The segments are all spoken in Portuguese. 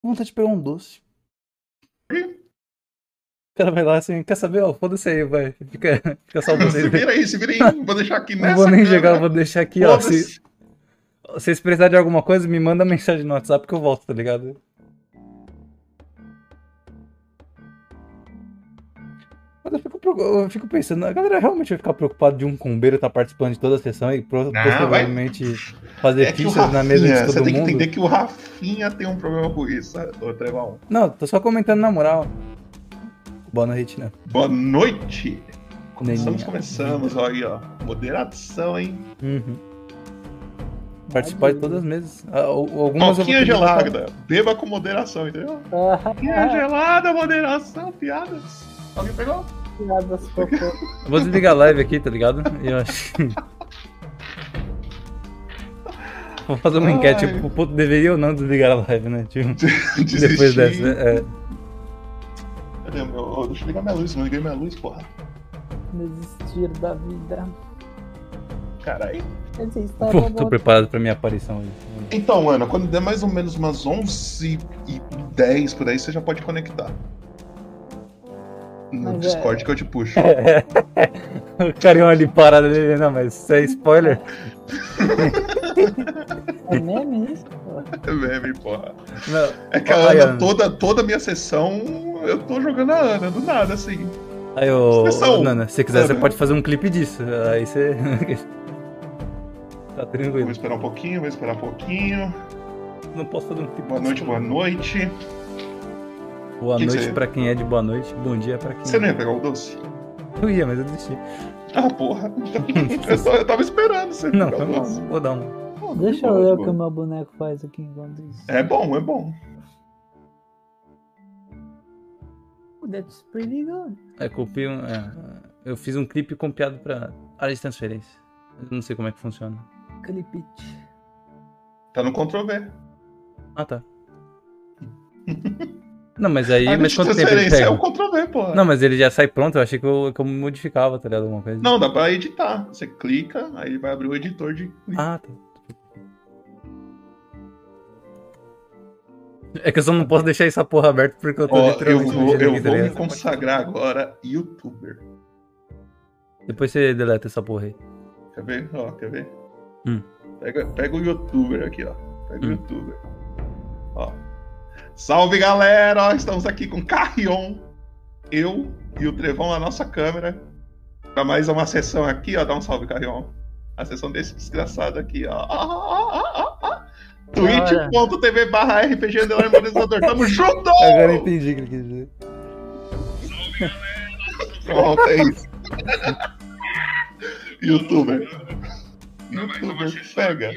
Com vontade de pegar um doce. O cara vai lá assim, quer saber? Ó, foda-se aí, vai. Fica só vocês aí. Se vira aí. Vou deixar aqui Não vou nessa nem jogar, câmera. vou deixar aqui, ó. Se Foda-se. vocês precisarem de alguma coisa, me manda mensagem no WhatsApp que eu volto, tá ligado? Mas eu fico pensando, a galera realmente vai ficar preocupada de um combeiro estar participando de toda a sessão e Não, vai. possivelmente fazer É que o fichas na mesa de Rafinha, você todo tem que mundo? entender que o Rafinha tem um problema com isso, ô Trevão. Não, tô só comentando na moral. Boa noite, né? Boa noite. Neninha. Começamos, ó, aí, ó. Moderação, hein? Uhum. Participar de todas as mesas. Algumas eu vou Coquinha ter que editar. gelada. Beba com moderação, entendeu? Ah, Coquinha gelada, moderação, piadas. Alguém pegou? piadas cocô. Eu vou desligar a live aqui, tá ligado? E eu acho que. Vou fazer uma enquete. Ai. Tipo, deveria ou não desligar a live, né? Tipo, Desistir. depois dessa. É. Cadê meu? Deixa eu ligar minha luz, não liguei minha luz, porra. Desistir da vida. Caralho. Exista Pô, tô robô. preparado pra minha aparição hoje. Então, Ana, quando der mais ou menos umas 11h10 por aí, você já pode conectar. No Mas Discord que eu te puxo. O carinho ali parado ali, não, mas isso é spoiler. É meme isso? Pô? É meme, porra. Não. É que a Olha, Ana, toda a minha sessão, eu tô jogando a Ana, do nada, assim. Aí, ô, Expressão. Nana, se você quiser, você Ana. pode fazer um clipe disso. Aí você. Tá Vamos tranquilo. esperar um pouquinho, vamos esperar um pouquinho. Não posso fazer um clipe Boa noite, boa noite. Boa Que noite você- pra quem é de boa noite, bom dia pra quem Você não ia pegar o doce? Eu ia, mas eu desisti. Ah, porra. Eu tava esperando você Não, pegar foi o mal, doce. vou dar um. Deixa eu Boa, ler o boa. que o meu boneco faz aqui enquanto isso. É bom, é bom. That's pretty good. Copiei um. Eu fiz um clipe copiado pra área de transferência. Eu não sei como é que funciona. Clipit. Tá no Ctrl+V. Ah, tá. Não, mas aí. A Mas quanto tempo ele transferência é pega? o Ctrl+V, porra. Não, mas ele já sai pronto, eu achei que eu modificava, tá ligado? Alguma coisa. Não, dá pra editar. Você clica, aí vai abrir o editor de clipe. Ah, tá. É que eu só não posso deixar essa porra aberta porque eu tô Ó, eu literalmente vou, mexendo eu aqui, tá vou me ligado? consagrar agora youtuber. Depois você deleta essa porra aí. Quer ver? Ó, quer ver? Hum. Pega o youtuber aqui, ó. Pega o youtuber. Ó. Salve, galera! Ó, estamos aqui com Carrion, eu e o Trevão na nossa câmera. Pra mais uma sessão aqui, ó. Dá um salve, Carrion. A sessão desse desgraçado aqui, ó. twitch.tv/RPG_monetizador. Tamo junto! Agora eu entendi o que ele quis dizer. Pronto, é isso. Youtuber. Youtuber, pega.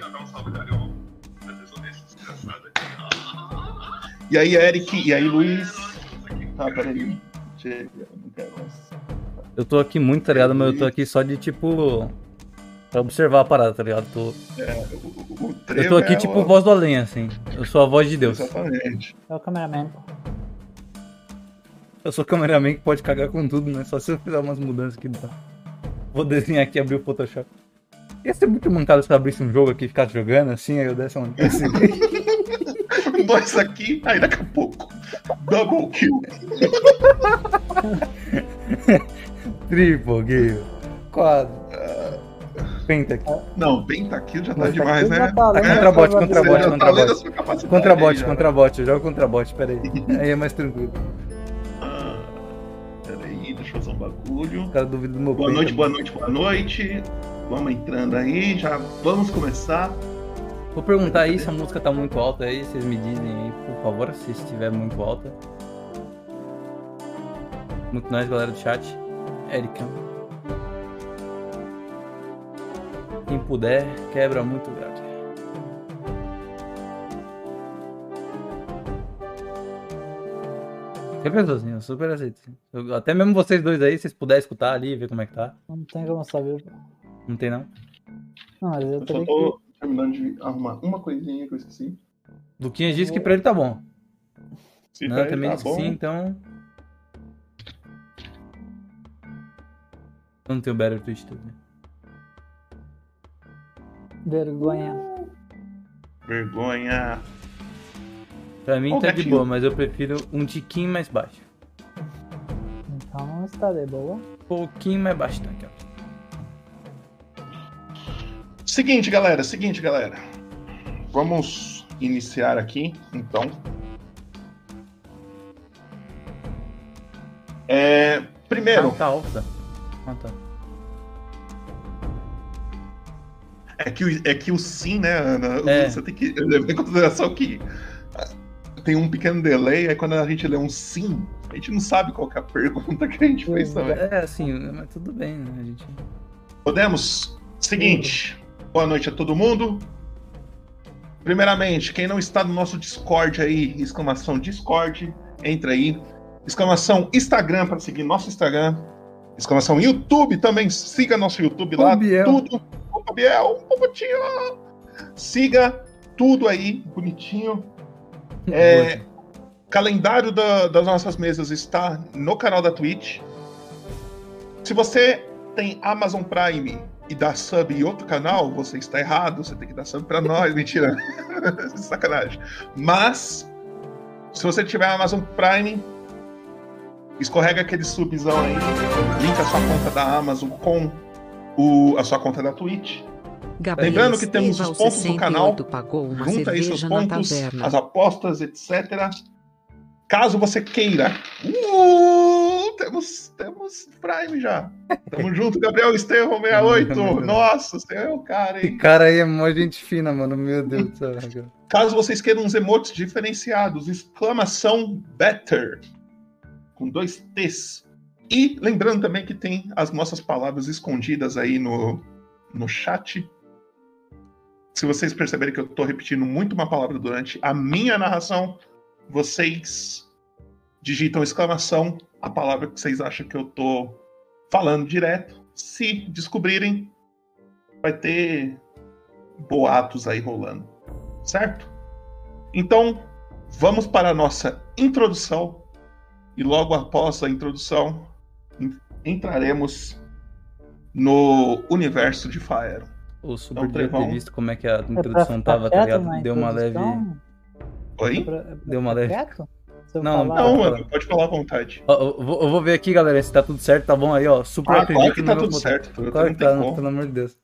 E aí, Eric, e aí, Luiz. Ah, peraí. Chega, não quero mais. Eu tô aqui muito, tá ligado? Mas eu tô aqui só de tipo. Pra observar a parada, tá ligado? Eu tô aqui tipo voz do além, assim. Eu sou a voz de Deus. Exatamente. É o cameraman. Eu sou cameraman que pode cagar com tudo, né? Só se eu fizer umas mudanças aqui. Tá? Vou desenhar aqui e abrir o Photoshop. Ia ser muito mancado se eu abrisse um jogo aqui e ficasse jogando assim, aí eu desse uma. Assim. Nós aqui, aí daqui a pouco. Double kill. Triple game. Quadro. Penta aqui. Não, pentakill já tá Mas demais, aqui né? já tá além da Contrabote, sua contrabote, Você já tá além contrabote. da sua capacidade Contrabote, aí, já. contrabote. Eu jogo contrabote, pera aí. Aí é mais tranquilo. Ah, peraí, deixa eu fazer um bagulho. O cara duvida do meu Boa peito. noite, boa noite, boa noite. Vamos entrando aí, já vamos começar. Vou perguntar aí se a música tá muito alta aí, vocês me dizem aí, por favor, se estiver muito alta. Muito nice, galera do chat. Ericão. Quem puder, quebra muito gato. Que pessoazinho, eu super aceito. Até mesmo vocês dois aí, se vocês puderem escutar ali e ver como é que tá. Não tem como saber. Pô. Não tem não? Não, mas eu Eu só teria tô terminando de arrumar uma coisinha que eu esqueci. Luquinhas disse que pra ele tá bom. Se Não, tá, eu também tá disse que bom. sim, então. Eu não tenho Better Twitch tudo. que vergonha. Vergonha. Pra mim Ó, tá de gatinho. boa, mas eu prefiro um tiquinho mais baixo. Então está de boa. Um pouquinho mais baixo, tá aqui, ó. Seguinte, galera. Vamos iniciar aqui, então. Primeiro, Ah, tá alta. Ah, tá. é que o sim, né, Ana? É. Você tem que levar em consideração que tem um pequeno delay, aí quando a gente lê um sim, a gente não sabe qual que é a pergunta que a gente fez também. É assim, mas tudo bem, né? A gente... Podemos? Seguinte, boa noite a todo mundo. Primeiramente, quem não está no nosso Discord aí, exclamação Discord, entra aí. Exclamação Instagram para seguir nosso Instagram. Exclamação YouTube também, siga nosso YouTube lá. Ô, Biel. Tudo. Ô, Biel, um pouquinho. Siga tudo aí, bonitinho. Calendário das nossas mesas está no canal da Twitch. Se você tem Amazon Prime e dá sub em outro canal, você está errado, você tem que dar sub pra nós, mentira. Sacanagem. Mas, se você tiver Amazon Prime, escorrega aquele subzão aí, linka a sua conta da Amazon com a sua conta da Twitch. Gabriel Lembrando que temos os pontos do canal, pagou uma junta aí seus cerveja na pontos, taverna. as apostas, etc. Caso você queira. Temos Prime já. Tamo junto, Gabriel Estevão 68. Nossa, você é o cara, Esse hein? cara aí é mó gente fina, mano. Meu Deus do céu. Cara. Caso vocês queiram uns emotes diferenciados, exclamação Better, com 2 T's. E lembrando também que tem as nossas palavras escondidas aí no chat. Se vocês perceberem que eu tô repetindo muito uma palavra durante a minha narração, vocês digitam exclamação, a palavra que vocês acham que eu tô falando direto. Se descobrirem, vai ter boatos aí rolando, certo? Então, vamos para a nossa introdução. E logo após a introdução, entraremos no universo de Faero. O Super Então, devia ter Trevão. visto como é que a É pra introdução ficar tava, tá quieto ligado? na Deu uma leve... introdução? Oi? É pra Deu uma ficar leve- quieto? Se eu Não, falar- Não, pode mano, falar. pode falar à vontade. Ó, eu vou ver aqui, galera, se tá tudo certo, tá bom aí, ó. Super Ah, acredito claro que no tá meu tudo botão. certo. Eu Claro não que tenho tá, como. pelo amor de Deus.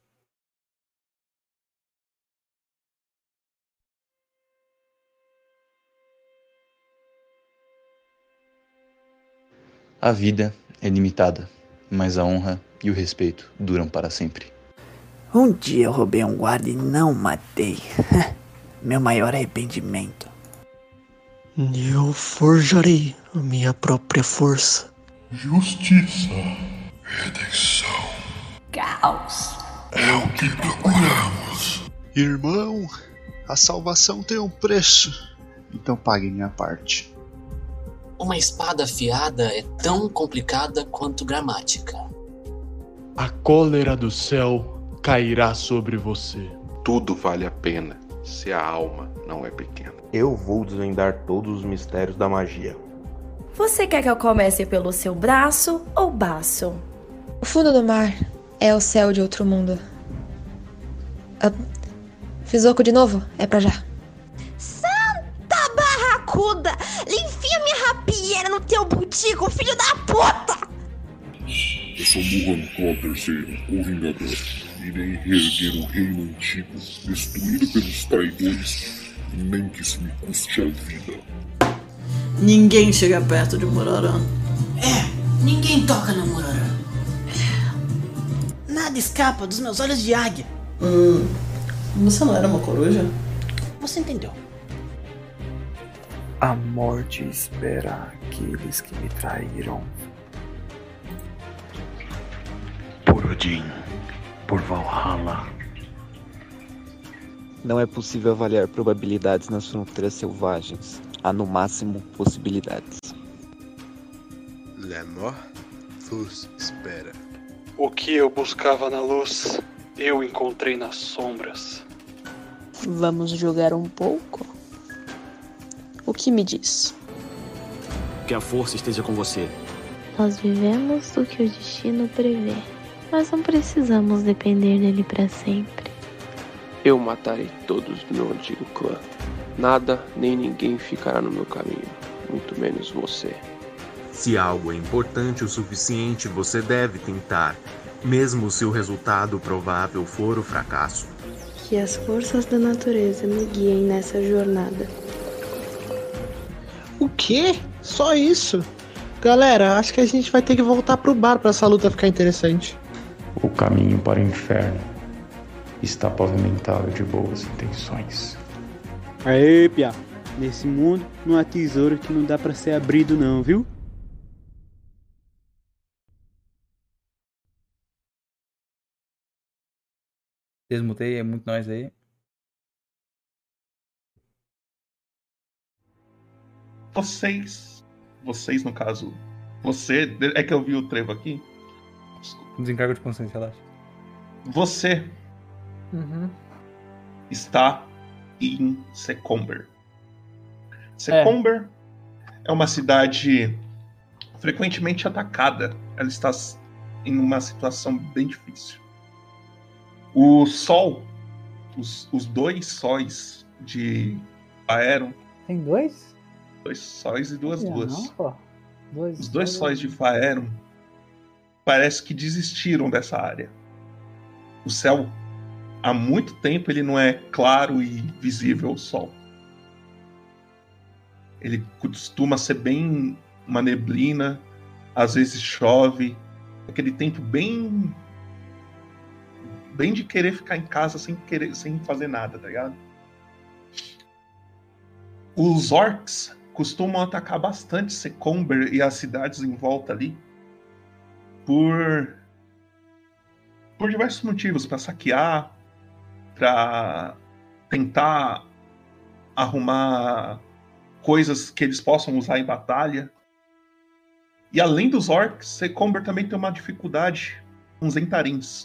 A vida é limitada, mas a honra e o respeito duram para sempre. Um dia eu roubei um guarda e não matei. Meu maior arrependimento. Eu forjarei a minha própria força. Justiça, redenção. Caos. É o que procuramos. Irmão, a salvação tem um preço. Então pague minha parte. Uma espada afiada é tão complicada quanto gramática. A cólera do céu cairá sobre você. Tudo vale a pena se a alma não é pequena. Eu vou desvendar todos os mistérios da magia. Você quer que eu comece pelo seu braço ou baço? O fundo do mar é o céu de outro mundo. Fiz oco de novo? É pra já. Santa barracuda! Enfia minha rapieira no teu butico, filho da puta! Eu sou Muhan Claw III, o Vingador. Irei reerguer o reino antigo, destruído pelos traidores, nem que isso me custe a vida. Ninguém chega perto de Murarã. Ninguém toca no Murarã. Nada escapa dos meus olhos de águia. Você não era uma coruja? Você entendeu? A morte espera aqueles que me traíram. Por Odin, por Valhalla. Não é possível avaliar probabilidades nas fronteiras selvagens. Há no máximo possibilidades. La mort vos espera. O que eu buscava na luz, eu encontrei nas sombras. Vamos jogar um pouco? O que me diz? Que a força esteja com você. Nós vivemos do que o destino prevê, mas não precisamos depender dele para sempre. Eu matarei todos do meu antigo clã. Nada nem ninguém ficará no meu caminho, muito menos você. Se algo é importante o suficiente, você deve tentar, mesmo se o resultado provável for o fracasso. Que as forças da natureza me guiem nessa jornada. O quê? Só isso? Galera, acho que a gente vai ter que voltar pro bar pra essa luta ficar interessante. O caminho para o inferno está pavimentado de boas intenções. Aê, Pia. Nesse mundo não há tesouro que não dá pra ser abrido não, viu? Desmutei, é muito nós aí. Vocês no caso, você, é que eu vi o trevo aqui. Desencargo de consciência, relaxa. Você está em Secomber. Secomber é uma cidade frequentemente atacada. Ela está em uma situação bem difícil. O sol, os dois sóis de Faerun. Tem dois? 2 sóis e 2 luas. Não, pô. Os 2 sóis de Faerun parece que desistiram dessa área. O céu, há muito tempo, ele não é claro e visível ao sol. Ele costuma ser bem uma neblina, às vezes chove, aquele tempo bem de querer ficar em casa sem fazer nada, tá ligado? Os orcs costumam atacar bastante Secomber e as cidades em volta ali por diversos motivos, para saquear, para tentar arrumar coisas que eles possam usar em batalha. E além dos orcs, Secomber também tem uma dificuldade com os Zentarins.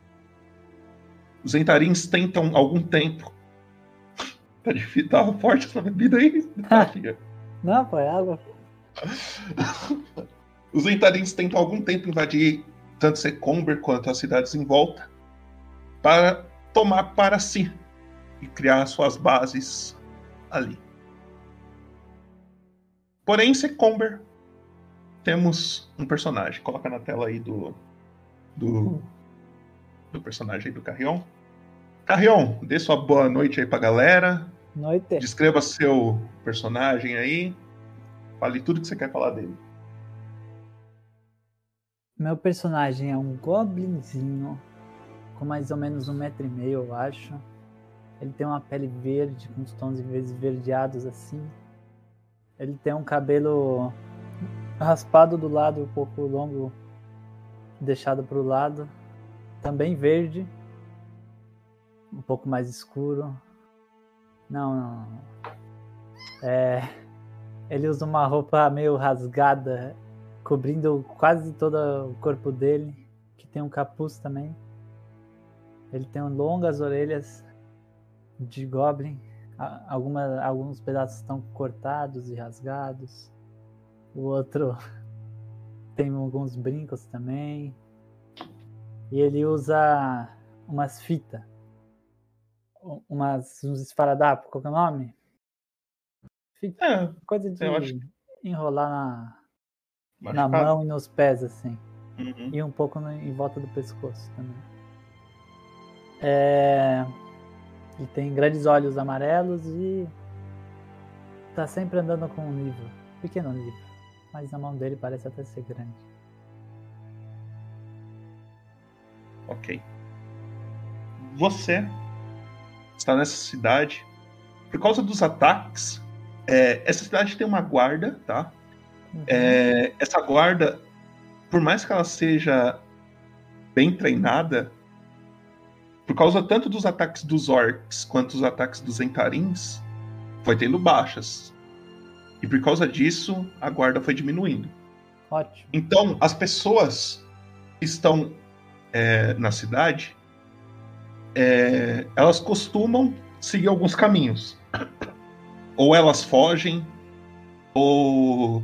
Os Zentarins tentam algum tempo. Tá forte essa bebida aí? Não, pô, é água. Os Zentarins tentam algum tempo invadir tanto Secomber quanto as cidades em volta para tomar para si e criar suas bases ali. Porém, em Secomber temos um personagem. Coloca na tela aí do personagem aí do Carrion. Carrion, dê sua boa noite aí pra galera. Noite. Descreva seu personagem aí. Fale tudo que você quer falar dele. Meu personagem é um goblinzinho com mais ou menos 1,5 m, eu acho. Ele tem uma pele verde, com os tons esverdeados assim. Ele tem um cabelo raspado do lado, um pouco longo, deixado pro lado. Também verde. Um pouco mais escuro. Não. Ele usa uma roupa meio rasgada, cobrindo quase todo o corpo dele, que tem um capuz também. Ele tem longas orelhas de goblin. Alguns pedaços estão cortados e rasgados. O outro tem alguns brincos também. E ele usa umas fitas. Uns esparadrapos, qual que é o nome? Coisa de enrolar na mão e nos pés, assim. E um pouco em volta do pescoço também. Ele tem grandes olhos amarelos e tá sempre andando com um livro. Pequeno livro. Mas na mão dele parece até ser grande. Ok. Você está nessa cidade. Por causa dos ataques, essa cidade tem uma guarda, tá? Essa guarda, por mais que ela seja bem treinada, por causa tanto dos ataques dos orcs quanto dos ataques dos Zentarins, foi tendo baixas. E por causa disso, a guarda foi diminuindo. Ótimo. Então, as pessoas que estão na cidade, elas costumam seguir alguns caminhos. Ou elas fogem, ou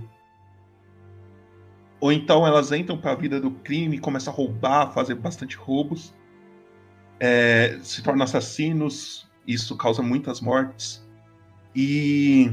então elas entram para a vida do crime, começam a roubar, fazer bastante roubos, se tornam assassinos, isso causa muitas mortes. E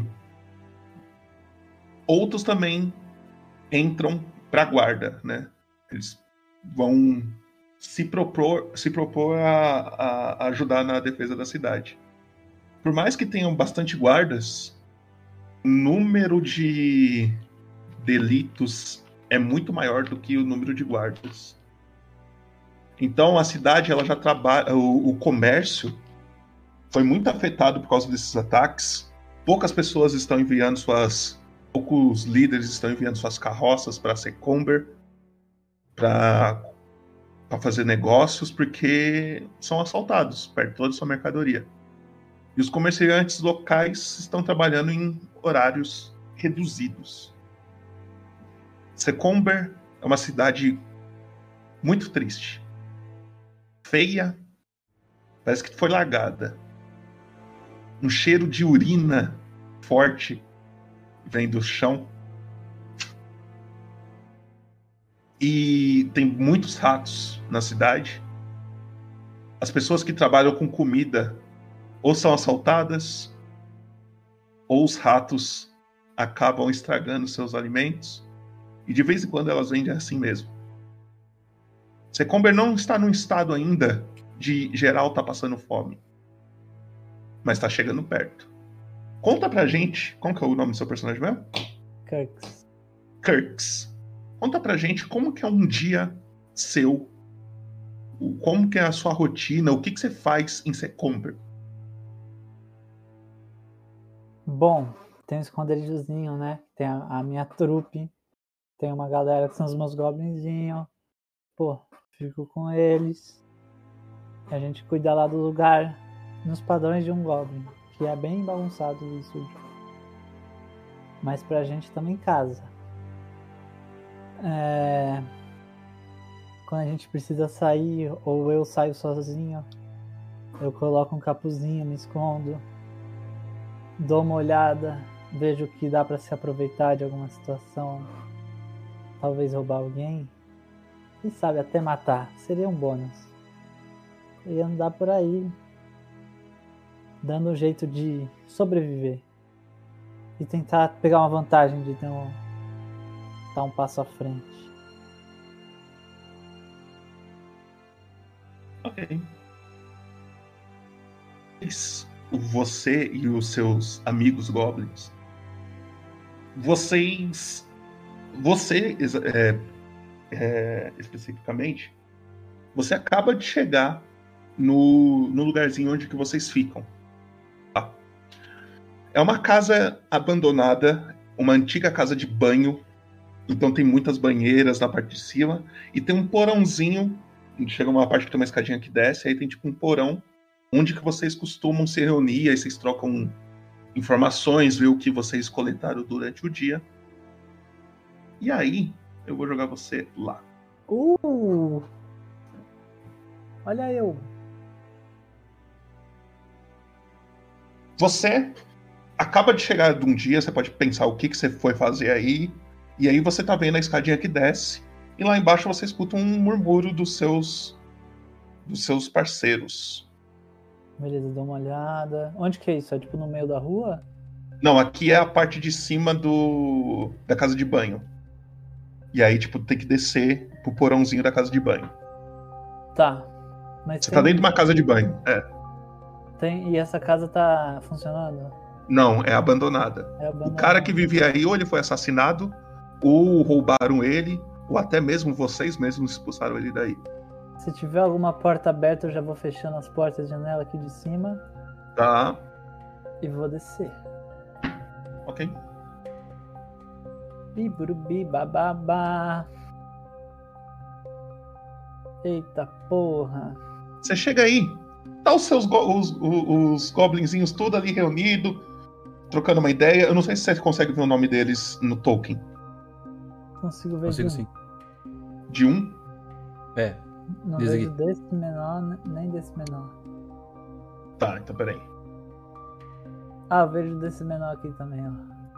outros também entram para a guarda, né? Eles vão se propor a ajudar na defesa da cidade. Por mais que tenham bastante guardas, o número de delitos é muito maior do que o número de guardas. Então a cidade, ela já trabalha, o comércio foi muito afetado por causa desses ataques. Poucos líderes estão enviando suas carroças para Secomber para fazer negócios, porque são assaltados, perdem toda a sua mercadoria. E os comerciantes locais estão trabalhando em horários reduzidos. Secomber é uma cidade muito triste. Feia, parece que foi largada. Um cheiro de urina forte vem do chão. E tem muitos ratos na cidade. As pessoas que trabalham com comida ou são assaltadas, ou os ratos acabam estragando seus alimentos. E de vez em quando elas vendem assim mesmo. Secomber não está num estado ainda de geral tá passando fome. Mas tá chegando perto. Conta pra gente, qual que é o nome do seu personagem mesmo? Kirks. Conta pra gente como que é um dia seu. Como que é a sua rotina, o que você faz em Secomber? Bom, tem um esconderijozinho, né? Tem a minha trupe. Tem uma galera que são os meus goblinzinhos. Pô, fico com eles. A gente cuida lá do lugar nos padrões de um goblin, que é bem bagunçado o estúdio. Mas pra gente também casa. Quando a gente precisa sair, ou eu saio sozinho, eu coloco um capuzinho, me escondo, dou uma olhada, vejo que dá pra se aproveitar de alguma situação, talvez roubar alguém, e sabe, até matar, seria um bônus. E andar por aí, dando um jeito de sobreviver e tentar pegar uma vantagem de dar um passo à frente. Ok. Você e os seus amigos goblins, você especificamente, você acaba de chegar no lugarzinho onde que vocês ficam. Tá? É uma casa abandonada, uma antiga casa de banho, então tem muitas banheiras na parte de cima, e tem um porãozinho, chega uma parte que tem uma escadinha que desce, aí tem tipo um porão, onde que vocês costumam se reunir, aí vocês trocam informações, ver o que vocês coletaram durante o dia. E aí, eu vou jogar você lá. Olha eu. Você acaba de chegar de um dia, você pode pensar o que você foi fazer aí, e aí você tá vendo a escadinha que desce, e lá embaixo você escuta um murmúrio dos seus parceiros. Beleza, dá uma olhada. Onde que é isso? É tipo no meio da rua? Não, aqui é a parte de cima da casa de banho. E aí, tipo, tem que descer pro porãozinho da casa de banho. Tá. Mas você tá dentro de uma casa de banho, E essa casa tá funcionando? Não, é abandonada. O cara que vivia aí, ou ele foi assassinado, ou roubaram ele, ou até mesmo vocês mesmos expulsaram ele daí. Se tiver alguma porta aberta, eu já vou fechando as portas e janela aqui de cima. Tá. E vou descer. Ok. Biburubi bababá. Eita porra. Você chega aí, tá os goblinzinhos tudo ali reunido, trocando uma ideia. Eu não sei se você consegue ver o nome deles no token. Consigo ver. Consigo sim. De um? É. Não vejo desse menor, nem desse menor. Tá, então peraí. Eu vejo desse menor aqui também, ó.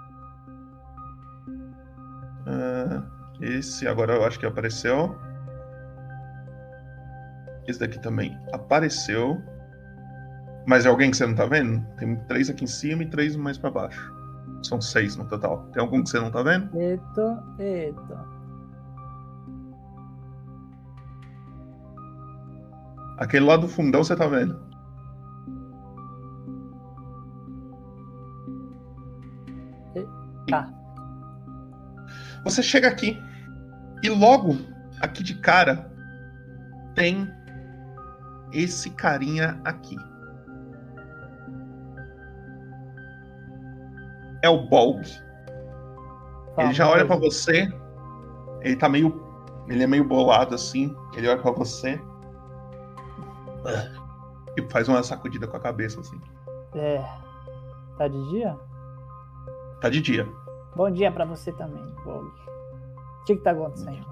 Esse agora eu acho que apareceu. Esse daqui também apareceu. Mas é alguém que você não tá vendo? Tem 3 aqui em cima e 3 mais pra baixo. São 6 no total. Tem algum que você não tá vendo? Eita. Aquele lá do fundão você tá vendo? Tá. Você chega aqui e logo aqui de cara tem esse carinha aqui. É o Bolg. Ele já olha pra você. Ele é meio bolado assim. Ele olha pra você e faz uma sacudida com a cabeça assim. Tá de dia? Tá de dia. Bom dia pra você também, Bolg. O que tá acontecendo?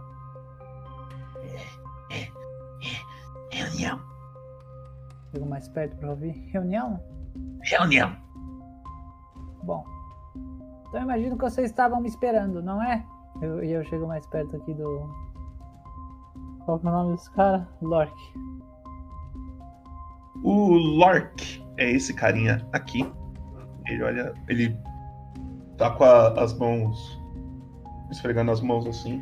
Reunião. Chego mais perto pra ouvir. Reunião? Reunião. Bom. Então eu imagino que vocês estavam me esperando, não é? Eu chego mais perto aqui do... Qual que é o nome desse cara? Lork. O Lork é esse carinha aqui. Ele tá com as mãos, esfregando as mãos assim.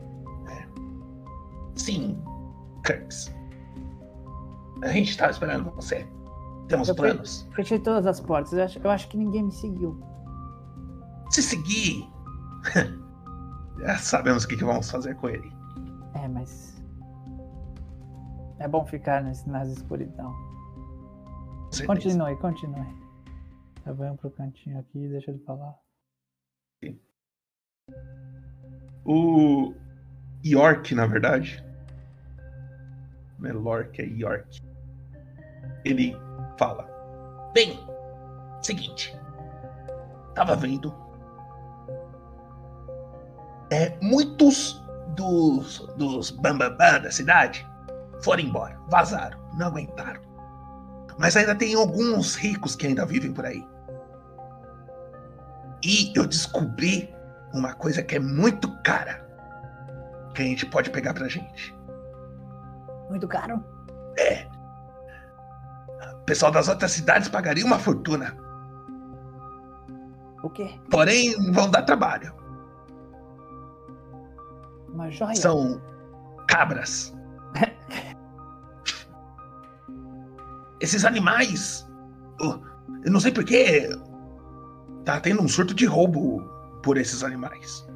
Sim, Kirks. A gente tava esperando você. Temos planos. Fechei todas as portas. Eu acho que ninguém me seguiu. Se seguir, já sabemos o que vamos fazer com ele. Mas... é bom ficar nas escuridão. Continue. Eu venho pro cantinho aqui e deixa ele falar. O York, na verdade. Não é Lork, é York. Ele fala. Bem, seguinte. Tava vendo. Muitos dos bambambam da cidade foram embora, vazaram, não aguentaram. Mas ainda tem alguns ricos que ainda vivem por aí. E eu descobri uma coisa que é muito cara, que a gente pode pegar pra gente. Muito caro? O pessoal das outras cidades pagaria uma fortuna. O quê? Porém, vão dar trabalho. Uma joia? São cabras. Esses animais... eu não sei porquê... tá tendo um surto de roubo por esses animais.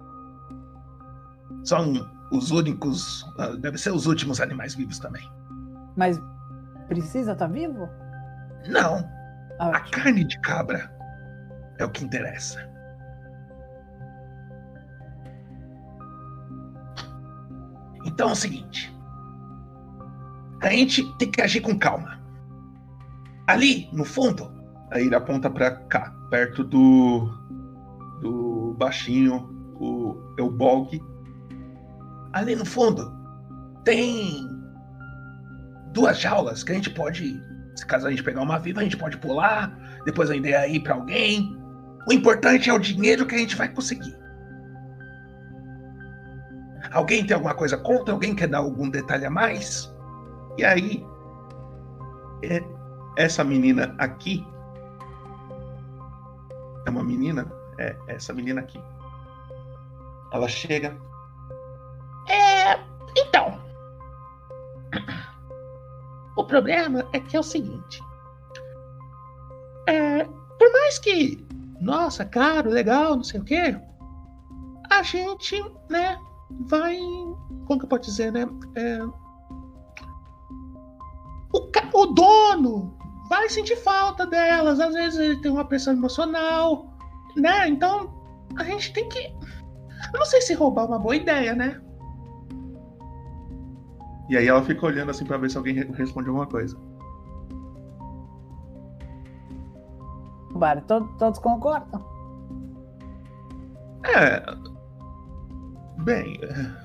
São os únicos... deve ser os últimos animais vivos também. Mas precisa estar vivo? Não. A carne de cabra é o que interessa. Então é o seguinte. A gente tem que agir com calma. Ali, no fundo... Aí ele aponta pra cá, perto do baixinho, o Bolg. Ali no fundo, tem 2 jaulas que a gente pode... Se caso a gente pegar uma viva, a gente pode pular, depois vender aí pra alguém. O importante é o dinheiro que a gente vai conseguir. Alguém tem alguma coisa contra? Alguém quer dar algum detalhe a mais? E aí, essa menina aqui... É uma menina? É essa menina aqui. Ela chega... Então... O problema é que é o seguinte. Por mais que... Nossa, caro, legal, não sei o quê... A gente, né... Vai... Como que eu posso dizer, né? O dono vai sentir falta delas. Às vezes ele tem uma pressão emocional, né? Então, a gente tem que... Eu não sei se roubar é uma boa ideia, né? E aí ela fica olhando assim pra ver se alguém responde alguma coisa. Bar, todos concordam? Bem...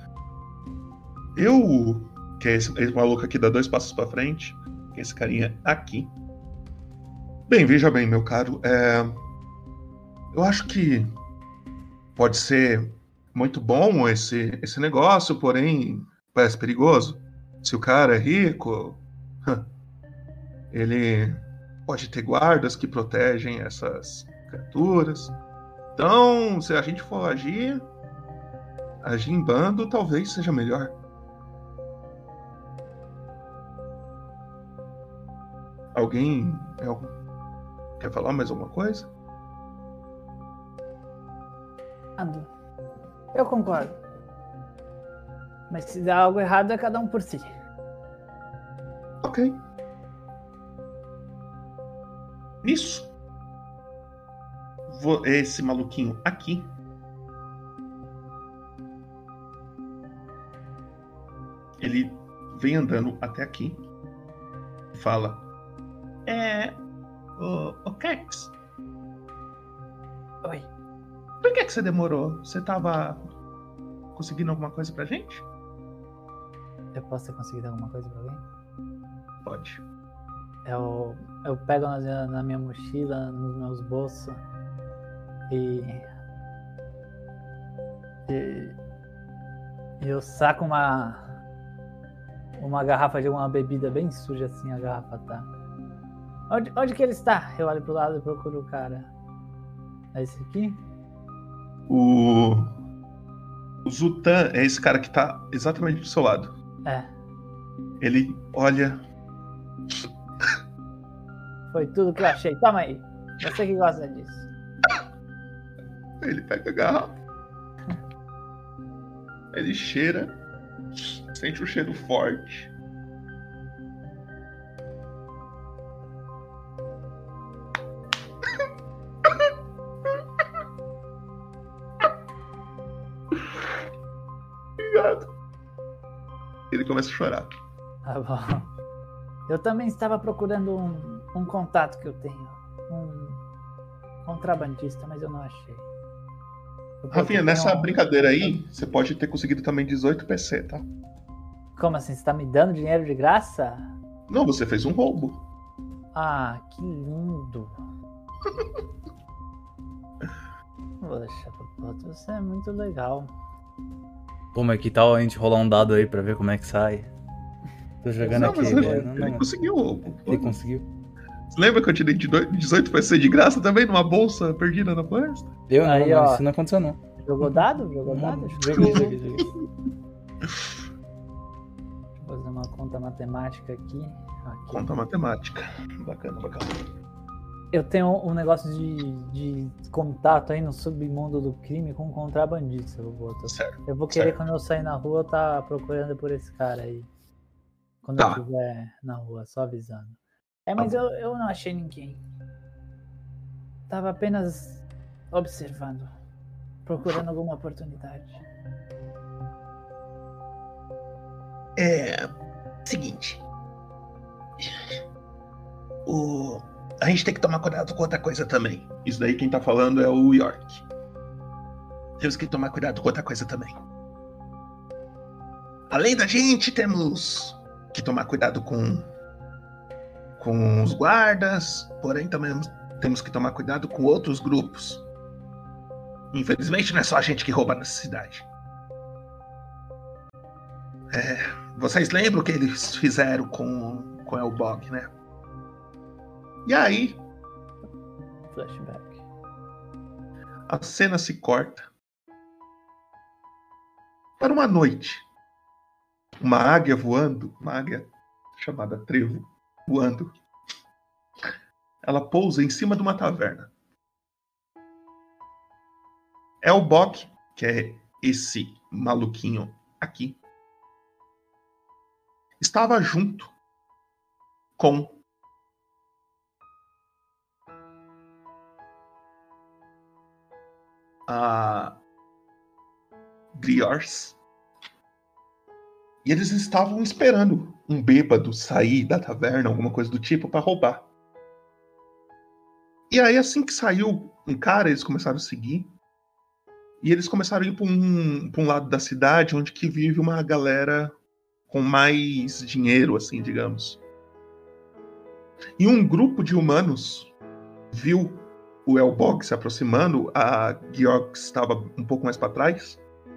Que é esse maluco aqui dá 2 passos pra frente. Que é esse carinha aqui. Bem, veja bem, meu caro. Eu acho que pode ser muito bom esse negócio, porém parece perigoso. Se o cara é rico, ele pode ter guardas que protegem essas criaturas. Então, se a gente for agir em bando, talvez seja melhor. Alguém quer falar mais alguma coisa? Eu concordo. Mas se der algo errado, é cada um por si. Ok. Nisso, esse maluquinho aqui ele vem andando até aqui e fala: Ô Kex. Oi. Por que você demorou? Você tava conseguindo alguma coisa pra gente? Eu posso ter conseguido alguma coisa pra alguém? Pode. Eu pego na minha mochila, nos meus bolsos e eu saco uma garrafa de uma bebida bem suja assim, a garrafa tá. Onde que ele está? Eu olho pro lado e procuro o cara. É esse aqui? O Zutan é esse cara que tá exatamente do seu lado. É. Ele olha. Foi tudo que eu achei. Toma aí. Você que gosta disso. Ele pega a garrafa. Ele cheira. Sente um cheiro forte. Obrigado. Ele começa a chorar. Tá bom. Eu também estava procurando um contato que eu tenho. Um contrabandista, mas eu não achei. Rafinha, nessa brincadeira aí, você pode ter conseguido também 18 PC, tá? Como assim? Você tá me dando dinheiro de graça? Não, você fez um roubo. Ah, que lindo. Poxa, Popoto, você é muito legal. Pô, mas que tal a gente rolar um dado aí pra ver como é que sai? Tô jogando aqui. Ele conseguiu o roubo. Ele conseguiu. Você lembra que eu te dei 18 PC de graça também numa bolsa perdida na floresta? Eu aí, não, ó, isso não aconteceu não. Jogou dado? Jogou dado? Joguei. Deixa eu fazer uma conta matemática aqui. Conta matemática. Bacana. Eu tenho um negócio de contato aí no submundo do crime com um contrabandista, Boto. Certo. Eu vou querer, quando eu sair na rua, tá procurando por esse cara aí. Quando eu estiver na rua, só avisando. Mas eu não achei ninguém. Tava apenas observando. Procurando alguma oportunidade. Seguinte. A gente tem que tomar cuidado com outra coisa também. Isso daí quem tá falando é o York. Temos que tomar cuidado com outra coisa também. Além da gente, temos que tomar cuidado com os guardas, porém também temos que tomar cuidado com outros grupos. Infelizmente não é só a gente que rouba nessa cidade. Vocês lembram o que eles fizeram com Elbog, né? E aí, flashback. A cena se corta para uma noite. Uma águia voando, uma águia chamada Trevo, voando. Ela pousa em cima de uma taverna. Elbog, que é esse maluquinho aqui, estava junto com a Griors. E eles estavam esperando um bêbado sair da taverna, alguma coisa do tipo, para roubar. E aí, assim que saiu um cara, eles começaram a seguir. E eles começaram a ir para um lado da cidade onde que vive uma galera com mais dinheiro, assim, digamos. E um grupo de humanos viu o Elbog se aproximando, a Georg estava um pouco mais para trás.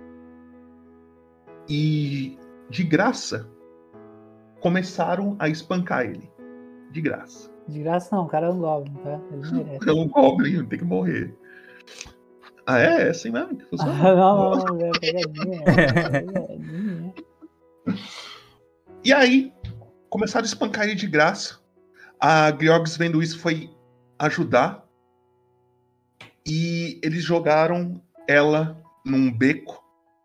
E, de graça, começaram a espancar ele. De graça. De graça não, o cara é um Goblin, tá? Ele merece. É um Goblin, tem que morrer. Ah, é assim mesmo que funciona? Não, é pegadinha. E aí, começaram a espancar ele de graça. A Griogs, vendo isso, foi ajudar. E eles jogaram ela num beco,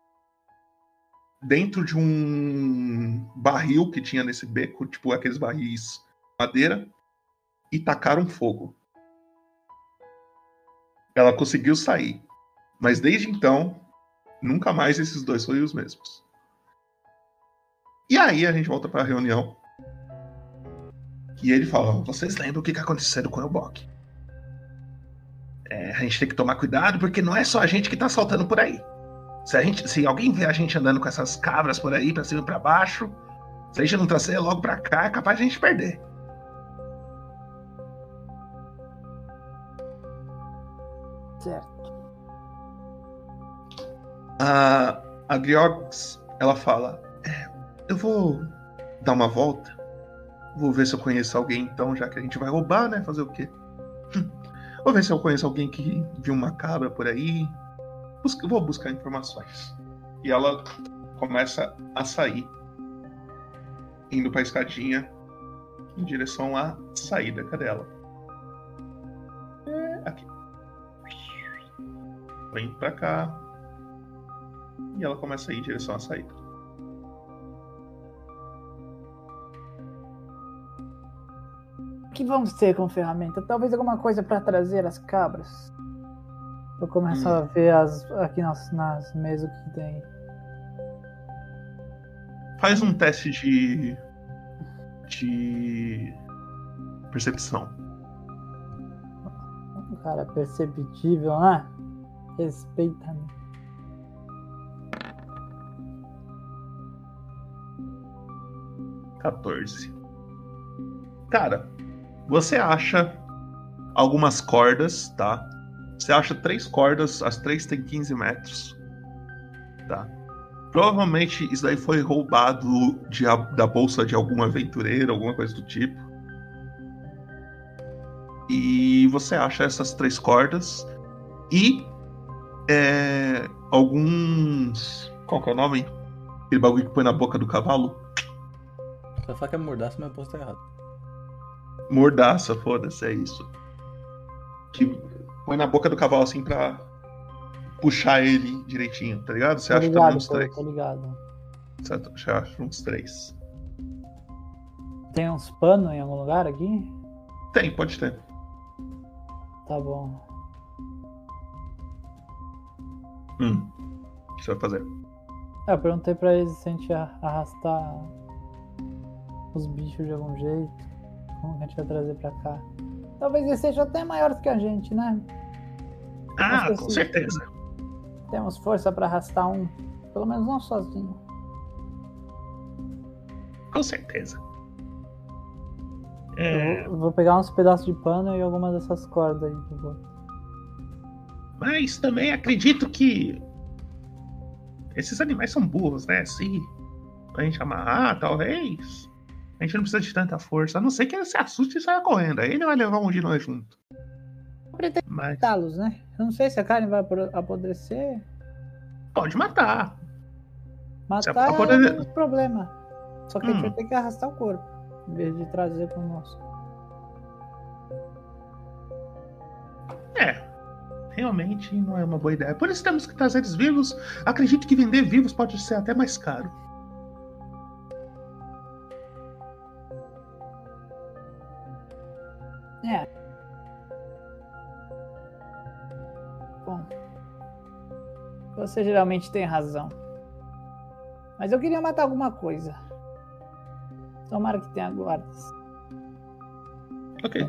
dentro de um barril que tinha nesse beco, tipo aqueles barris de madeira, e tacaram fogo. Ela conseguiu sair, mas desde então, nunca mais esses dois foram os mesmos. E aí a gente volta para a reunião, e ele fala: vocês lembram o que aconteceu com o Elbok? A gente tem que tomar cuidado, porque não é só a gente que tá saltando por aí. Se alguém vê a gente andando com essas cabras por aí, pra cima e pra baixo, se a gente não trazer logo pra cá, é capaz de a gente perder. Certo. A Griogs, ela fala: eu vou dar uma volta, vou ver se eu conheço alguém então, já que a gente vai roubar, né? Fazer o quê? Vou ver se eu conheço alguém que viu uma cabra por aí. Vou buscar informações. E ela começa a sair, indo pra escadinha em direção à saída. Cadê ela? Aqui. Vem pra cá. E ela começa a ir em direção à saída. O que vamos ter como ferramenta? Talvez alguma coisa para trazer as cabras. Eu começo a ver aqui nas mesas o que tem. Faz um teste de percepção. Cara, perceptível, né? Respeita-me. Cara, você acha algumas cordas, tá? Você acha 3 cordas, as 3 têm 15 metros, tá? Provavelmente isso daí foi roubado da bolsa de algum aventureiro, alguma coisa do tipo. E você acha essas 3 cordas e alguns... Qual que é o nome? Aquele bagulho que põe na boca do cavalo? Só fala que é mordaça, mas eu posso estar errado. Mordaça, foda-se, é isso. Que põe na boca do cavalo assim pra puxar ele direitinho, tá ligado? Você acha que também uns 3? Tô ligado. Certo, você acha uns 3. Tem uns panos em algum lugar aqui? Tem, pode ter. Tá bom. O que você vai fazer? Eu perguntei pra eles se a gente ia arrastar os bichos de algum jeito. Como que a gente vai trazer pra cá? Talvez eles sejam até maiores que a gente, né? Com certeza. Temos força pra arrastar um. Pelo menos não sozinho. Com certeza. Eu vou pegar uns pedaços de pano e algumas dessas cordas aí, por favor. Mas também acredito que esses animais são burros, né? Se a gente amarrar, talvez a gente não precisa de tanta força. A não ser que ele se assuste e saia correndo. Aí ele vai levar um de nós junto. Matá-los, né? Eu não sei se a carne vai apodrecer. Pode matar. Matar é o menos problema. Só que a gente vai ter que arrastar o corpo, em vez de trazer conosco. Realmente não é uma boa ideia. Por isso temos que trazer eles vivos. Acredito que vender vivos pode ser até mais caro. Bom, você geralmente tem razão. Mas eu queria matar alguma coisa. Tomara que tenha guardas. Ok.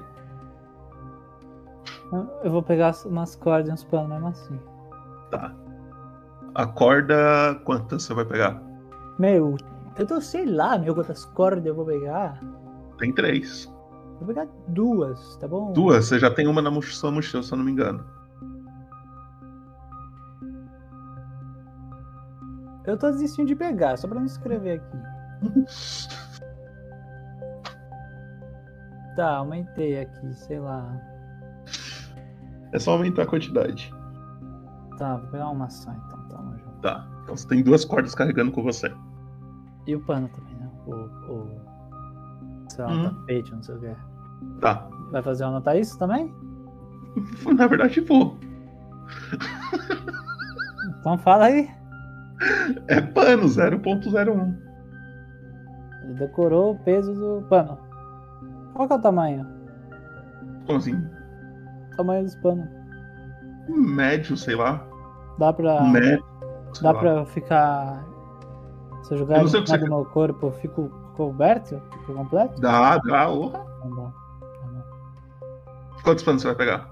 Eu vou pegar umas cordas e uns panos mesmo assim. Tá. A corda, quantas você vai pegar? Meu, eu sei lá, quantas cordas eu vou pegar. Tem 3. Vou pegar 2, tá bom? 2? Você já tem uma na sua mochila, se eu não me engano. Eu tô desistindo de pegar, só pra não escrever aqui. Tá, aumentei aqui, sei lá. É só aumentar a quantidade. Tá, vou pegar uma só então, tamo junto. Tá. Então você tem 2 cordas carregando com você. E o pano também, né? Sei lá, um tapete, não sei o que. Tá. Vai fazer eu anotar isso também? Na verdade, vou. Então fala aí. É pano, 0.01. Ele decorou o peso do pano. Qual que é o tamanho? Como assim? O tamanho dos panos. Médio, sei lá. Dá pra. Médio. Dá pra ficar. Se eu jogar Eu não sei o que no meu corpo, eu fico coberto? Fico completo? Dá, orra. Tá bom. Quantos panos você vai pegar?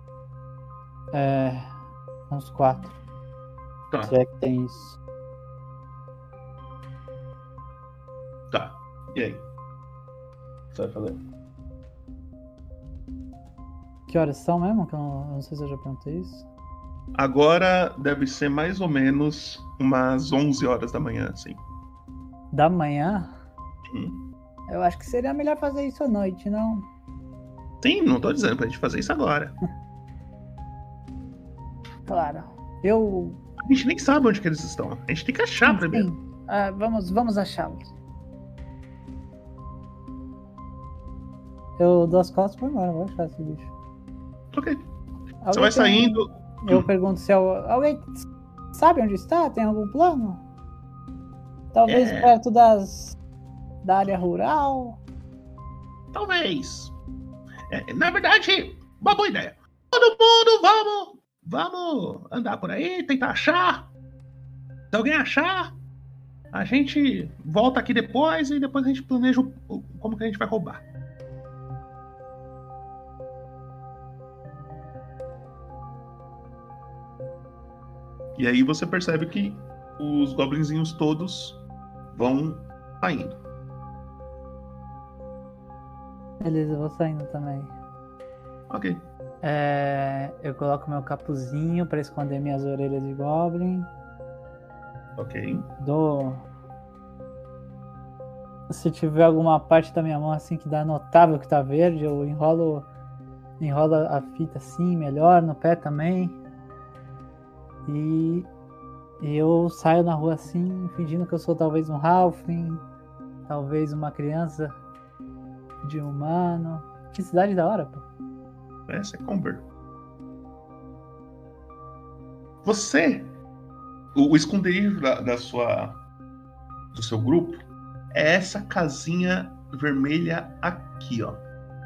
Uns 4. Tá. Se é que tem isso. Tá. E aí? O que você vai fazer? Que horas são mesmo? Que eu não sei se eu já perguntei isso. Agora deve ser mais ou menos umas 11 horas da manhã, assim. Da manhã? Eu acho que seria melhor fazer isso à noite, não? Sim, não tô dizendo pra gente fazer isso agora. Claro. A gente nem sabe onde que eles estão. A gente tem que achar primeiro. Vamos achá-los. Eu dou as costas e vou embora, vou achar esse bicho. Ok. Você vai saindo. Eu pergunto se alguém sabe onde está? Tem algum plano? Talvez perto da área rural? Talvez. Na verdade, uma boa ideia. Todo mundo, vamos andar por aí, tentar achar. Se alguém achar, a gente volta aqui depois e depois a gente planeja como que a gente vai roubar. E aí você percebe que os goblinzinhos todos vão saindo. Beleza, eu vou saindo também. Ok. Eu coloco meu capuzinho pra esconder minhas orelhas de goblin. Ok. Se tiver alguma parte da minha mão assim que dá notável que tá verde, eu enrolo a fita assim, melhor, no pé também. E eu saio na rua assim, fingindo que eu sou talvez um halfling, talvez uma criança de humano. Que cidade da hora, pô. Essa é Comber. Você, o esconderijo do seu grupo é essa casinha vermelha aqui, ó.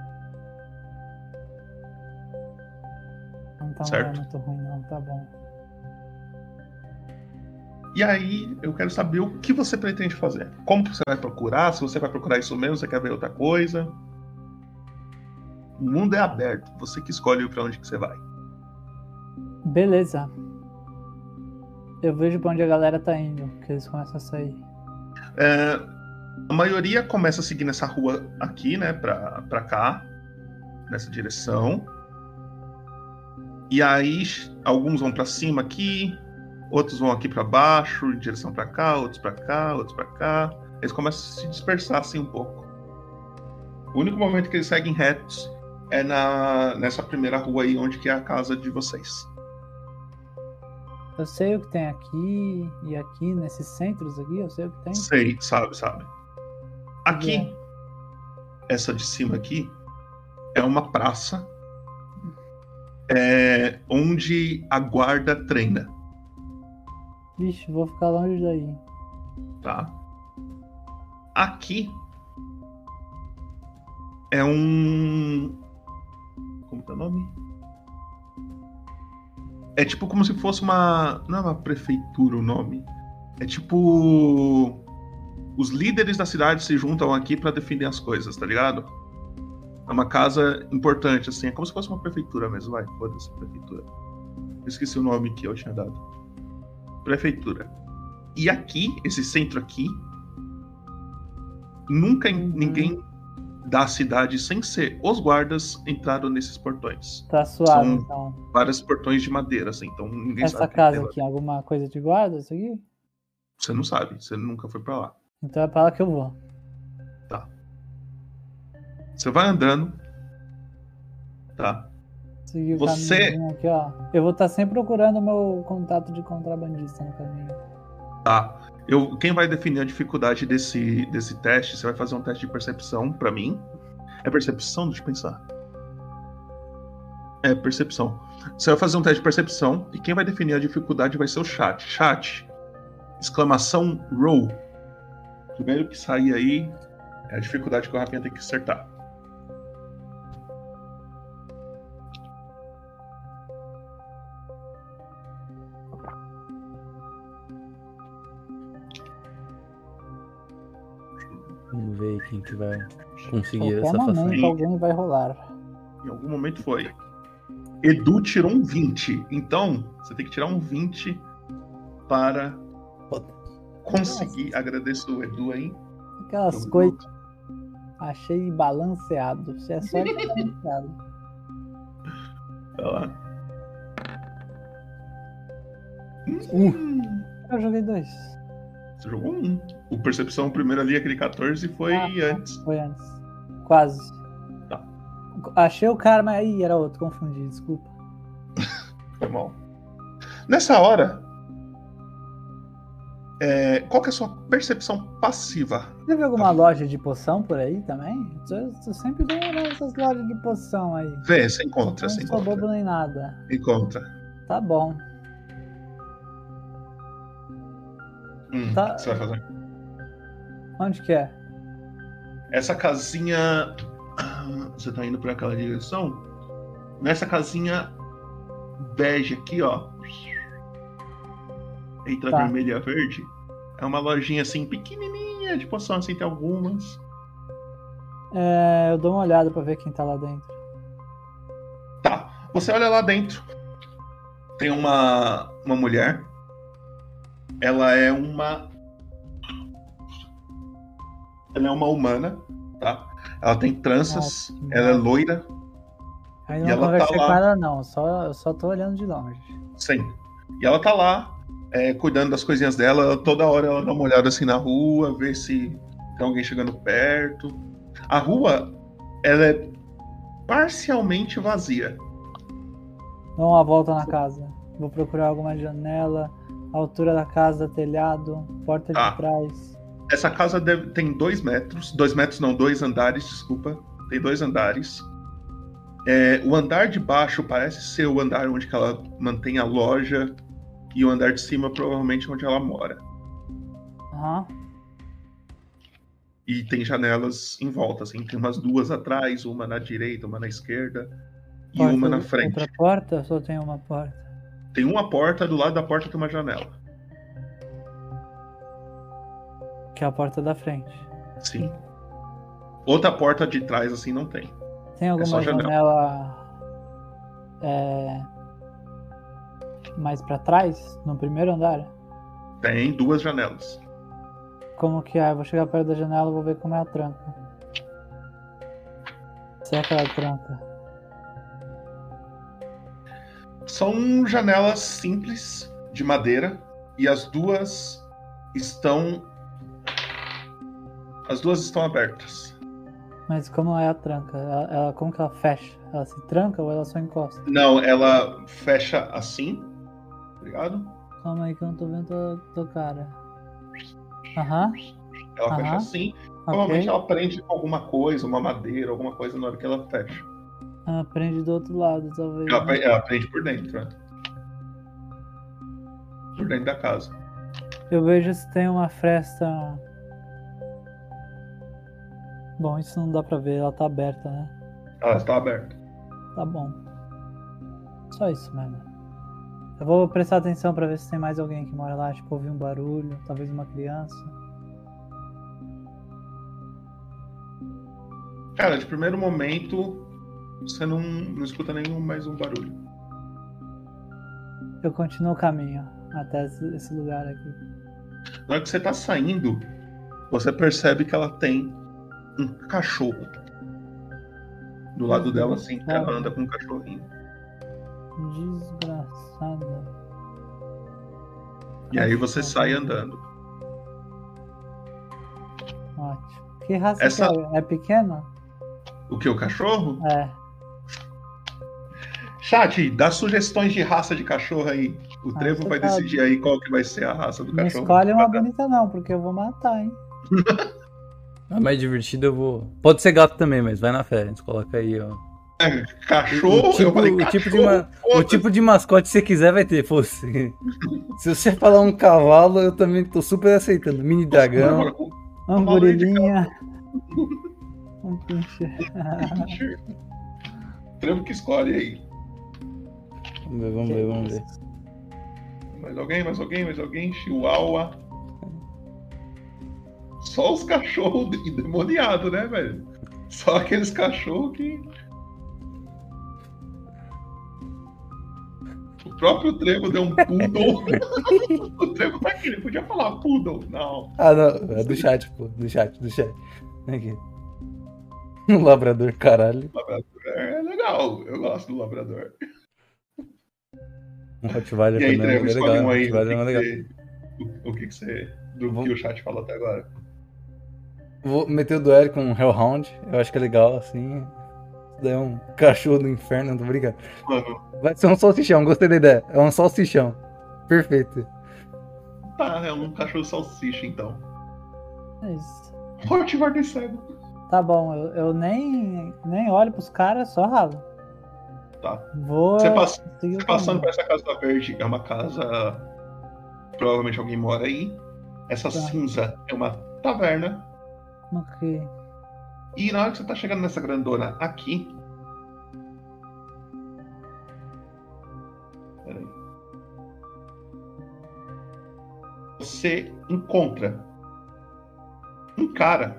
Então certo? Não é muito ruim não, tá bom. E aí, eu quero saber o que você pretende fazer. Como que você vai procurar? Se você vai procurar isso mesmo, você quer ver outra coisa? O mundo é aberto. Você que escolhe pra onde que você vai. Beleza. Eu vejo pra onde a galera tá indo, que eles começam a sair. A maioria começa a seguir nessa rua aqui, né? Pra cá. Nessa direção. E aí, alguns vão pra cima aqui. Outros vão aqui pra baixo, em direção pra cá, outros pra cá, outros pra cá. Eles começam a se dispersar assim um pouco. O único momento que eles seguem retos é nessa primeira rua aí, onde que é a casa de vocês. Eu sei o que tem aqui e aqui, nesses centros aqui, eu sei o que tem. Sei, sabe. Aqui, essa de cima aqui, é uma praça onde a guarda treina. Vixe, vou ficar longe daí. Tá. Aqui é um... Como que é o nome? É tipo como se fosse uma... Não é uma prefeitura o nome. É tipo... Os líderes da cidade se juntam aqui pra defender as coisas, tá ligado? É uma casa importante, assim. É como se fosse uma prefeitura mesmo, vai. Foda-se, prefeitura. Eu esqueci o nome que eu tinha dado. Prefeitura. E aqui, esse centro aqui, nunca ninguém da cidade, sem ser os guardas, entraram nesses portões. Tá suave, São então. vários portões de madeira, assim, então ninguém Essa sabe. casa aqui, alguma coisa de guarda, isso aqui? Você não sabe, você nunca foi pra lá. Então é pra lá que eu vou. Tá. Você vai andando. Tá. Seguir o Você- caminhozinho aqui, ó. Eu vou estar sempre procurando o meu contato de contrabandista no caminho. Tá. Quem vai definir a dificuldade desse teste, você vai fazer um teste de percepção pra mim. É percepção? Deixa eu pensar. É percepção. Você vai fazer um teste de percepção e quem vai definir a dificuldade vai ser o chat. Chat, exclamação roll. Primeiro que sair aí é a dificuldade que o Rafinha tem que acertar. Vamos ver quem que vai conseguir Qualquer essa momento façanha. alguém vai rolar. Em algum momento foi. Edu tirou um 20. Então, você tem que tirar um 20 para conseguir. Agradeço o Edu aí. Aquelas coisas. Achei balanceado. Você é só balanceado. Vai lá. Eu joguei 2. Você jogou um. O percepção primeiro ali, aquele 14, foi antes. Foi antes. Quase. Tá. Achei o cara, mas aí era outro. Confundi, desculpa. Foi mal. Nessa hora, qual que é a sua percepção passiva? Teve alguma loja de poção por aí também? Eu sempre dou uma olhada nessas lojas de poção aí. Vê, você encontra, Não você sou encontra. bobo nem nada. Encontra. Tá bom. O que você vai fazer? Onde que é? Essa casinha. Você tá indo pra aquela direção? Nessa casinha bege aqui, ó. Entre a Tá. vermelha e a verde. É uma lojinha assim, pequenininha de poção, assim, tem algumas. Eu dou uma olhada pra ver quem tá lá dentro. Tá. Você olha lá dentro. Tem uma mulher. Ela é uma humana, tá? Ela tem tranças, ela é loira. Ainda E não ela conversei tá lá. com ela não, eu só tô olhando de longe. Sim. E ela tá lá, cuidando das coisinhas dela. Toda hora ela dá uma olhada assim na rua, ver se tem alguém chegando perto. A rua, ela é parcialmente vazia. Dou uma volta na casa. Vou procurar alguma janela, altura da casa, telhado, porta de Ah. trás. Essa casa tem 2 metros. 2 metros não, 2 andares, desculpa. Tem 2 andares. O andar de baixo parece ser o andar onde que ela mantém a loja. E o andar de cima provavelmente onde ela mora. Aham. E tem janelas em volta, assim. Tem umas 2 atrás, uma na direita, uma na esquerda. E Porta uma na de- frente. Outra porta? Só tem uma porta. Tem uma porta, do lado da porta tem uma janela. Que é a porta da frente. Sim. Outra porta de trás, assim, não tem. Tem É só alguma janela. janela mais pra trás, no primeiro andar? Tem 2 janelas. Como que é? Eu vou chegar perto da janela e vou ver como é a tranca. Se é aquela tranca. São janelas simples, de madeira. E as duas estão abertas. Mas como é a tranca? Como que ela fecha? Ela se tranca ou ela só encosta? Não, ela fecha assim. Obrigado. Calma aí que eu não tô vendo tua cara. Aham. Ela fecha Aham. assim. Provavelmente Ok. ela prende com alguma coisa, uma madeira, alguma coisa na hora que ela fecha. Ah, prende do outro lado, talvez. Ela, né? ela prende por dentro, né? Por dentro da casa. Eu vejo se tem uma fresta. Bom, isso não dá pra ver, ela tá aberta, né? Ela está aberta. Tá bom. Só isso mesmo. Eu vou prestar atenção pra ver se tem mais alguém que mora lá, tipo, ouvir um barulho, talvez uma criança. Cara, de primeiro momento, você não escuta mais um barulho. Eu continuo o caminho até esse lugar aqui. Na hora que você tá saindo, você percebe que ela tem um cachorro do lado dela, assim, que ela anda com um cachorrinho. Desgraçada. E aí você sai andando. Ótimo. Que raça Essa- que é? É pequena? O que, o cachorro? É. Chat, dá sugestões de raça de cachorro aí. O Trevo vai decidir aí qual que vai ser a raça do Não cachorro. escolhe uma bonita não, porque eu vou matar, hein? A mais divertida eu vou... Pode ser gato também, mas vai na fé. A gente coloca aí, ó. Cachorro? O tipo de mascote que você quiser vai ter. Fosse. Se você falar um cavalo, eu também tô super aceitando. Mini dragão. Um gorilinha. Um pincher. Trevo que escolhe aí. Vamos ver. Mais alguém? Chihuahua. Só os cachorros endemoniados, né, velho? Só aqueles cachorros que... O próprio Trevo deu um poodle. O Trevo tá aqui, ele podia falar poodle. Não. Ah, não. É do chat, pô. Do chat. Aqui. Um labrador, caralho. Labrador é legal. Eu gosto do labrador. Um Rottweiler e aí, também Trevo, é legal. um aí, Legal. O que você... Do que o chat falou até agora. Vou meter o duelo com um Hellhound. Eu acho que é legal, assim. Isso daí é um cachorro do inferno, não tô brincando. Vai ser um salsichão, gostei da ideia. É um salsichão. Perfeito. Tá, é um cachorro salsicha, então. É isso. Rottweiler cego. Tá bom, eu nem olho pros caras, só ralo. Tá. Vou. Você passando por essa casa verde, é uma casa. Provavelmente alguém mora aí. Essa cinza é uma taverna. Ok. E na hora que você tá chegando nessa grandona aqui. Peraí. Você encontra um cara.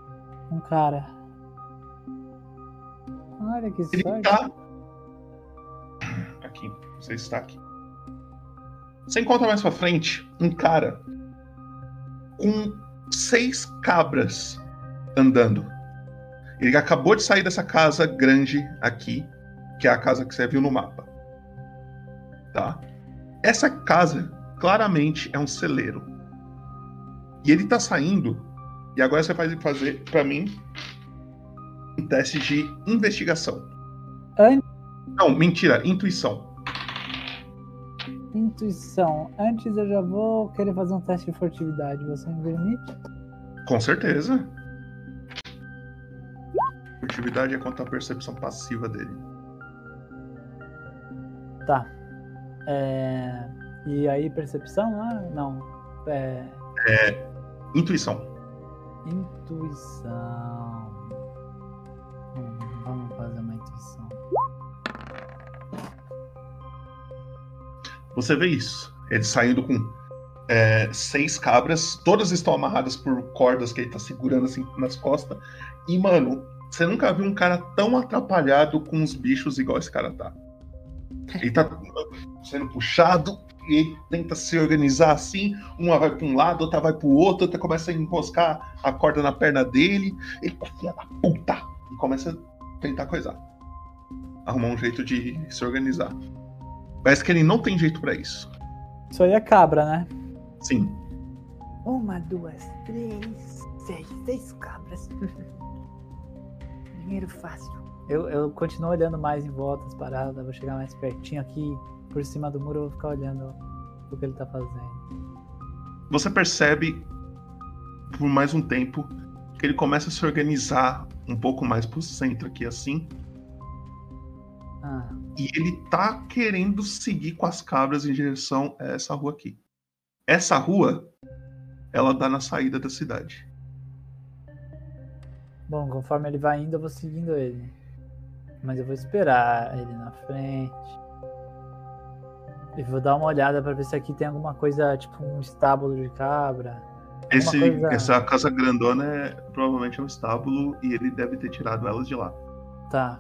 Olha que Ele sorte. tá aqui. Você está aqui. Você encontra mais pra frente um cara com 6 cabras andando. Ele acabou de sair dessa casa grande aqui, que é a casa que você viu no mapa. Tá? Essa casa claramente é um celeiro. E ele tá saindo. E agora você vai fazer pra mim um teste de investigação. Não, mentira, intuição. Intuição. Antes eu já vou querer fazer um teste de furtividade. Você me permite? Com certeza. Furtividade é contra a percepção passiva dele. Tá. E aí, percepção? Não. Intuição. Intuição. Vamos fazer uma intuição. Você vê isso. Ele saindo com 6 cabras. Todas estão amarradas por cordas que ele tá segurando assim nas costas. E, mano, você nunca viu um cara tão atrapalhado com os bichos igual esse cara tá. Ele tá sendo puxado e ele tenta se organizar assim. Uma vai pra um lado, outra vai pro outro, outra começa a enroscar a corda na perna dele. Ele tá filha da puta! E começa a tentar coisar. Arrumar um jeito de se organizar. Parece que ele não tem jeito pra isso. Isso aí é cabra, né? Sim. 1, 2, 3, 6 cabras. Dinheiro fácil. Eu continuo olhando mais em volta as paradas, vou chegar mais pertinho aqui, por cima do muro, eu vou ficar olhando o que ele tá fazendo. Você percebe, por mais um tempo, que ele começa a se organizar um pouco mais pro centro aqui, assim. E ele tá querendo seguir com as cabras em direção a essa rua aqui. Essa rua, ela dá na saída da cidade. Bom, conforme ele vai indo, eu vou seguindo ele. Mas eu vou esperar ele na frente. E vou dar uma olhada pra ver se aqui tem alguma coisa, tipo um estábulo de cabra. Essa casa grandona provavelmente é um estábulo e ele deve ter tirado elas de lá. Tá.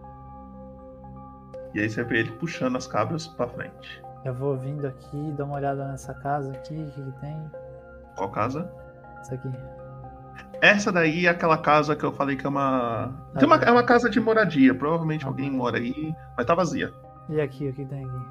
E aí você vê ele puxando as cabras pra frente. Eu vou vindo aqui, dar uma olhada nessa casa aqui, o que tem. Qual casa? Essa aqui. Essa daí é aquela casa que eu falei que é uma... É uma casa de moradia. Provavelmente alguém mora aí, mas tá vazia. E aqui, o que tem aqui?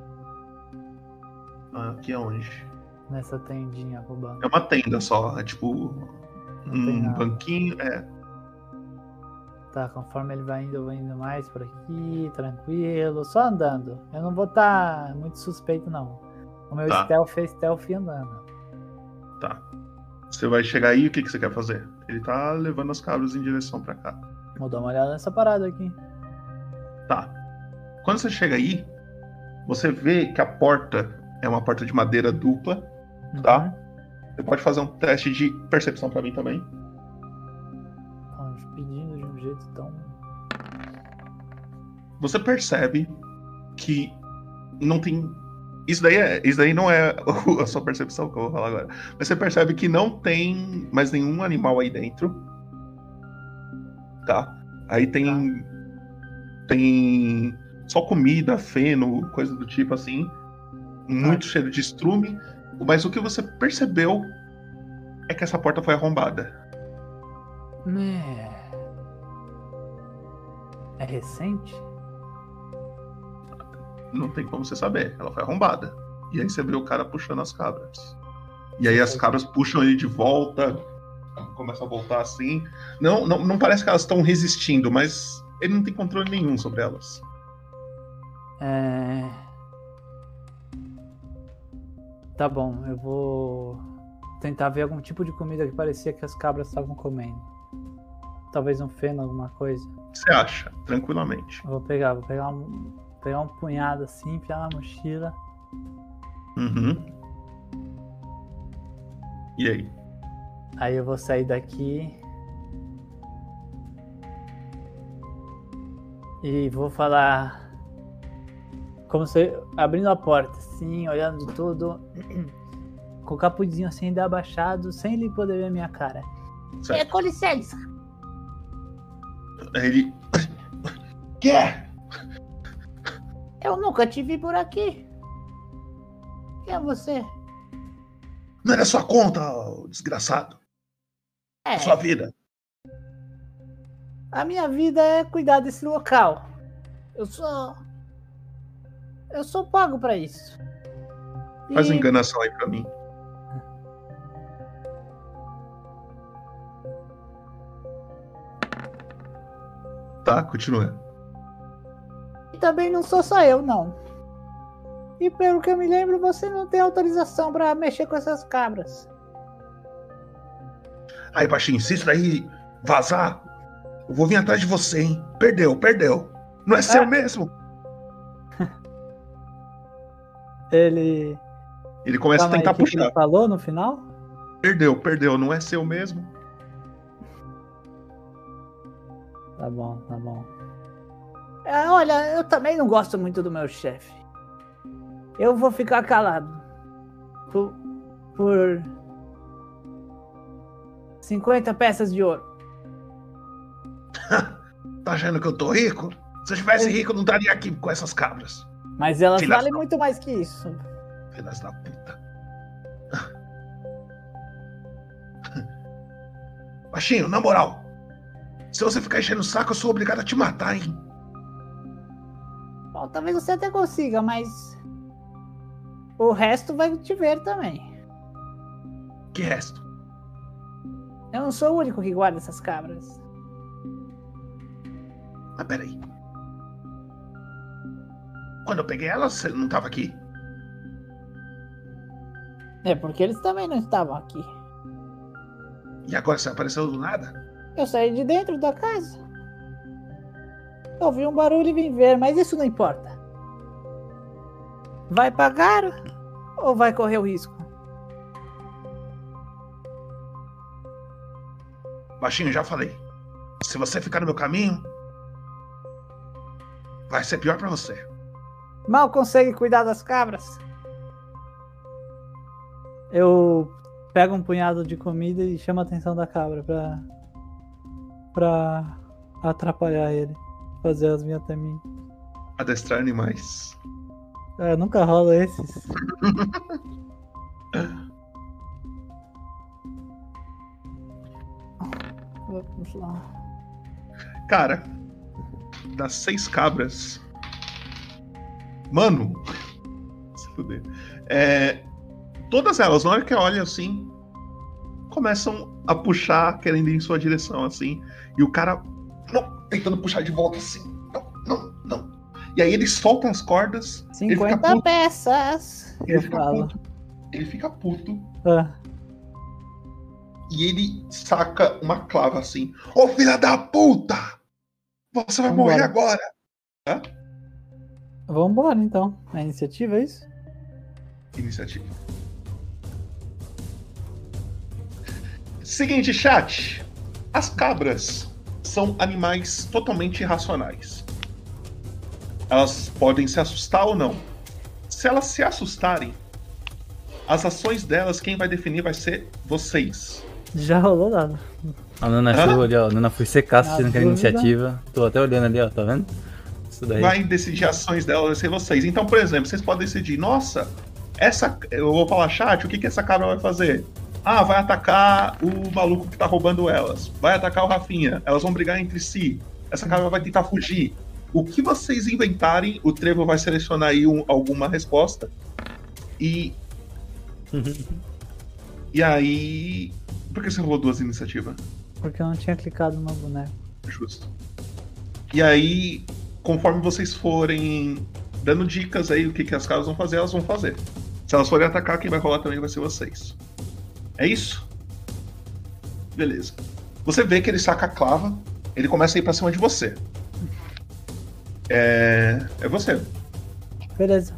Aqui é onde? Nessa tendinha com o banco. É uma tenda só, é tipo um banquinho, Tá, conforme ele vai indo, eu vou indo mais por aqui, tranquilo, só andando. Eu não vou estar muito suspeito, não. O meu stealth é stealth andando. Tá. Você vai chegar aí, o que você quer fazer? Ele tá levando as cabras em direção pra cá. Vou dar uma olhada nessa parada aqui. Tá. Quando você chega aí, você vê que a porta é uma porta de madeira dupla, tá? Você pode fazer um teste de percepção pra mim também. Pedindo de um jeito tão... Você percebe que não tem... Isso daí não é a sua percepção que eu vou falar agora. Mas você percebe que não tem mais nenhum animal aí dentro. Tá? Aí tem só comida, feno, coisa do tipo assim. Muito cheiro de estrume. Mas o que você percebeu é que essa porta foi arrombada. É recente? Não tem como você saber. Ela foi arrombada. E aí você vê o cara puxando as cabras. E aí as cabras puxam ele de volta. Começa a voltar assim. Não parece que elas estão resistindo, mas ele não tem controle nenhum sobre elas. Tá bom, eu vou tentar ver algum tipo de comida que parecia que as cabras estavam comendo. Talvez um feno, alguma coisa. Você acha, tranquilamente. Eu vou pegar um punhado assim, enfiar na mochila. E aí? Aí eu vou sair daqui e vou falar como se abrindo a porta, assim, olhando tudo, com o capuzinho assim ainda abaixado, sem ele poder ver a minha cara. Com licença. Ele... Que é? Eu nunca te vi por aqui. Quem é você? Não era sua conta, desgraçado. Sua vida. A minha vida é cuidar desse local. Eu sou pago pra isso. Faz uma enganação aí pra mim. Tá, continua. E também não sou só eu, não. E pelo que eu me lembro, você não tem autorização pra mexer com essas cabras. Aí, baixinho, se isso daí vazar, eu vou vir atrás de você, hein? Perdeu. Não é seu mesmo? Ele começa a tentar puxar. O que ele falou no final? Perdeu, não é seu mesmo? Tá bom. Olha, eu também não gosto muito do meu chefe. Eu vou ficar calado. Por 50 peças de ouro. Tá achando que eu tô rico? Se eu tivesse rico, eu não estaria aqui com essas cabras. Mas elas valem muito mais que isso. Filhas da puta. Baixinho, na moral. Se você ficar enchendo o saco, eu sou obrigado a te matar, hein? Bom, talvez você até consiga, mas... o resto vai te ver também. Que resto? Eu não sou o único que guarda essas cabras. Mas peraí. Quando eu peguei elas, você não tava aqui? É, porque eles também não estavam aqui. E agora você apareceu do nada? Eu saí de dentro da casa. Ouvi um barulho e vim ver, mas isso não importa. Vai pagar ou vai correr o risco? Baixinho, já falei. Se você ficar no meu caminho, vai ser pior pra você. Mal consegue cuidar das cabras. Eu pego um punhado de comida e chamo a atenção da cabra pra atrapalhar ele. Fazer as minhas também. Adestrar animais. Nunca rola esses. Vamos lá. Cara, das 6 cabras. Mano. Se fuder. Todas elas, na hora que olham assim, começam a puxar, querendo ir em sua direção, assim. E o cara não, tentando puxar de volta assim. Não. E aí ele solta as cordas. 50 peças. Ele fica puto. E ele saca uma clava assim. Ô filha da puta! Você vai morrer agora! Hã? Vambora então. A iniciativa é isso? Iniciativa. Seguinte, chat. As cabras são animais totalmente irracionais. Elas podem se assustar ou não. Se elas se assustarem, as ações delas, quem vai definir vai ser vocês. Já rolou nada. A Nana chegou ali, ó. A Nana foi secar assistindo aquela iniciativa. Tô até olhando ali, ó. Tá vendo? Isso daí. Vai decidir ações delas, vai ser vocês. Então, por exemplo, vocês podem decidir, nossa, eu vou falar, chat, o que essa cabra vai fazer? Ah, vai atacar o maluco que tá roubando elas. Vai atacar o Rafinha. Elas vão brigar entre si. Essa cabra vai tentar fugir. O que vocês inventarem, o Trevo vai selecionar aí alguma resposta. E aí... Por que você rolou 2 iniciativas? Porque eu não tinha clicado no boneco. Justo. E aí, conforme vocês forem dando dicas aí, o que as cabras vão fazer, elas vão fazer. Se elas forem atacar, quem vai rolar também vai ser vocês. É isso? Beleza. Você vê que ele saca a clava, ele começa a ir pra cima de você. É você. Beleza.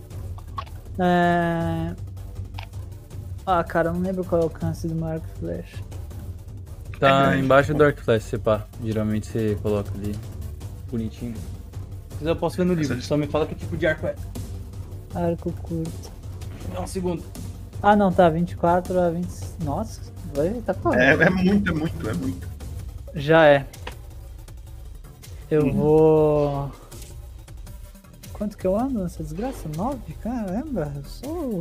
Ah, cara, eu não lembro qual é o alcance do meu arco e flecha. Tá embaixo do arco e flecha, pá. Geralmente você coloca ali. Bonitinho. Mas eu posso ver no livro, só me fala que tipo de arco é. Arco curto. Dá um segundo. Ah, não, tá. 24 a 20. Nossa, tá falando. É muito. Já é. Eu vou. Quanto que eu ando nessa desgraça? 9? Caramba, eu sou.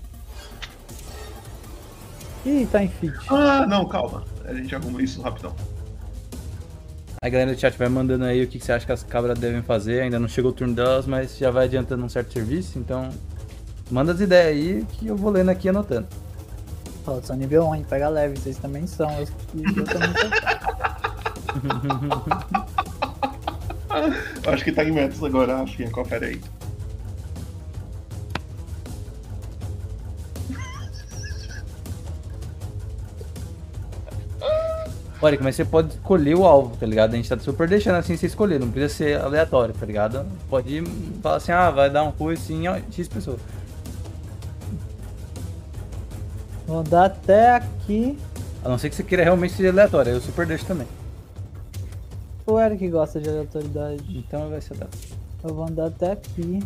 Ih, tá em fit. Ah, não, calma. A gente arruma isso rapidão. A galera do chat vai mandando aí o que você acha que as cabras devem fazer. Ainda não chegou o turno delas, mas já vai adiantando um certo serviço. Então, manda as ideias aí que eu vou lendo aqui e anotando. Eu sou nível 1, pega leve. Vocês também são. Eu também sou. Acho que tá em metros agora, Rafinha. Confere aí. Olha, mas você pode escolher o alvo, tá ligado? A gente tá super deixando assim você escolher, não precisa ser aleatório, tá ligado? Pode falar assim, vai dar um coice assim, ó, X pessoas. Vou dar até aqui. A não ser que você queira realmente ser aleatório, eu super deixo também. O Eric gosta de aleatoriedade. Então vai ser dado. Eu vou andar até aqui.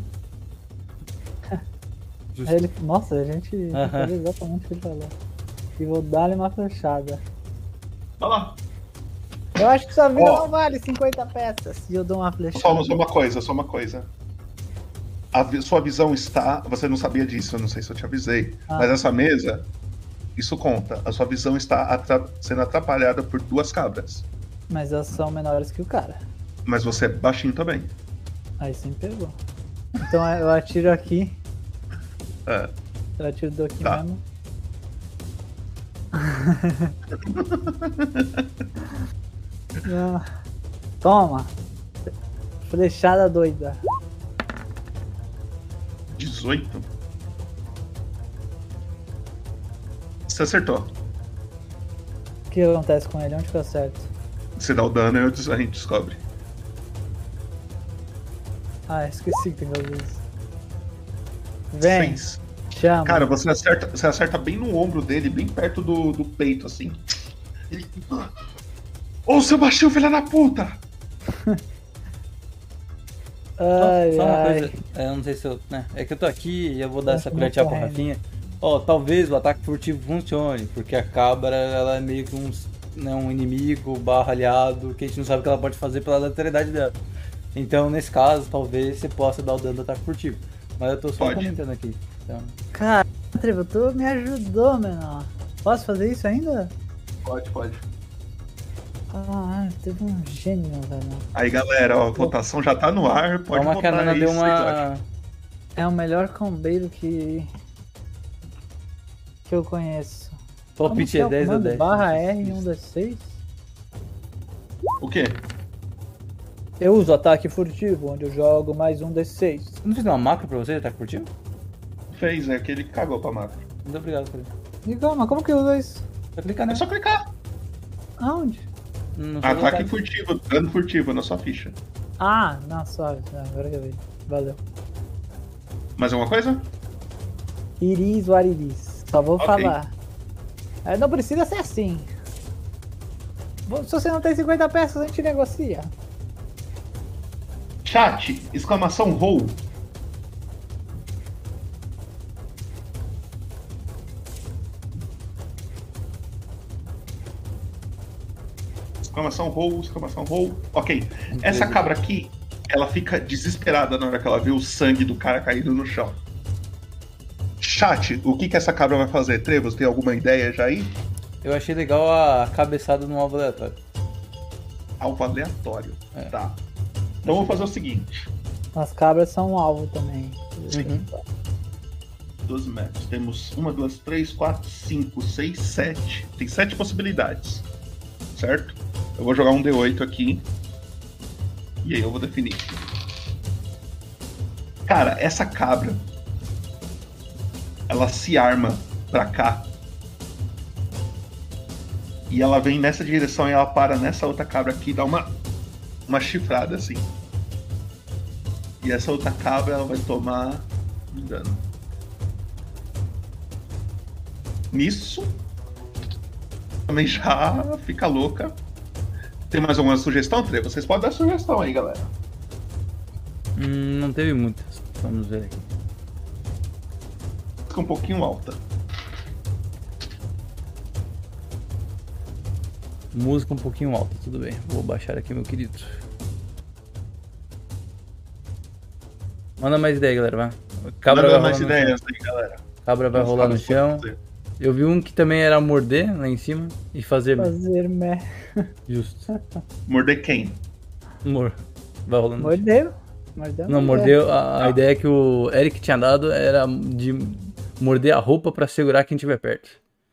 Ele... Nossa, a gente faz exatamente o que ele falou. E vou dar-lhe uma flechada. Vai lá. Eu acho que sua vida não vale 50 peças. E eu dou uma flechada. Só uma coisa. Sua visão está... Você não sabia disso, eu não sei se eu te avisei. Mas essa mesa, isso conta. A sua visão está sendo atrapalhada por 2 cabras. Mas elas são menores que o cara. Mas você é baixinho também. Aí sim pegou. Então eu atiro aqui. Eu atiro daqui mesmo. Toma. Flechada doida. 18. Você acertou. O que acontece com ele? Onde que eu acerto? Você dá o dano e a gente descobre. Ah, esqueci que tem que fazer isso. Vem. 6. Chama. Cara, você acerta bem no ombro dele, bem perto do peito, assim. Ele... Ô, seu baixinho, filha da puta! Ai, só uma coisa, eu não sei se eu... É que eu tô aqui e eu vou dar essa colher de chá pro Rafinha. Talvez o ataque furtivo funcione, porque a cabra, ela é meio que um inimigo / aliado, que a gente não sabe o que ela pode fazer pela lateralidade dela. Então, nesse caso, talvez você possa dar o dano do ataque furtivo. Mas eu tô só comentando aqui. Então... Cara, Trevo, tu me ajudou, menor. Posso fazer isso ainda? Pode. Ah, teve um gênio, velho. Aí, galera, a votação já tá no ar. Pode votar. Que a Nana deu uma... É o melhor combeiro que eu conheço. Palpite é 10 ou 10. /R1D6? O quê? Eu uso ataque furtivo, onde eu jogo mais um D6. Não fiz uma macro pra você de ataque furtivo? Fez, é que ele cagou pra macro. Muito obrigado, cara. E calma, como que eu uso isso? Só clicar, né? É só clicar. Aonde? Ataque furtivo, dano furtivo na sua ficha. Ah, não, suave. Agora que eu vi. Valeu. Mais alguma coisa? Iris ou Ariris. Só vou falar. Não precisa ser assim. Se você não tem 50 peças, a gente negocia. Chat, exclamação roll. Exclamação roll. Ok. Essa cabra aqui, ela fica desesperada na hora que ela vê o sangue do cara caído no chão. Chat, o que essa cabra vai fazer? Trevos, tem alguma ideia já aí? Eu achei legal a cabeçada no alvo aleatório. Alvo aleatório. Tá. Então vou fazer o seguinte. As cabras são um alvo também. 12 metros. Temos 1, 2, 3, 4, 5, 6, 7. Tem 7 possibilidades. Certo? Eu vou jogar um D8 aqui. E aí eu vou definir. Cara, essa cabra, ela se arma pra cá. E ela vem nessa direção e ela para nessa outra cabra aqui e dá uma chifrada assim. E essa outra cabra, ela vai tomar um dano. Nisso, também já fica louca. Tem mais alguma sugestão, Tre? Vocês podem dar sugestão aí, galera. Não teve muitas. Vamos ver aqui. Fica um pouquinho alta. Música um pouquinho alta, tudo bem. Vou baixar aqui, meu querido. Manda mais ideia, galera, vai. Cabra vai mais ideias aí, galera. Cabra vai rolar no chão. Eu vi um que também era morder lá em cima e fazer... Fazer meh. Justo. Morder quem? Vai rolando. Mordeu. Não, mordeu. A ideia que o Eric tinha dado era de morder a roupa pra segurar quem tiver perto.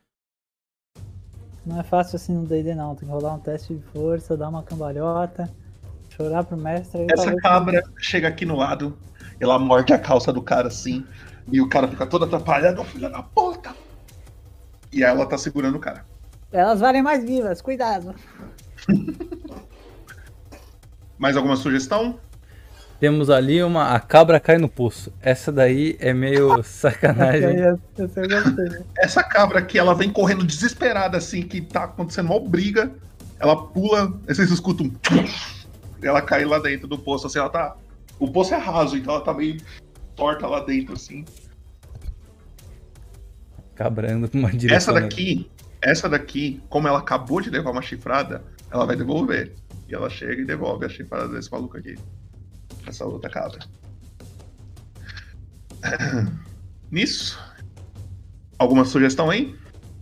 Não é fácil assim no D&D não. Tem que rolar um teste de força, dar uma cambalhota, chorar pro mestre. Essa cabra chega aqui no lado, ela morde a calça do cara assim, e o cara fica todo atrapalhado, filho da puta! E ela tá segurando o cara. Elas valem mais vivas, cuidado. Mais alguma sugestão? Temos ali a cabra cai no poço. Essa daí é meio sacanagem. Essa cabra aqui, ela vem correndo desesperada assim, que tá acontecendo uma briga. Ela pula, aí vocês escutam ela cai lá dentro do poço, assim, ela tá... O poço é raso, então ela tá meio torta lá dentro, assim. Cabrando com uma direção. Essa daqui, como ela acabou de levar uma chifrada, ela vai devolver. E ela chega e devolve a chifrada desse maluco aqui. Essa outra cabra. Nisso. Alguma sugestão aí?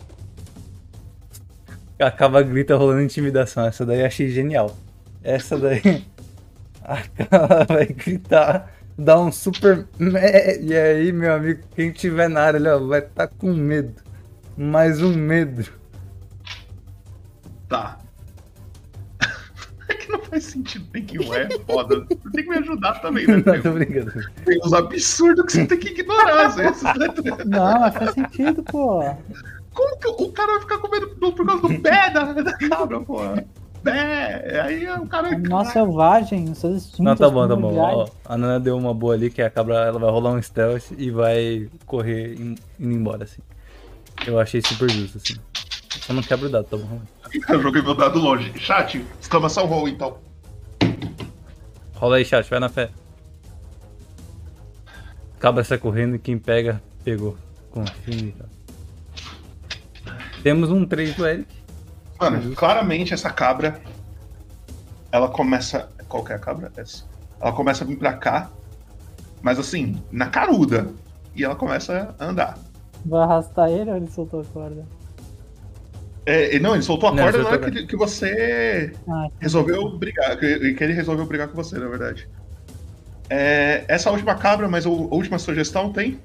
A cabra grita rolando intimidação. Essa daí eu achei genial. Essa daí... A cabra vai gritar, dar um super... E aí, meu amigo, quem tiver na área, ele, ó, vai estar com medo. Mais um medo. Tá. É que não faz sentido. Tem que é foda. Você tem que me ajudar também, né? Não, tô brincando. Tem uns absurdos que você tem que ignorar, às vezes, né? Não, mas faz sentido, pô. Como que o cara vai ficar com medo por causa do pé da cabra, pô? Pé! Aí o cara... Nossa, selvagem, seus instintos... Não, tá bom. Ó, a Nana deu uma boa ali, que a cabra ela vai rolar um stealth e vai correr indo embora, assim. Eu achei super justo, assim. Só não quebra o dado, tá bom? Eu joguei meu dado longe. Chat, exclamação roll, então. Rola aí, chat, vai na fé. Cabra sai correndo e quem pega, pegou. Confia. Temos um 3 do Eric. Mano, claramente essa cabra, ela começa... Qual que é a cabra? Essa. Ela começa a vir pra cá, mas assim, na caruda. E ela começa a andar. Vai arrastar ele ou ele soltou a corda? Não, ele soltou a corda na hora que você resolveu brigar. Que ele resolveu brigar com você, na verdade. Essa última cabra, mas a última sugestão tem?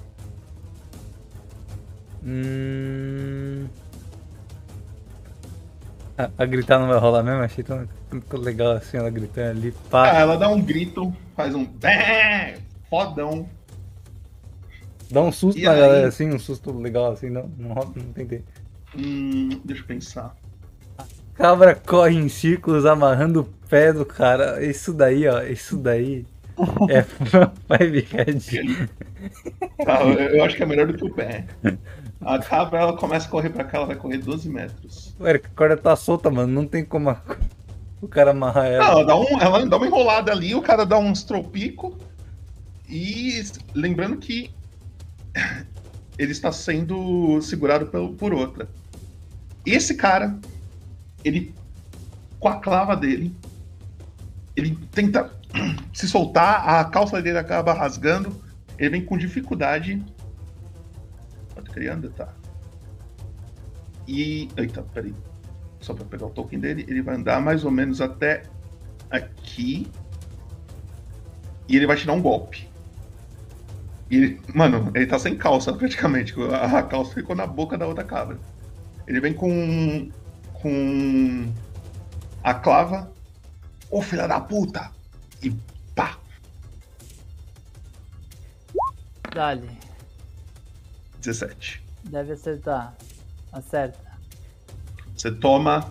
A gritar não vai rolar mesmo? Achei tão legal assim, ela gritando ali. Pá. Ela dá um grito, faz um fodão. Dá um susto na galera, assim, um susto legal assim, não tentei. Deixa eu pensar. Cabra corre em círculos amarrando o pé do cara. Isso daí, ó, isso daí vai ficar de... Eu acho que é melhor do que o pé. A cabra, ela começa a correr pra cá, ela vai correr 12 metros. Ué, a corda tá solta, mano, não tem como o cara amarrar ela. Não, ela dá uma enrolada ali, o cara dá uns tropicos. E lembrando que ele está sendo segurado por outra. Esse cara, ele, com a clava dele, ele tenta se soltar, a calça dele acaba rasgando, ele vem com dificuldade. Quanto ele anda, tá? E... Eita, peraí. Só pra pegar o token dele, ele vai andar mais ou menos até aqui. E ele vai te dar um golpe. E ele, mano, ele tá sem calça praticamente. A calça ficou na boca da outra cabra. Ele vem com a clava. Ô, filha da puta! E pá! Dale. 17. Deve acertar. Acerta. Você toma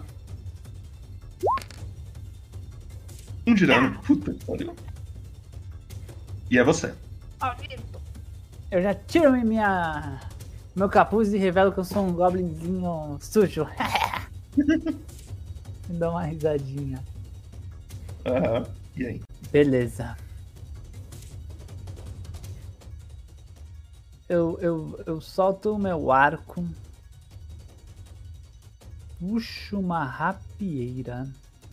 um de dano. Puta que pariu. E é você. Eu já tiro meu capuz e revelo que eu sou um goblinzinho sujo. Me dá uma risadinha. E aí? Beleza. Eu solto o meu arco. Puxo uma rapieira.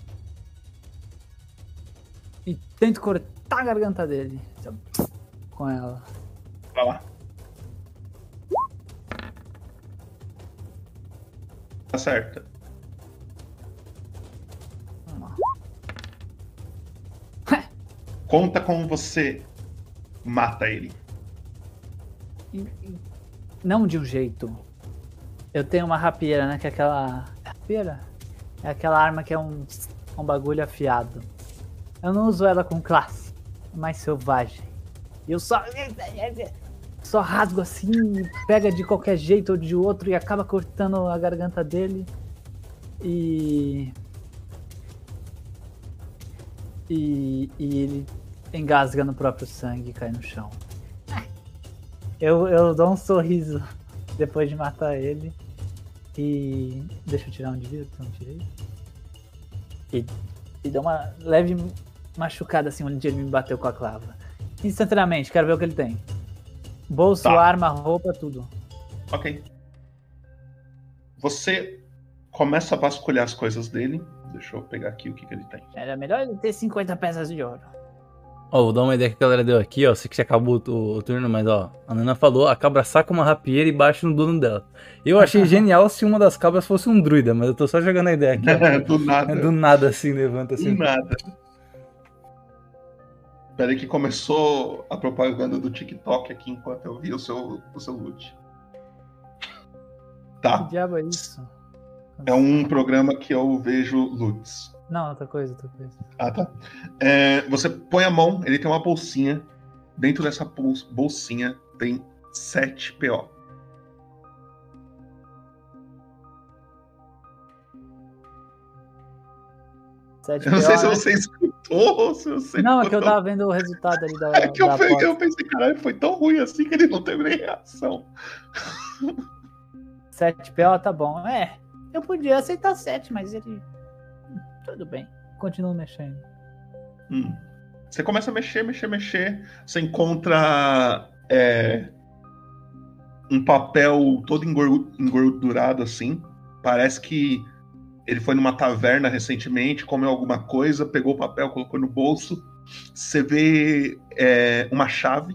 E tento cortar a garganta dele. Com ela. Vai lá. Acerta. Conta como você mata ele. Não de um jeito. Eu tenho uma rapieira, né? Que é aquela... Rapieira? É aquela arma que é um bagulho afiado. Eu não uso ela com classe. É mais selvagem. E eu só rasgo assim, pega de qualquer jeito ou de outro e acaba cortando a garganta dele. E ele engasga no próprio sangue e cai no chão. Eu dou um sorriso depois de matar ele. E deixa eu tirar um de vida, que eu não tirei. E dou uma leve machucada assim onde ele me bateu com a clava. Instantaneamente, quero ver o que ele tem. Bolso, arma, roupa, tudo. Ok. Você começa a vasculhar as coisas dele. Deixa eu pegar aqui o que ele tem. Era melhor ele ter 50 peças de ouro. Ó, vou dar uma ideia que a galera deu aqui, ó. Sei que já acabou o turno, mas ó, a Nana falou, a cabra saca uma rapieira e bate no dono dela. Eu achei genial se uma das cabras fosse um druida, mas eu tô só jogando a ideia aqui. Do nada. Do nada assim, levanta assim. Do nada. Peraí que começou a propaganda do TikTok aqui enquanto eu vi o seu loot. Tá. Que diabo é isso? É um programa que eu vejo loots. Não, outra coisa. Ah, tá. Você põe a mão, ele tem uma bolsinha. Dentro dessa bolsinha tem 7 PO. Eu não sei se você escutou ou se você... Não, é que eu tava vendo o resultado ali da... É que eu pensei, caralho, foi tão ruim assim que ele não teve nem reação. 7 PO tá bom. Eu podia aceitar 7, mas ele... Tudo bem, continuo mexendo. Você começa a mexer. Você encontra um papel todo engordurado assim. Parece que ele foi numa taverna recentemente, comeu alguma coisa, pegou o papel, colocou no bolso. Você vê uma chave.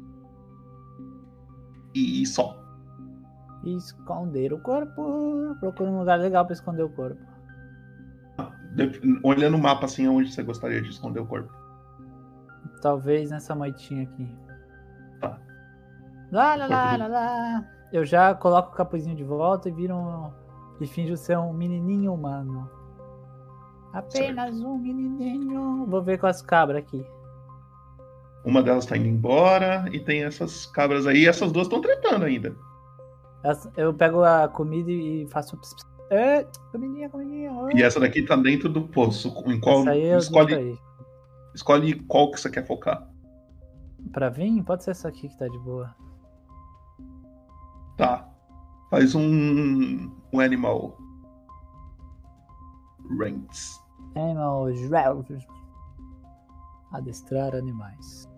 E só. Esconder o corpo. Procura um lugar legal pra esconder o corpo. Olhando o mapa assim, onde você gostaria de esconder o corpo? Talvez nessa moitinha aqui. Tá. Lá. Eu já coloco o capuzinho de volta e viro E finjo ser um menininho humano. Apenas um menininho. Vou ver com as cabras aqui. Uma delas tá indo embora e tem essas cabras aí. E essas duas estão tretando ainda. Eu pego a comida e faço... comidinha. E essa daqui tá dentro do poço. Em qual... Escolhe qual que você quer focar. Pra vir? Pode ser essa aqui que tá de boa. Tá. Faz um animal. Ranks. Animal. Adestrar animais.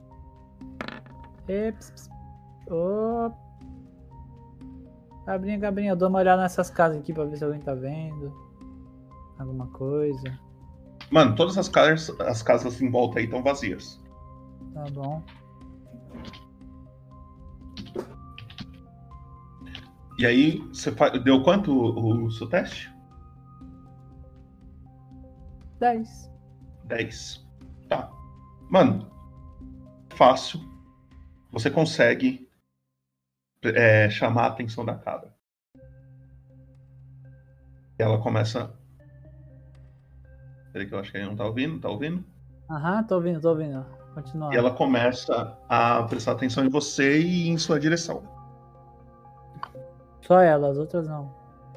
Cabrinha, eu dou uma olhada nessas casas aqui pra ver se alguém tá vendo. Alguma coisa. Mano, todas as casas em volta aí estão vazias. Tá bom. E aí, você deu quanto o seu teste? 10. 10. Tá. Mano, fácil. Você consegue chamar a atenção da cabra. E ela começa... Peraí que eu acho que ele não tá ouvindo. Tá ouvindo? Aham, tô ouvindo. Continua. E ela começa a prestar atenção em você e em sua direção. Só ela, as outras não.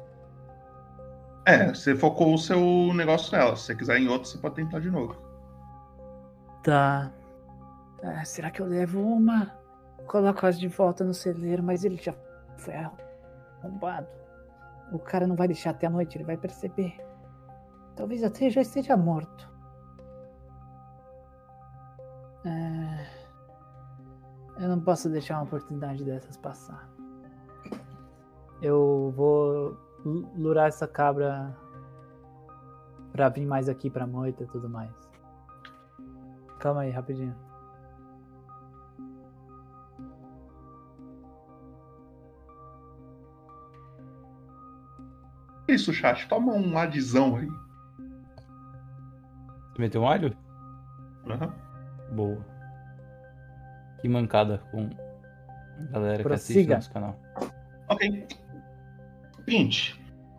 Você focou o seu negócio nela. Se você quiser em outro, você pode tentar de novo. Tá. Será que eu levo uma? Coloco as de volta no celeiro, mas ele já foi arrombado. O cara não vai deixar até a noite, ele vai perceber. Talvez até já esteja morto. Eu não posso deixar uma oportunidade dessas passar. Eu vou lurar essa cabra pra vir mais aqui pra moita e tudo mais. Calma aí, rapidinho. Isso, chat. Toma um adizão aí. Você meteu um alho? Aham. Boa. Que mancada com a galera que assiste Prossiga. nosso canal. Ok. Pint.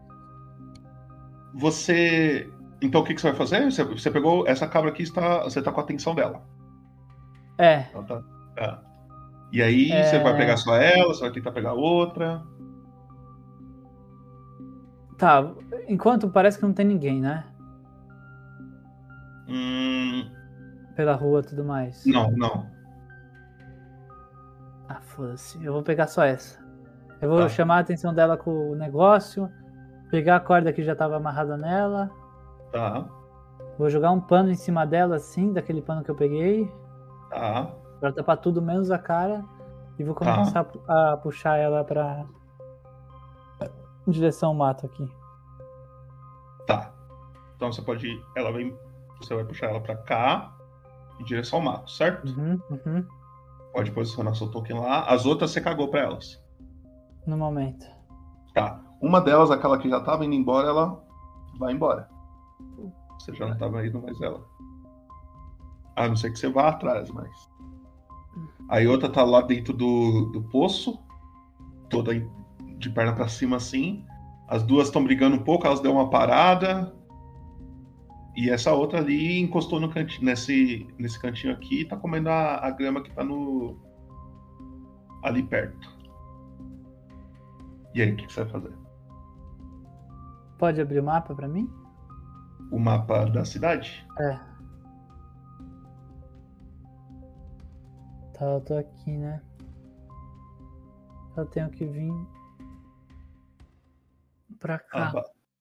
Você... Então o que você vai fazer? Você pegou essa cabra aqui, você tá com a atenção dela. Ela tá... E aí você vai pegar só ela, você vai tentar pegar outra. Tá, enquanto parece que não tem ninguém, né? Pela rua e tudo mais. Não. Foda-se, eu vou pegar só essa. Eu vou chamar a atenção dela com o negócio, pegar a corda que já tava amarrada nela. Tá. Vou jogar um pano em cima dela, assim, daquele pano que eu peguei. Tá. Pra tapar tudo menos a cara. E vou começar a puxar ela pra... em direção ao mato aqui. Tá. Então você pode ir... Você vai puxar ela pra cá, em direção ao mato, certo? Uhum. Pode posicionar seu token lá. As outras você cagou pra elas. No momento. Tá. Uma delas, aquela que já tava indo embora, ela vai embora. Você já não tava indo mais ela. A não ser que você vá atrás, mas... Aí outra tá lá dentro do poço, toda de perna pra cima assim. As duas estão brigando um pouco, elas deu uma parada. E essa outra ali encostou no cantinho, nesse cantinho aqui e tá comendo a grama que tá ali perto. E aí, o que você vai fazer? Pode abrir o mapa pra mim? O mapa da cidade? Tá, eu tô aqui, né? Eu tenho que vir pra cá.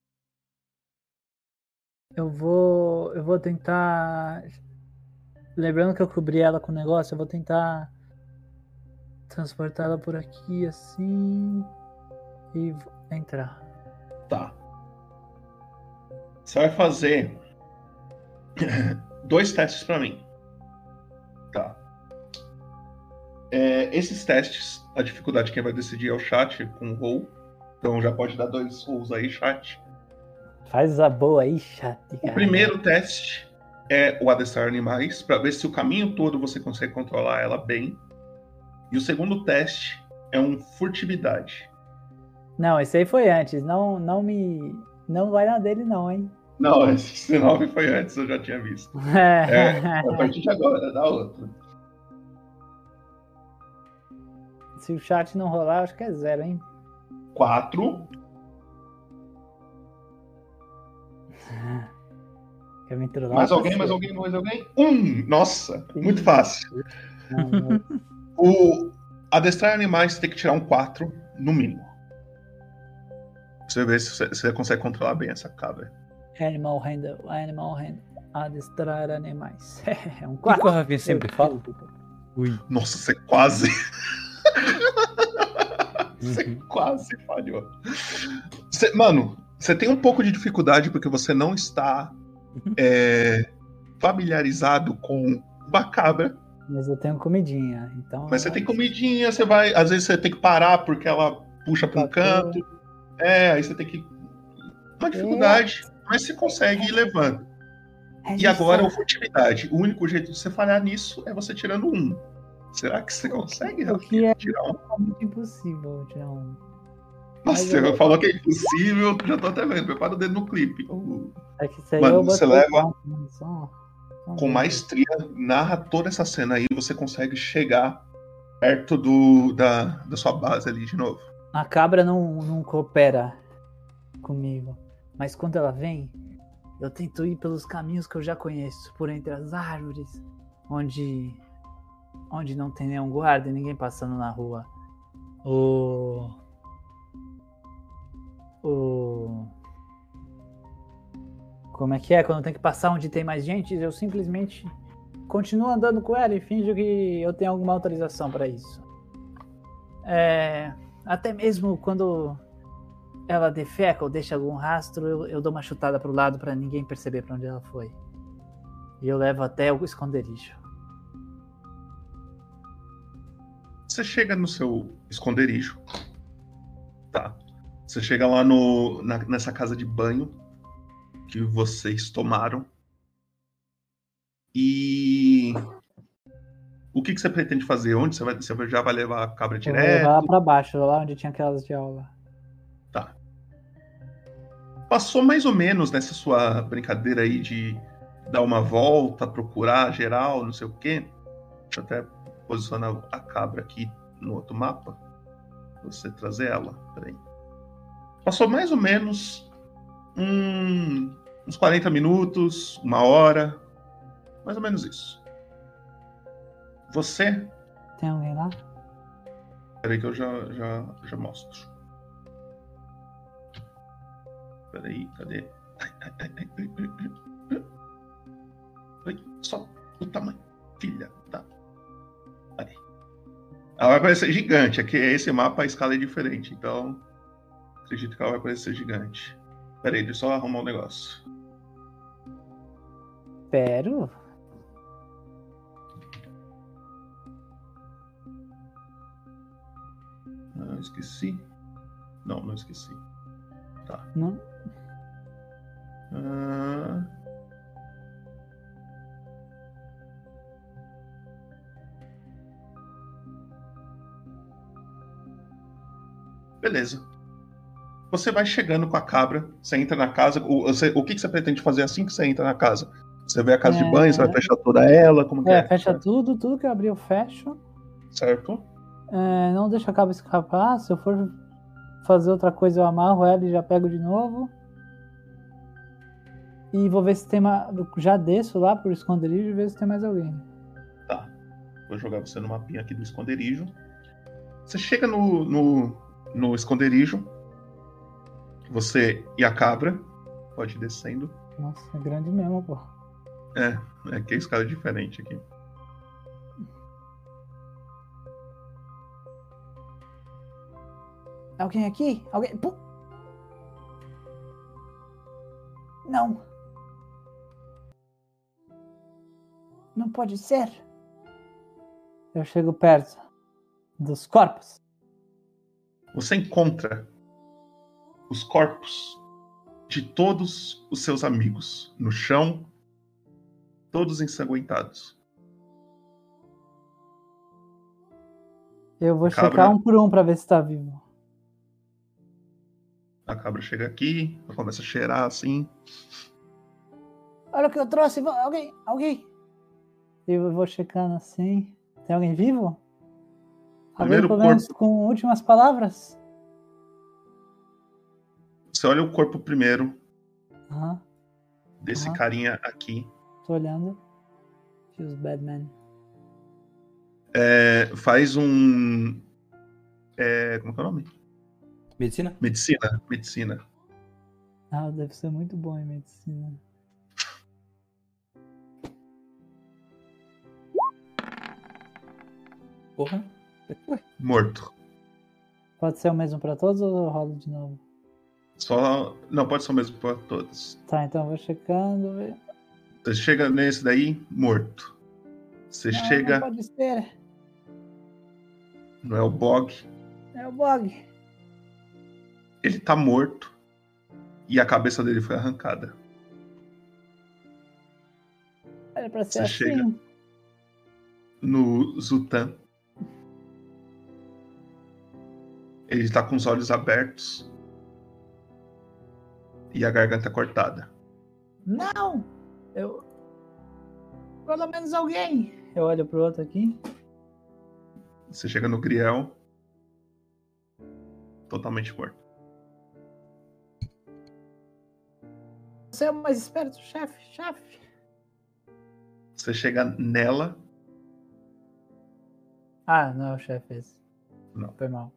Eu vou tentar... Lembrando que eu cobri ela com o negócio, eu vou tentar transportar ela por aqui, assim... E entrar. Tá. Você vai fazer 2 testes pra mim. Tá. Esses testes, a dificuldade quem vai decidir é o chat com o roll. Então já pode dar 2 rolls aí, chat. Faz a boa aí, chat. O primeiro teste é o adestrar animais, pra ver se o caminho todo você consegue controlar ela bem. E o segundo teste é um furtividade. Não, esse aí foi antes. Não vai na dele, não, hein? Não, esse 9 foi antes, eu já tinha visto. A partir de agora, dá outro. Se o chat não rolar, acho que é 0, hein? 4. Quer me trollar? Mais alguém? 1. Nossa, muito fácil. O adestrar animais tem que tirar um 4, no mínimo. Você vê se você consegue controlar bem essa cabra. Animal handle. Adestrar animais. É um O que o 4. Rafinha sempre fala? Ui. Nossa, você quase... Você quase falhou. Mano, você tem um pouco de dificuldade porque você não está familiarizado com uma cabra. Mas eu tenho comidinha, então... Mas você tem comidinha, você vai... Às vezes você tem que parar porque ela puxa para um canto. Aí você tem que... Uma dificuldade, mas você consegue ir levando. E agora, a furtividade. O único jeito de você falhar nisso é você tirando 1. Será que você consegue tirar 1? É muito impossível tirar 1. Nossa, você falou que é impossível, já tô até vendo. Prepara o dedo no clipe. É que isso aí Mano, eu você leva só com maestria, narra toda essa cena aí, você consegue chegar perto da sua base ali de novo. A cabra não coopera comigo, mas quando ela vem, eu tento ir pelos caminhos que eu já conheço, por entre as árvores, onde não tem nenhum guarda e ninguém passando na rua. Como é que é? Quando tem que passar onde tem mais gente, eu simplesmente continuo andando com ela e finjo que eu tenho alguma autorização para isso. Até mesmo quando ela defeca ou deixa algum rastro, eu dou uma chutada pro lado para ninguém perceber para onde ela foi. E eu levo até o esconderijo. Você chega no seu esconderijo, tá? Você chega lá nessa casa de banho que vocês tomaram. E o que você pretende fazer? Onde você já vai levar a cabra direto? Eu vou levar lá pra baixo, lá onde tinha aquelas de aula. Tá. Passou mais ou menos nessa sua brincadeira aí de dar uma volta, procurar geral, não sei o quê. Deixa eu até posicionar a cabra aqui no outro mapa. Pra você trazer ela. Peraí. Passou mais ou menos uns 40 minutos, 1 hora. Mais ou menos isso. Você... Tem alguém lá? Peraí que eu já mostro. Peraí, cadê? Só o tamanho. Filha da... Aí. Ela vai parecer gigante. Aqui, esse mapa, a escala é diferente. Então, acredito que ela vai parecer gigante. Peraí, deixa eu só arrumar um negócio. Espero. Esqueci. Não esqueci. Tá. Não. Beleza. Você vai chegando com a cabra, você entra na casa. O que você pretende fazer assim que você entra na casa? Você vê a casa de banho, você vai fechar toda ela? Como que é? Fecha tudo que eu abrir eu fecho. Certo. Não deixa a cabra escapar. Se eu for fazer outra coisa, eu amarro ela e já pego de novo. E vou ver se tem mais. Já desço lá pro esconderijo e ver se tem mais alguém. Tá. Vou jogar você no mapinha aqui do esconderijo. Você chega no esconderijo. Você e a cabra. Pode ir descendo. Nossa, é grande mesmo, pô. É que a escala é diferente aqui. Alguém aqui? Alguém? Pô. Não. Não pode ser. Eu chego perto dos corpos. Você encontra os corpos de todos os seus amigos no chão, todos ensanguentados. Eu vou checar um por um pra ver se tá vivo. A cabra chega aqui, ela começa a cheirar assim. Olha o que eu trouxe, alguém. Eu vou checando assim. Tem alguém vivo? Alguém pelo menos com últimas palavras? Você olha o corpo primeiro. Aham. Desse carinha aqui. Tô olhando. Os Batman. Faz um... como é o nome? Medicina? Medicina. Ah, deve ser muito bom em medicina. Porra. Morto. Pode ser o mesmo pra todos ou eu rolo de novo? Não, pode ser o mesmo pra todos. Tá, então eu vou checando. Você chega nesse daí, morto. Você chega... Não pode ser. Não é o Bog. É o Bog. Ele tá morto. E a cabeça dele foi arrancada. Era pra ser Você assim. chega no Zutan. Ele tá com os olhos abertos. E a garganta cortada. Não! Pelo menos alguém. Eu olho pro outro aqui. Você chega no Griel. Totalmente morto. Você é o mais esperto, chefe. Você chega nela. Ah, não é o chefe esse. Não. Foi mal.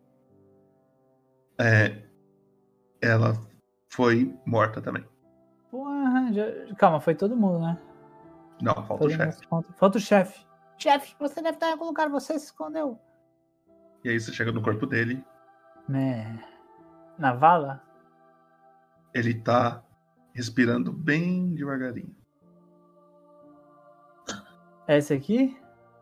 Ela foi morta também. Porra, calma, foi todo mundo, né? Não, falta o chefe. Falta o chefe. Chefe, você deve estar em algum lugar, você se escondeu. E aí você chega no corpo dele. Na vala? Ele tá respirando bem devagarinho. É esse aqui?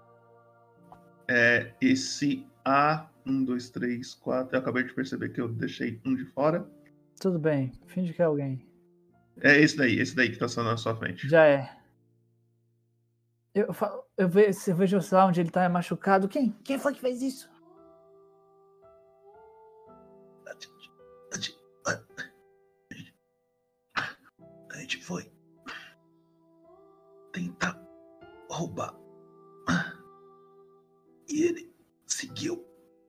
É esse A. 1, 2, 3, 4. Eu acabei de perceber que eu deixei um de fora. Tudo bem, finge que é alguém. É esse daí que tá só na sua frente. Já é. Eu vejo lá onde ele tá machucado. Quem foi que fez isso? A gente foi tentar roubar. E ele seguiu.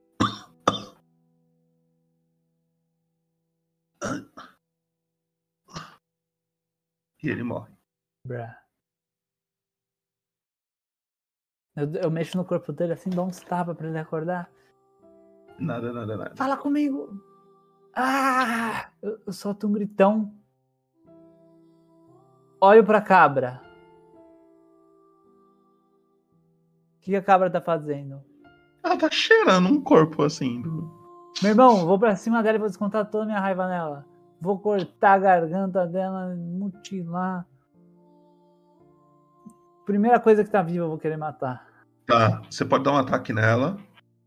E ele morre. Eu mexo no corpo dele assim, dou uns tapas pra ele acordar. Nada. Fala comigo! Ah! Eu solto um gritão. Olho pra cabra. O que a cabra tá fazendo? Ela tá cheirando um corpo assim. Meu irmão, vou pra cima dela e vou descontar toda a minha raiva nela. Vou cortar a garganta dela, mutilar. Primeira coisa que tá viva eu vou querer matar. Tá, você pode dar um ataque nela.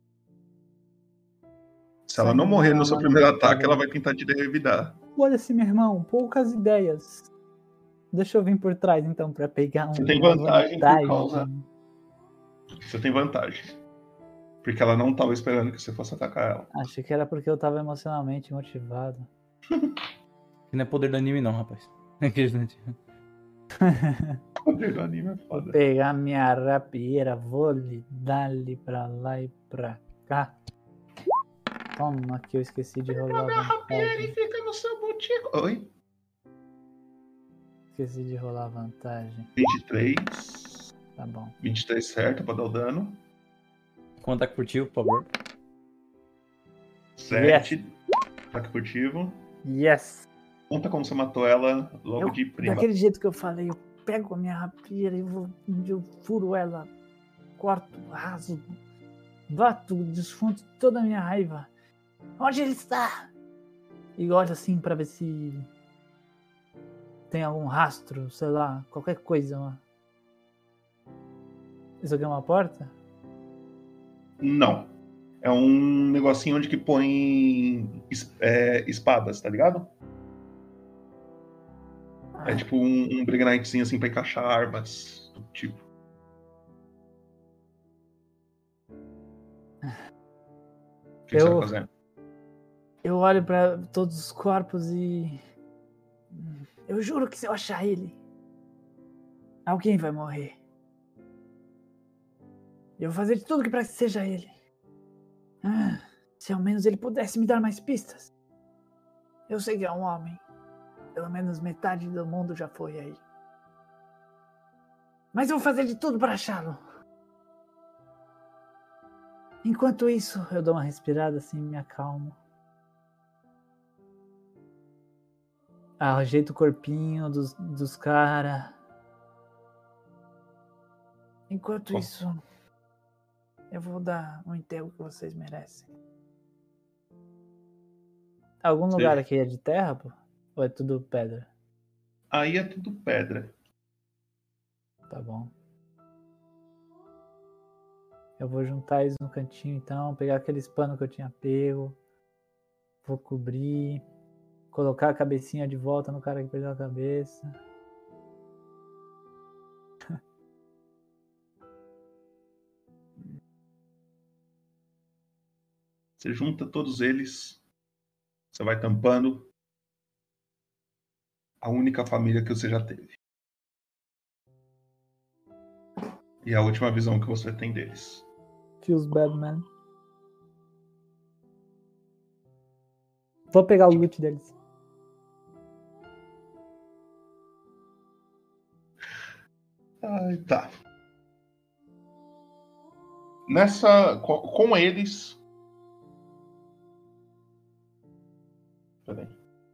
Se ela não morrer no seu primeiro ataque, ela vai tentar te revidar. Olha-se, meu irmão, poucas ideias. Deixa eu vir por trás então pra pegar um. Você tem vantagem por causa. Você tem vantagem. Porque ela não tava esperando que você fosse atacar ela. Achei que era porque eu tava emocionalmente motivado. Não é poder do anime não, rapaz. Poder do anime é foda. Vou pegar minha rapieira, vou lhe dar-lhe pra lá e pra cá. Toma que eu esqueci de rolar minha vantagem. rapieira e fica no seu botico. Oi? Esqueci de rolar vantagem. 23. Tá bom. 23 certo pra dar o dano. Com ataque furtivo, por favor. 7. Yes. Ataque furtivo. Yes. Conta como você matou ela logo de prima. Daquele jeito que eu falei, eu pego a minha rapieira e eu furo ela, corto, raso, bato, desfonto toda a minha raiva. Onde ele está? E olho assim pra ver se tem algum rastro, sei lá, qualquer coisa lá. Isso aqui é uma porta? Não. É um negocinho onde que põe espadas, tá ligado? É tipo um Bregnitezinho assim pra encaixar armas do tipo. O que você vai fazer? Eu olho pra todos os corpos e... Eu juro que se eu achar ele, alguém vai morrer. Eu vou fazer de tudo para que seja ele. Se ao menos ele pudesse me dar mais pistas. Eu sei que é um homem. Pelo menos metade do mundo já foi aí. Mas eu vou fazer de tudo para achá-lo. Enquanto isso, eu dou uma respirada assim e me acalmo. Ajeito o corpinho dos caras. Enquanto isso, eu vou dar o enterro que vocês merecem. Algum lugar aqui é de terra, pô? Ou é tudo pedra? Aí é tudo pedra. Tá bom. Eu vou juntar eles no cantinho, então. Pegar aqueles panos que eu tinha pego. Vou cobrir. Colocar a cabecinha de volta no cara que perdeu a cabeça. Você junta todos eles. Você vai tampando a única família que você já teve. E a última visão que você tem deles. Feels bad, man. Vou pegar o loot deles. Tá. Nessa... Com eles... Peraí.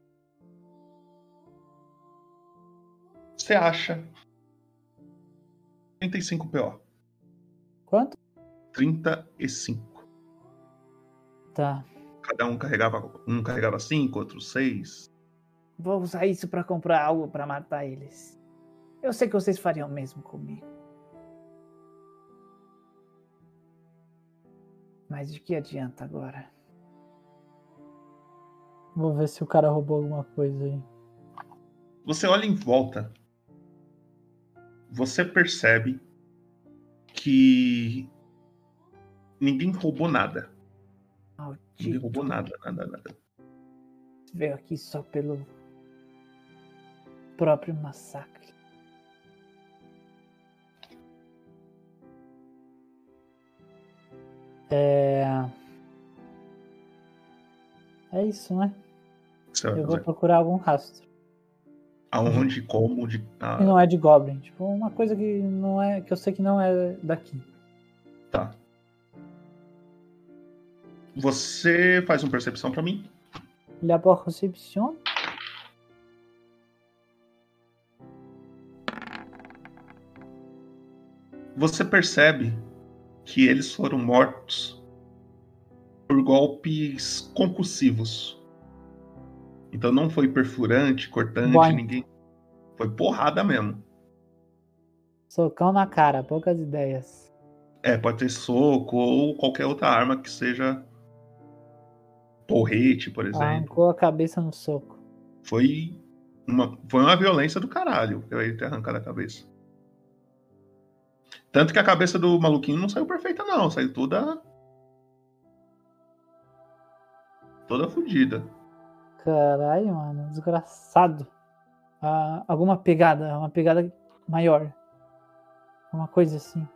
Você acha 35 PO. Quanto? 35. Tá. Cada um carregava 5, outro 6. Vou usar isso pra comprar algo pra matar eles. Eu sei que vocês fariam o mesmo comigo. Mas de que adianta agora? Vou ver se o cara roubou alguma coisa aí. Você olha em volta. Você percebe que ninguém roubou nada. Maldito. Ninguém roubou nada. Veio aqui só pelo próprio massacre. É isso, né? Eu vou procurar algum rastro. Aonde, como, Que não é de Goblin. Tipo, uma coisa que não é. Que eu sei que não é daqui. Tá. Você faz uma percepção pra mim? La perception? Você percebe que eles foram mortos por golpes concussivos. Então não foi perfurante, cortante, Boing. ninguém. Foi porrada mesmo. Socão na cara, poucas ideias. Pode ter soco ou qualquer outra arma que seja porrete, por exemplo. Arrancou a cabeça no soco. Foi uma violência do caralho ele ter arrancado a cabeça. Tanto que a cabeça do maluquinho não saiu perfeita, não. Saiu toda fodida. Caralho, mano. Desgraçado. Alguma pegada. Uma pegada maior. Uma coisa assim.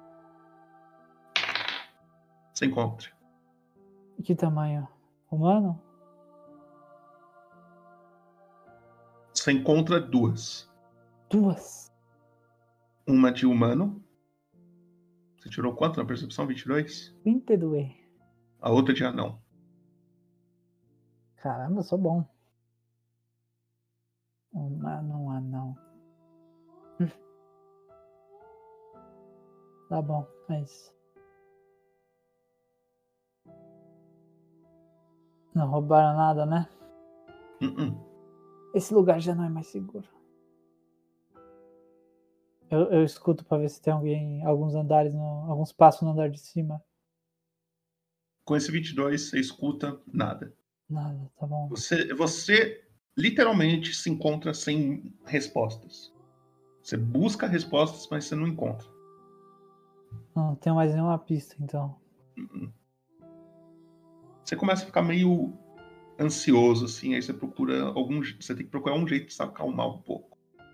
Você encontra. Que tamanho? Humano? Você encontra duas. Duas? Uma de humano. Você tirou quanto na percepção? 22? 22. A outra de anão. Caramba, eu sou bom. Um anão. Tá bom, é isso. Não roubaram nada, né? Esse lugar já não é mais seguro. Eu escuto pra ver se tem alguns andares, alguns passos no andar de cima. Com esse 22, você escuta nada. Nada, tá bom. Você literalmente se encontra sem respostas. Você busca respostas, mas você não encontra. Não tenho mais nenhuma pista, então. Você começa a ficar meio ansioso, assim, aí você procura você tem que procurar um jeito de se acalmar um pouco.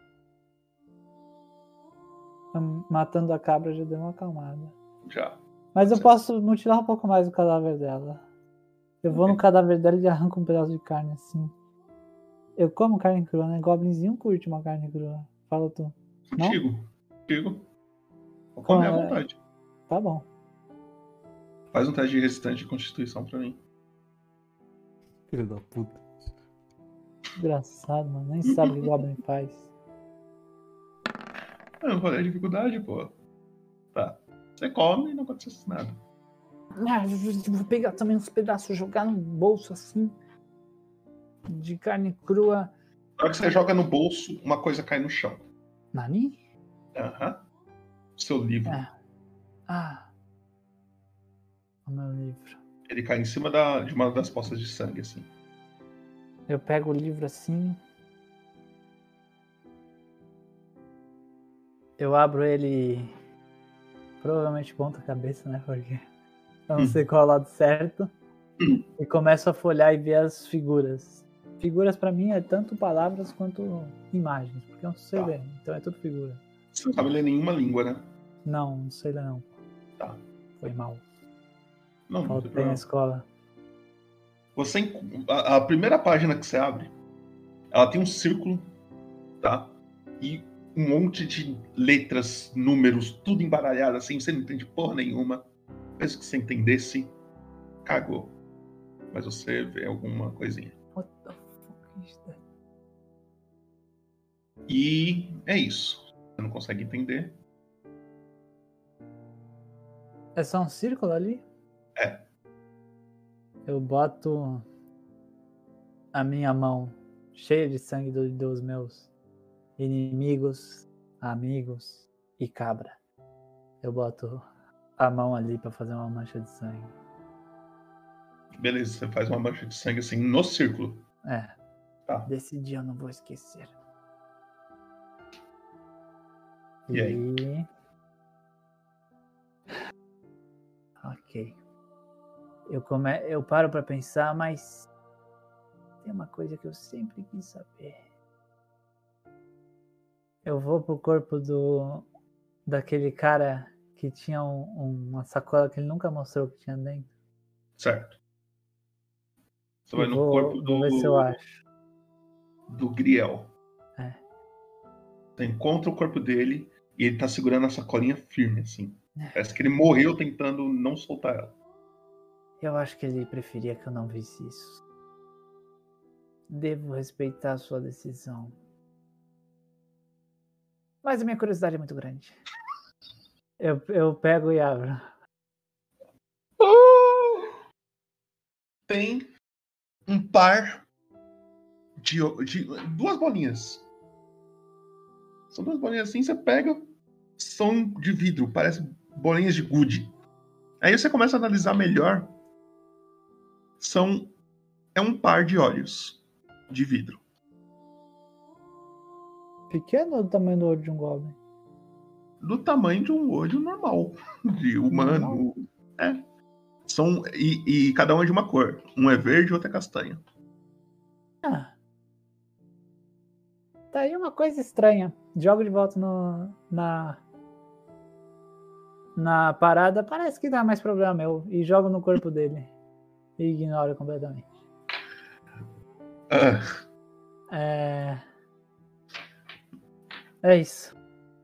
Matando a cabra já deu uma acalmada. Já. Mas eu posso mutilar um pouco mais o cadáver dela. Eu vou no cadáver dela e arranco um pedaço de carne assim. Eu como carne crua, né? Goblinzinho curte uma carne crua. Fala tu. Contigo. Vou comer à vontade. Tá bom. Faz um teste de resistente de constituição pra mim. Filho da puta. Engraçado, mano. Nem sabe o que Goblin faz. Não falei a dificuldade, pô. Tá. Você come e não acontece nada. Vou pegar também uns pedaços, jogar no bolso assim. De carne crua. Na hora que você joga no bolso, uma coisa cai no chão. Nani? Aham. Seu livro. O meu livro. Ele cai em cima de uma das poças de sangue, assim. Eu pego o livro assim. Eu abro ele. Provavelmente ponta cabeça, né? Porque eu não sei qual é o lado certo. E começo a folhear e ver as figuras. Figuras pra mim é tanto palavras quanto imagens, porque eu não sei ler, então é tudo figura. Você não sabe ler nenhuma língua, né? Não sei ler não. Tá. Foi mal. Não, faltei na escola. A primeira página que você abre, ela tem um círculo, tá? E um monte de letras, números, tudo embaralhado assim, você não entende porra nenhuma. Penso que você entendesse, cagou. Mas você vê alguma coisinha. What the fuck is that? E é isso. Você não consegue entender. É só um círculo ali? É. Eu boto a minha mão cheia de sangue dos meus inimigos, amigos e cabra. Eu boto a mão ali pra fazer uma mancha de sangue. Beleza, você faz uma mancha de sangue assim no círculo. É. Tá. Desse dia eu não vou esquecer. E aí? Ok. Eu paro pra pensar, mas tem uma coisa que eu sempre quis saber. Eu vou pro corpo daquele cara que tinha uma sacola que ele nunca mostrou que tinha dentro. Certo. Você vai no corpo Vou ver se eu acho. Do Griel. É. Você encontra o corpo dele e ele tá segurando a sacolinha firme, assim. Parece que ele morreu tentando não soltar ela. Eu acho que ele preferia que eu não visse isso. Devo respeitar a sua decisão. Mas a minha curiosidade é muito grande. Eu pego e abro. Tem um par de duas bolinhas. São duas bolinhas assim, você pega, são de vidro, parece bolinhas de gude. Aí você começa a analisar melhor. É um par de olhos de vidro. Pequeno ou do tamanho do olho de um goblin? Do tamanho de um olho normal, de humano. É. E cada um é de uma cor. Um é verde e outro é castanho. Ah. Tá aí uma coisa estranha. Jogo de volta na parada. Parece que dá mais problema meu. E jogo no corpo dele. E ignoro completamente. É isso.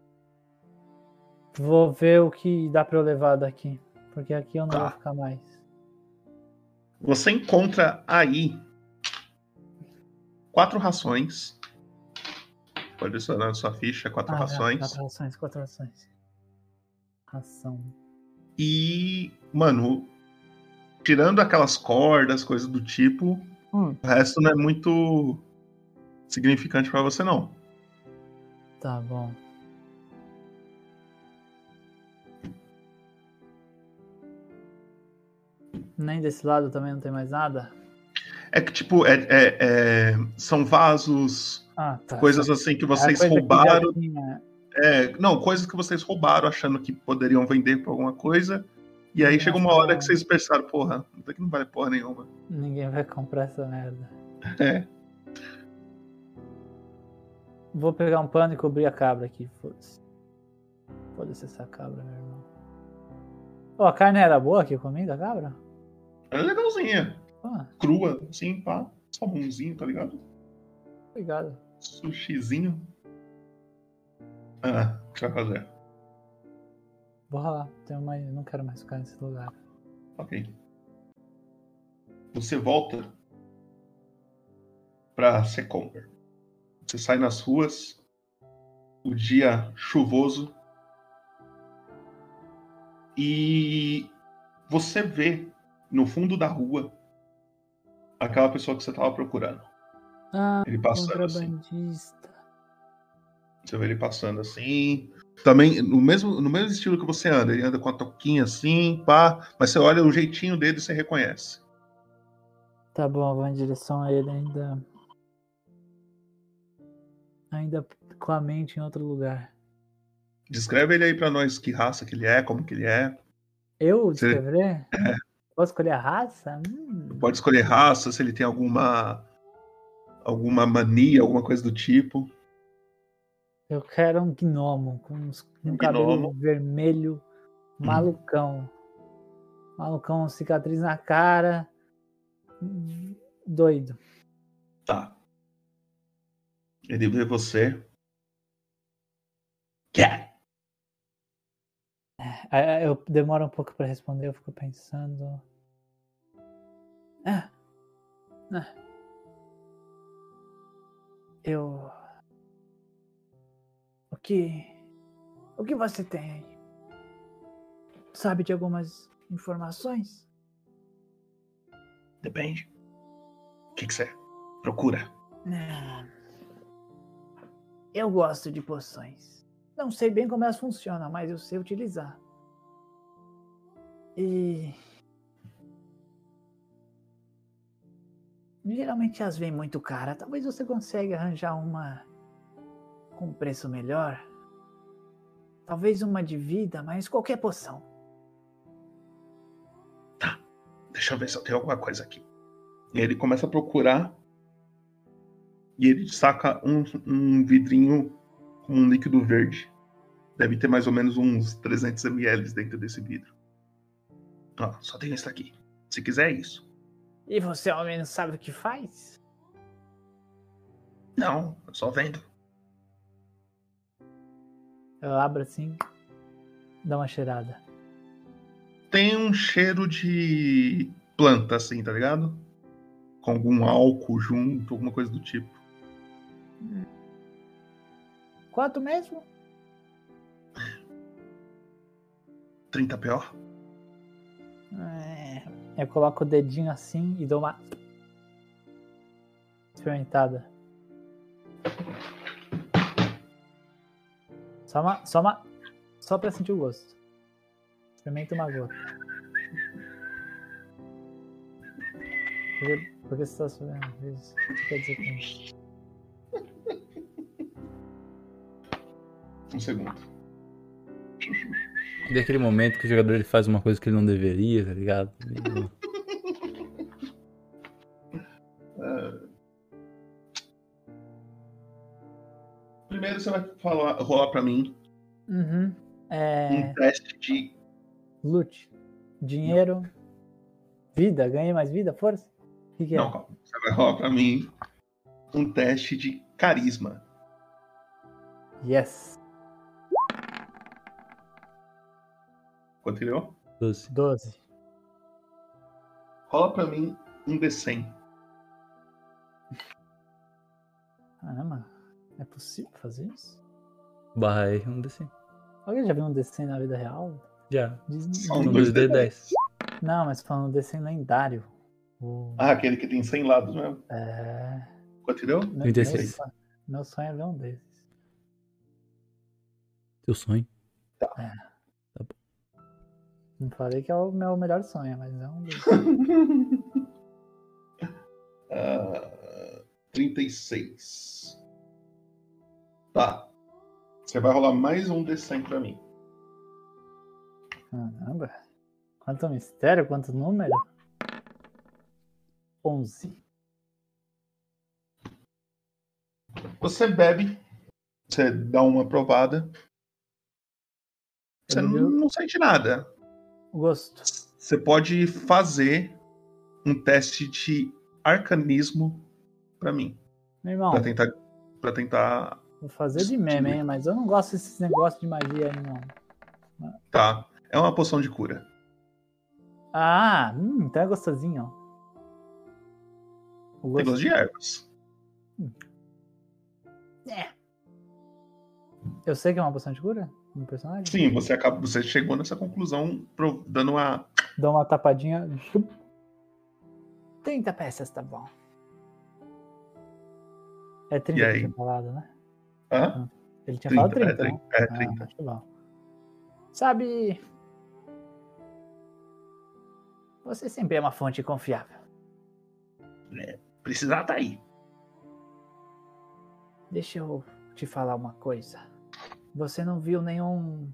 Vou ver o que dá pra eu levar daqui. Porque aqui eu não vou ficar mais. Você encontra aí 4 rações. Pode adicionar na sua ficha 4 rações. 4 rações. Ração. E, mano, tirando aquelas cordas, coisas do tipo, o resto não é muito significante pra você, não. Tá bom. Nem desse lado também não tem mais nada? É que, tipo, são vasos, coisas assim que vocês roubaram. Não, coisas que vocês roubaram achando que poderiam vender por alguma coisa E aí chega uma hora que vocês pensaram, porra, isso aqui não vale porra nenhuma. Ninguém vai comprar essa merda. É. Vou pegar um pano e cobrir a cabra aqui, foda-se. Foda-se essa cabra, meu irmão. Ó, a carne era boa que eu comi da cabra? Era legalzinha. Ah. Crua, assim, pá. Salmãozinho, tá ligado? Obrigado. Sushizinho. Ah, o que você vai fazer? Vou ralar. Não quero mais ficar nesse lugar. Ok. Você volta pra Secomber. Você sai nas ruas. O dia chuvoso. E você vê no fundo da rua aquela pessoa que você tava procurando. Ah, ele passando assim. contrabandista. Você vê ele passando assim. Também no mesmo estilo que você anda. Ele anda com a toquinha assim, pá. Mas você olha o jeitinho dele e você reconhece. Tá bom, vou em direção a ele ainda com a mente em outro lugar. Descreve ele aí pra nós, que raça que ele é, como que ele é. Eu descrever? É. Posso escolher a raça? Pode escolher raça, se ele tem alguma mania, alguma coisa do tipo. Eu quero um gnomo com um cabelo vermelho, malucão. Malucão, cicatriz na cara. Doido. Tá. Ele vê você. Quer? Eu demoro um pouco pra responder, eu fico pensando. O que você tem aí? Sabe de algumas informações? Depende. O que você procura? Eu gosto de poções. Não sei bem como elas funcionam, mas eu sei utilizar. E geralmente elas vêm muito cara. Talvez você consiga arranjar uma com preço melhor. Talvez uma de vida, mas qualquer poção. Tá. Deixa eu ver se eu tenho alguma coisa aqui. E ele começa a procurar. E ele saca um vidrinho com um líquido verde. Deve ter mais ou menos uns 300 ml dentro desse vidro. Ó, só tem isso aqui. Se quiser, é isso. E você ao menos sabe o que faz? Não, eu só vendo. Eu abro assim, dá uma cheirada. Tem um cheiro de planta, assim, tá ligado? Com algum álcool junto, alguma coisa do tipo. Quanto mesmo? 30 PO. Eu coloco o dedinho assim e dou uma experimentada. Só pra sentir o gosto. Experimenta uma gota. Por que você tá sabendo isso? O que quer dizer com isso? Um segundo. Daquele momento que o jogador ele faz uma coisa que ele não deveria, tá ligado? Primeiro você vai rolar pra mim um teste de loot, dinheiro, vida, ganhei mais vida, força? O que é? Não, calma. Você vai rolar pra mim um teste de carisma. Yes. Quanto que deu? 12. Rola pra mim um D100. Caramba, é possível fazer isso? Barra R, um D100. Alguém já viu um D100 na vida real? Já. São um 2D10. Não, mas falando D100 lendário. Ah, aquele que tem 100 lados mesmo? É. Quanto deu? 36. Meu sonho é ver um desses. Teu sonho? Tá. Tá bom. Não falei que é o meu melhor sonho, mas é um desses. 36. Tá. Você vai rolar mais um D100 pra mim. Caramba. Quanto mistério, quanto número? 11. Você bebe, você dá uma provada, você não sente nada. Gosto. Você pode fazer um teste de arcanismo pra mim. Meu irmão. Pra tentar. Vou fazer de meme, hein? Mas eu não gosto desses negócios de magia aí, não. Tá. É uma poção de cura. Ah, então é gostosinho, ó. Tem gosto de ervas. Eu sei que é uma poção de cura no personagem? Sim, você chegou nessa conclusão dando uma. Dá uma tapadinha. 30 peças, tá bom. É 30 que ele tinha falado, né? Hã? Ele tinha falado 30, né? É 30. Tá bom. Sabe... Você sempre é uma fonte confiável. Precisar tá aí. Deixa eu te falar uma coisa. Você não viu nenhum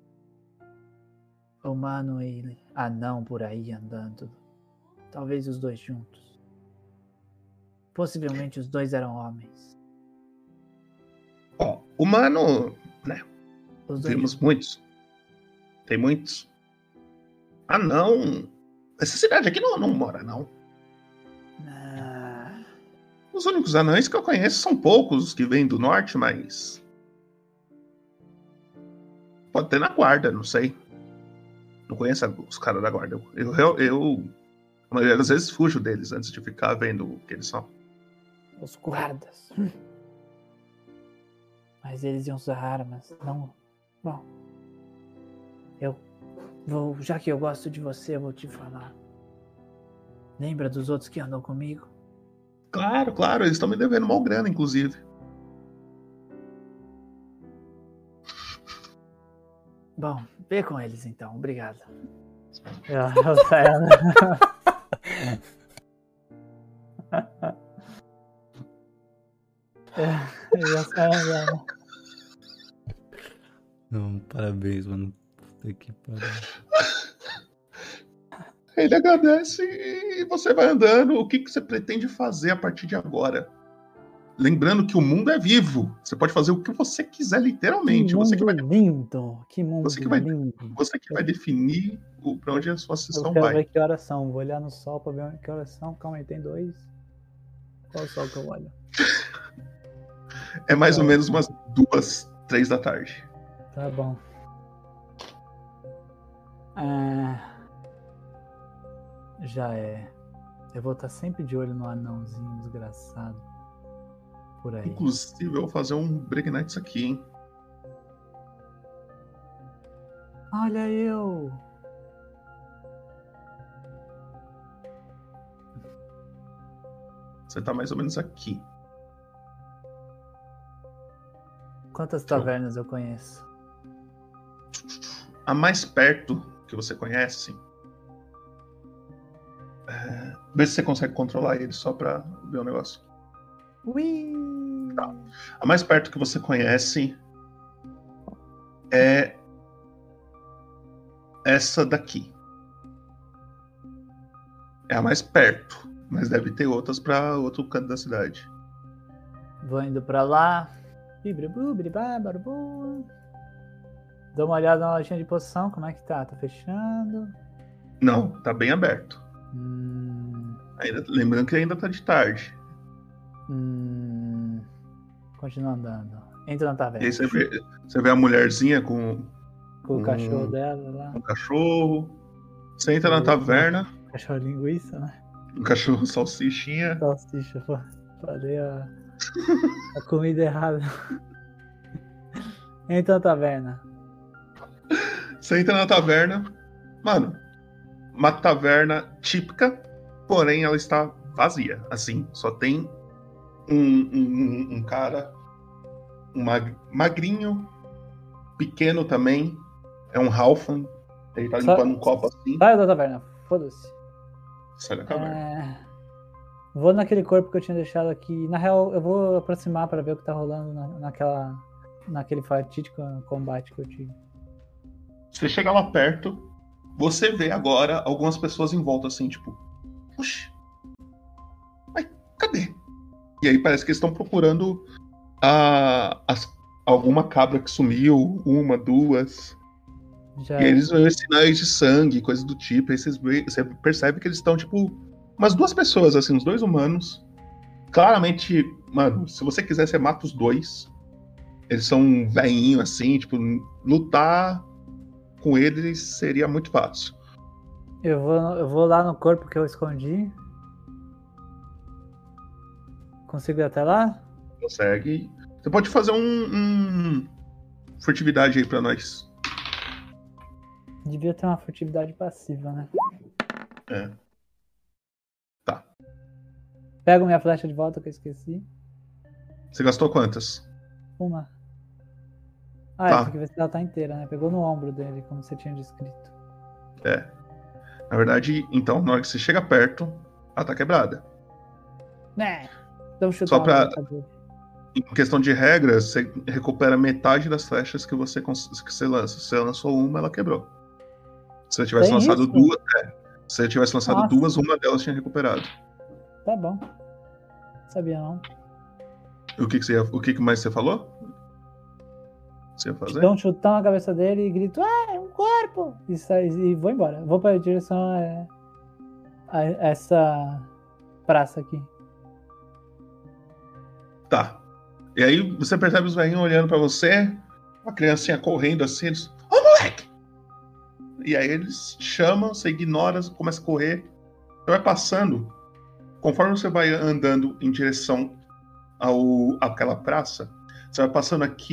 humano e anão por aí andando? Talvez os dois juntos. Possivelmente os dois eram homens. Ó, humano, né? Temos muitos. Tem muitos. Anão. Essa cidade aqui não mora, não. Os únicos anões que eu conheço são poucos, os que vêm do norte, mas... Pode ter na guarda, não sei. Não conheço os caras da guarda. Eu a maioria das vezes fujo deles antes de ficar vendo o que eles são. Os guardas. Mas eles iam usar armas, não... Bom... Já que eu gosto de você, eu vou te falar. Lembra dos outros que andam comigo? Claro, eles estão me devendo mal grana, inclusive. Bom, vê com eles então, obrigado. Não, parabéns, mano. Puta que pariu. Ele agradece e você vai andando. O que você pretende fazer a partir de agora? Lembrando que o mundo é vivo. Você pode fazer o que você quiser, literalmente. Que mundo lindo. Que mundo lindo. Você que vai definir pra onde a sua sessão vai. Eu quero vai. ver que horas são. Vou olhar no sol pra ver que horas são. Calma aí, tem 2. Qual o sol que eu olho? É mais ou menos umas 2, 3 da tarde. Tá bom. Já é. Eu vou estar sempre de olho no anãozinho desgraçado. Por aí. Inclusive, eu vou fazer um Break Nights aqui, hein? Olha eu! Você tá mais ou menos aqui. Quantas tavernas eu conheço? A mais perto que você conhece... Vê se você consegue controlar ele só pra ver o negócio. Ui. Tá. A mais perto que você conhece é essa daqui. É a mais perto, mas deve ter outras pra outro canto da cidade. Vou indo pra lá. Dá uma olhada na lojinha de poção, como é que tá? Tá fechando? Não, tá bem aberto. Ainda, lembrando que ainda tá de tarde. Continua andando. Entra na taverna. E aí você vê a mulherzinha com o cachorro dela lá. Um cachorro. Você entra na taverna. Cachorro linguiça, né? Um cachorro salsichinha. Salsicha, pô. Falei a comida errada. Entra na taverna. Você entra na taverna. Mano, uma taverna típica, porém ela está vazia. Assim, só tem um cara, magrinho, pequeno também. É um Halfling. Ele tá limpando um copo assim. Sai da taverna, foda-se. Sai da taverna. Vou naquele corpo que eu tinha deixado aqui. Na real, eu vou aproximar pra ver o que tá rolando naquele fatídico combate que eu tive. Você chega lá perto, Você vê agora algumas pessoas em volta, assim, tipo... Oxi. Mas cadê? E aí parece que eles estão procurando alguma cabra que sumiu, uma, duas. Já. E aí eles veem sinais de sangue, coisas do tipo. Aí você percebe que eles estão, tipo... Umas duas pessoas, assim, uns dois humanos. Claramente, mano, se você quiser, você mata os dois. Eles são velhinhos, assim, tipo... Lutar com eles seria muito fácil. Eu vou lá no corpo que eu escondi. Consigo ir até lá? Consegue. Você pode fazer um furtividade aí pra nós. Devia ter uma furtividade passiva, né? É. Tá. Pego minha flecha de volta que eu esqueci. Você gastou quantas? Uma. Tá. Tem que ver se ela tá inteira, né? Pegou no ombro dele, como você tinha descrito. É. Na verdade, então, na hora que você chega perto, ela tá quebrada. Né? Dá um chute. Só pra... Em questão de regra, você recupera metade das flechas que você lança. Se você lançou uma, ela quebrou. Se você tivesse lançado duas... Se você tivesse lançado duas, uma delas tinha recuperado. Tá bom. Sabia não. O que mais você falou? Você ia fazer? Dou um chutão na cabeça dele e grito, é um corpo! E vou embora. Vou pra direção a essa praça aqui. Tá. E aí você percebe os velhinhos olhando pra você, uma criancinha correndo assim, eles... Ô, moleque! E aí eles chamam, você ignora, você começa a correr. Você vai passando. Conforme você vai andando em direção àquela praça, você vai passando aqui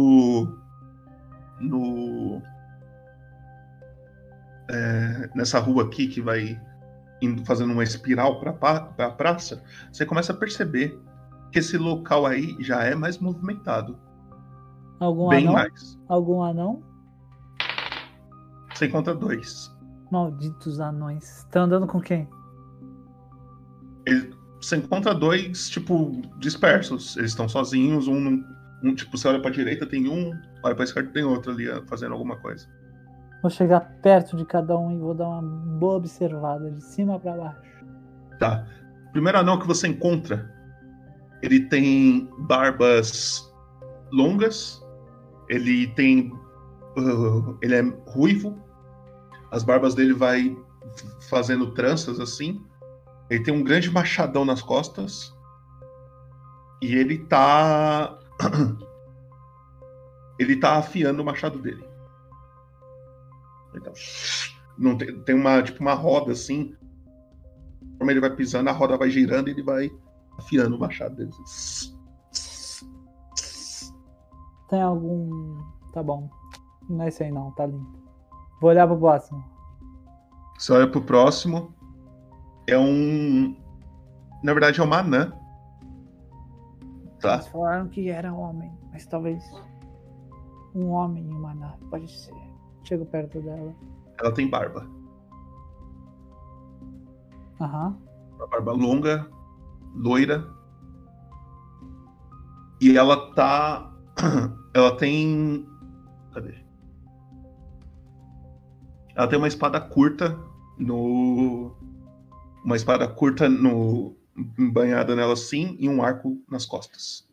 nessa rua aqui que vai indo fazendo uma espiral para a praça. Você começa a perceber que esse local aí já é mais movimentado. Bem anão? Mais. Algum anão? Você encontra dois. Malditos anões. Tá andando com quem? Você encontra dois, tipo, dispersos. Eles estão sozinhos, tipo, você olha pra direita, tem um, olha pra esquerda, tem outro ali fazendo alguma coisa. Vou chegar perto de cada um e vou dar uma boa observada, de cima pra baixo. Tá. O primeiro anão que você encontra, ele tem barbas longas, ele é ruivo, as barbas dele vai fazendo tranças assim, ele tem um grande machadão nas costas, e ele tá afiando o machado dele. Então, não tem uma roda assim. Como ele vai pisando, a roda vai girando e ele vai afiando o machado dele. Tem algum... Tá bom. Não é esse aí não, tá limpo. Vou olhar pro próximo. Você olha pro próximo. Na verdade é uma anã. Tá. Eles falaram que era homem, mas talvez um homem e uma anã. Pode ser. Chego perto dela. Ela tem barba. Aham. Uma barba longa, loira. E ela tá... Ela tem... Cadê? Ela tem uma espada curta uma espada curta embanhada nela assim e um arco nas costas.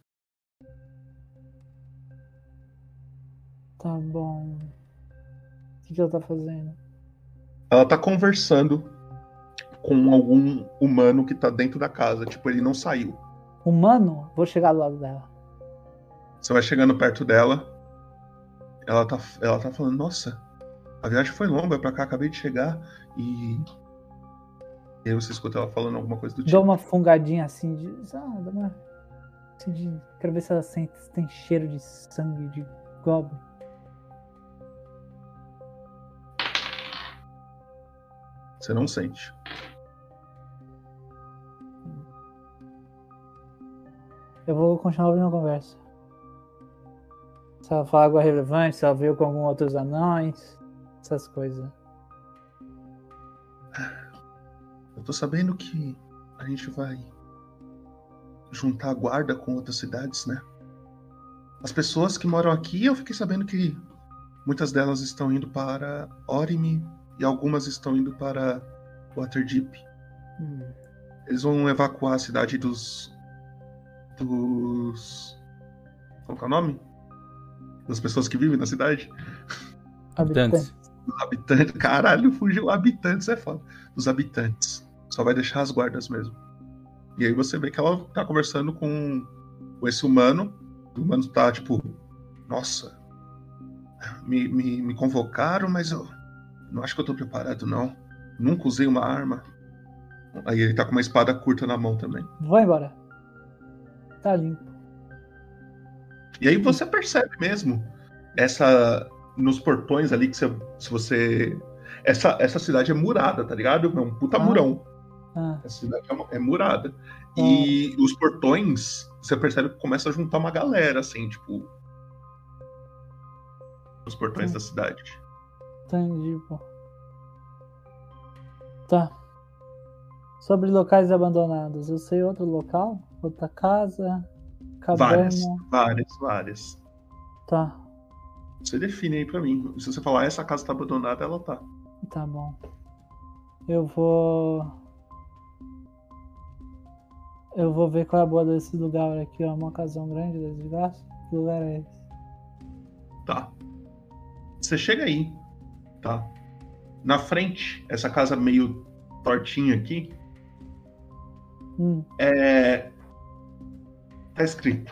Tá bom. O que ela tá fazendo? Ela tá conversando com algum humano que tá dentro da casa. Tipo, ele não saiu. Humano? Vou chegar do lado dela. Você vai chegando perto dela. Ela tá falando, nossa, a viagem foi longa pra cá, acabei de chegar. E aí você escuta ela falando alguma coisa do tipo. Dou uma fungadinha assim de... Quero ver se ela sente se tem cheiro de sangue de goblin. Você não sente. Eu vou continuar ouvindo a conversa. Se ela falar algo relevante, se ela veio com alguns outros anões, essas coisas. Eu tô sabendo que a gente vai juntar a guarda com outras cidades, né? As pessoas que moram aqui, eu fiquei sabendo que muitas delas estão indo para Orime e algumas estão indo para Waterdeep. Eles vão evacuar a cidade dos... Qual que é o nome? Das pessoas que vivem na cidade? Habitantes. Dos habitantes. Caralho, fugiu. Habitantes é foda. Dos habitantes. Só vai deixar as guardas mesmo. E aí você vê que ela tá conversando com esse humano. O humano tá tipo... Nossa. Me convocaram, mas eu não acho que eu tô preparado, não. Nunca usei uma arma. Aí ele tá com uma espada curta na mão também. Vou embora. Tá limpo. E aí você percebe mesmo nos portões ali que se você... Essa cidade é murada, tá ligado? É um puta murão. Essa cidade é murada. E os portões, você percebe que começa a juntar uma galera, assim, tipo... Os portões da cidade. Entendi, pô. Tá. Sobre locais abandonados, eu sei outro local? Outra casa? Cabana? Várias. Tá. Você define aí pra mim. Se você falar essa casa tá abandonada, ela tá. Tá bom. Eu vou ver qual é a boa desse lugar aqui, ó. Uma casão grande, desgraça. Que lugar é esse? Tá. Você chega aí, tá? Na frente, essa casa meio tortinha aqui, tá escrito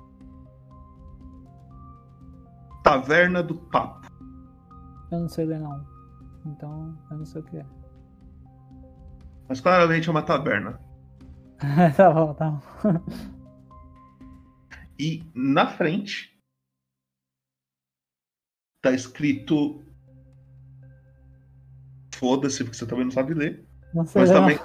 Taverna do Papo. Eu não sei ler não. Então, eu não sei o que é. Mas claramente é uma taverna. Tá bom. E na frente tá escrito... Foda-se, porque você também não sabe ler. Não sei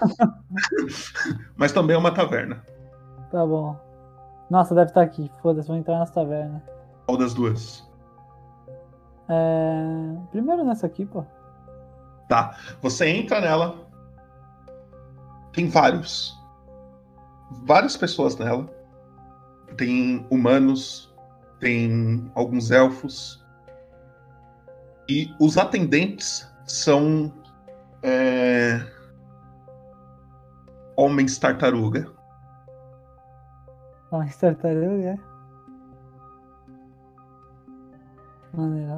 Mas também é uma taverna. Tá bom. Nossa, deve estar aqui. Foda-se, vou entrar nessa taverna. Qual das duas? Primeiro nessa aqui, pô. Tá. Você entra nela. Tem várias pessoas nela. Tem humanos. Tem alguns elfos. E os atendentes são homens tartaruga. Homens tartaruga? Maneiro.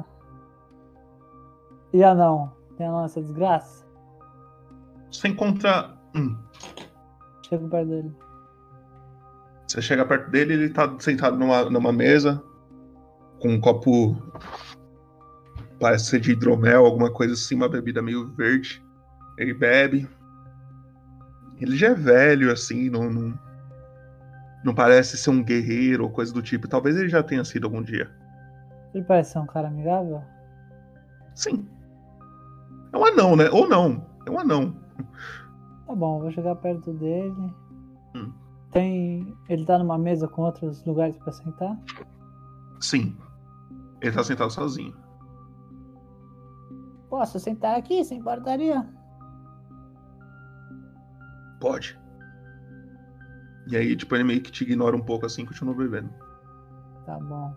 E anão? Tem anão essa desgraça? Você encontra... Chego perto dele. Você chega perto dele, ele tá sentado numa mesa com um copo... Parece ser de hidromel, alguma coisa assim, uma bebida meio verde. Ele bebe. Ele já é velho, assim, não parece ser um guerreiro ou coisa do tipo. Talvez ele já tenha sido algum dia. Ele parece ser um cara amigável? Sim. É um anão, né? Ou não. É um anão. Tá bom, vou chegar perto dele. Ele tá numa mesa com outros lugares pra sentar? Sim. Ele tá sentado sozinho. Posso sentar aqui, sem importaria? Pode. E aí, tipo, ele meio que te ignora um pouco assim e continua bebendo. Tá bom.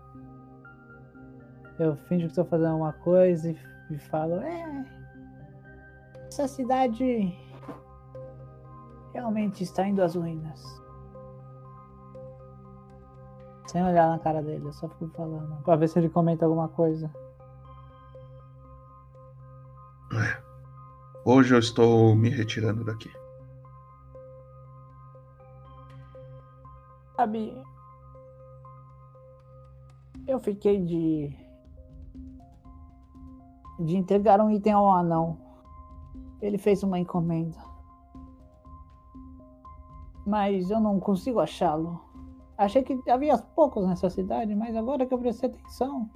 Eu finjo que estou fazendo uma coisa e falo, essa cidade realmente está indo às ruínas. Sem olhar na cara dele, eu só fico falando, pra ver se ele comenta alguma coisa. Hoje eu estou me retirando daqui. Sabe, eu fiquei de entregar um item ao anão. Ele fez uma encomenda. Mas eu não consigo achá-lo. Achei que havia poucos nessa cidade, mas agora que eu prestei atenção...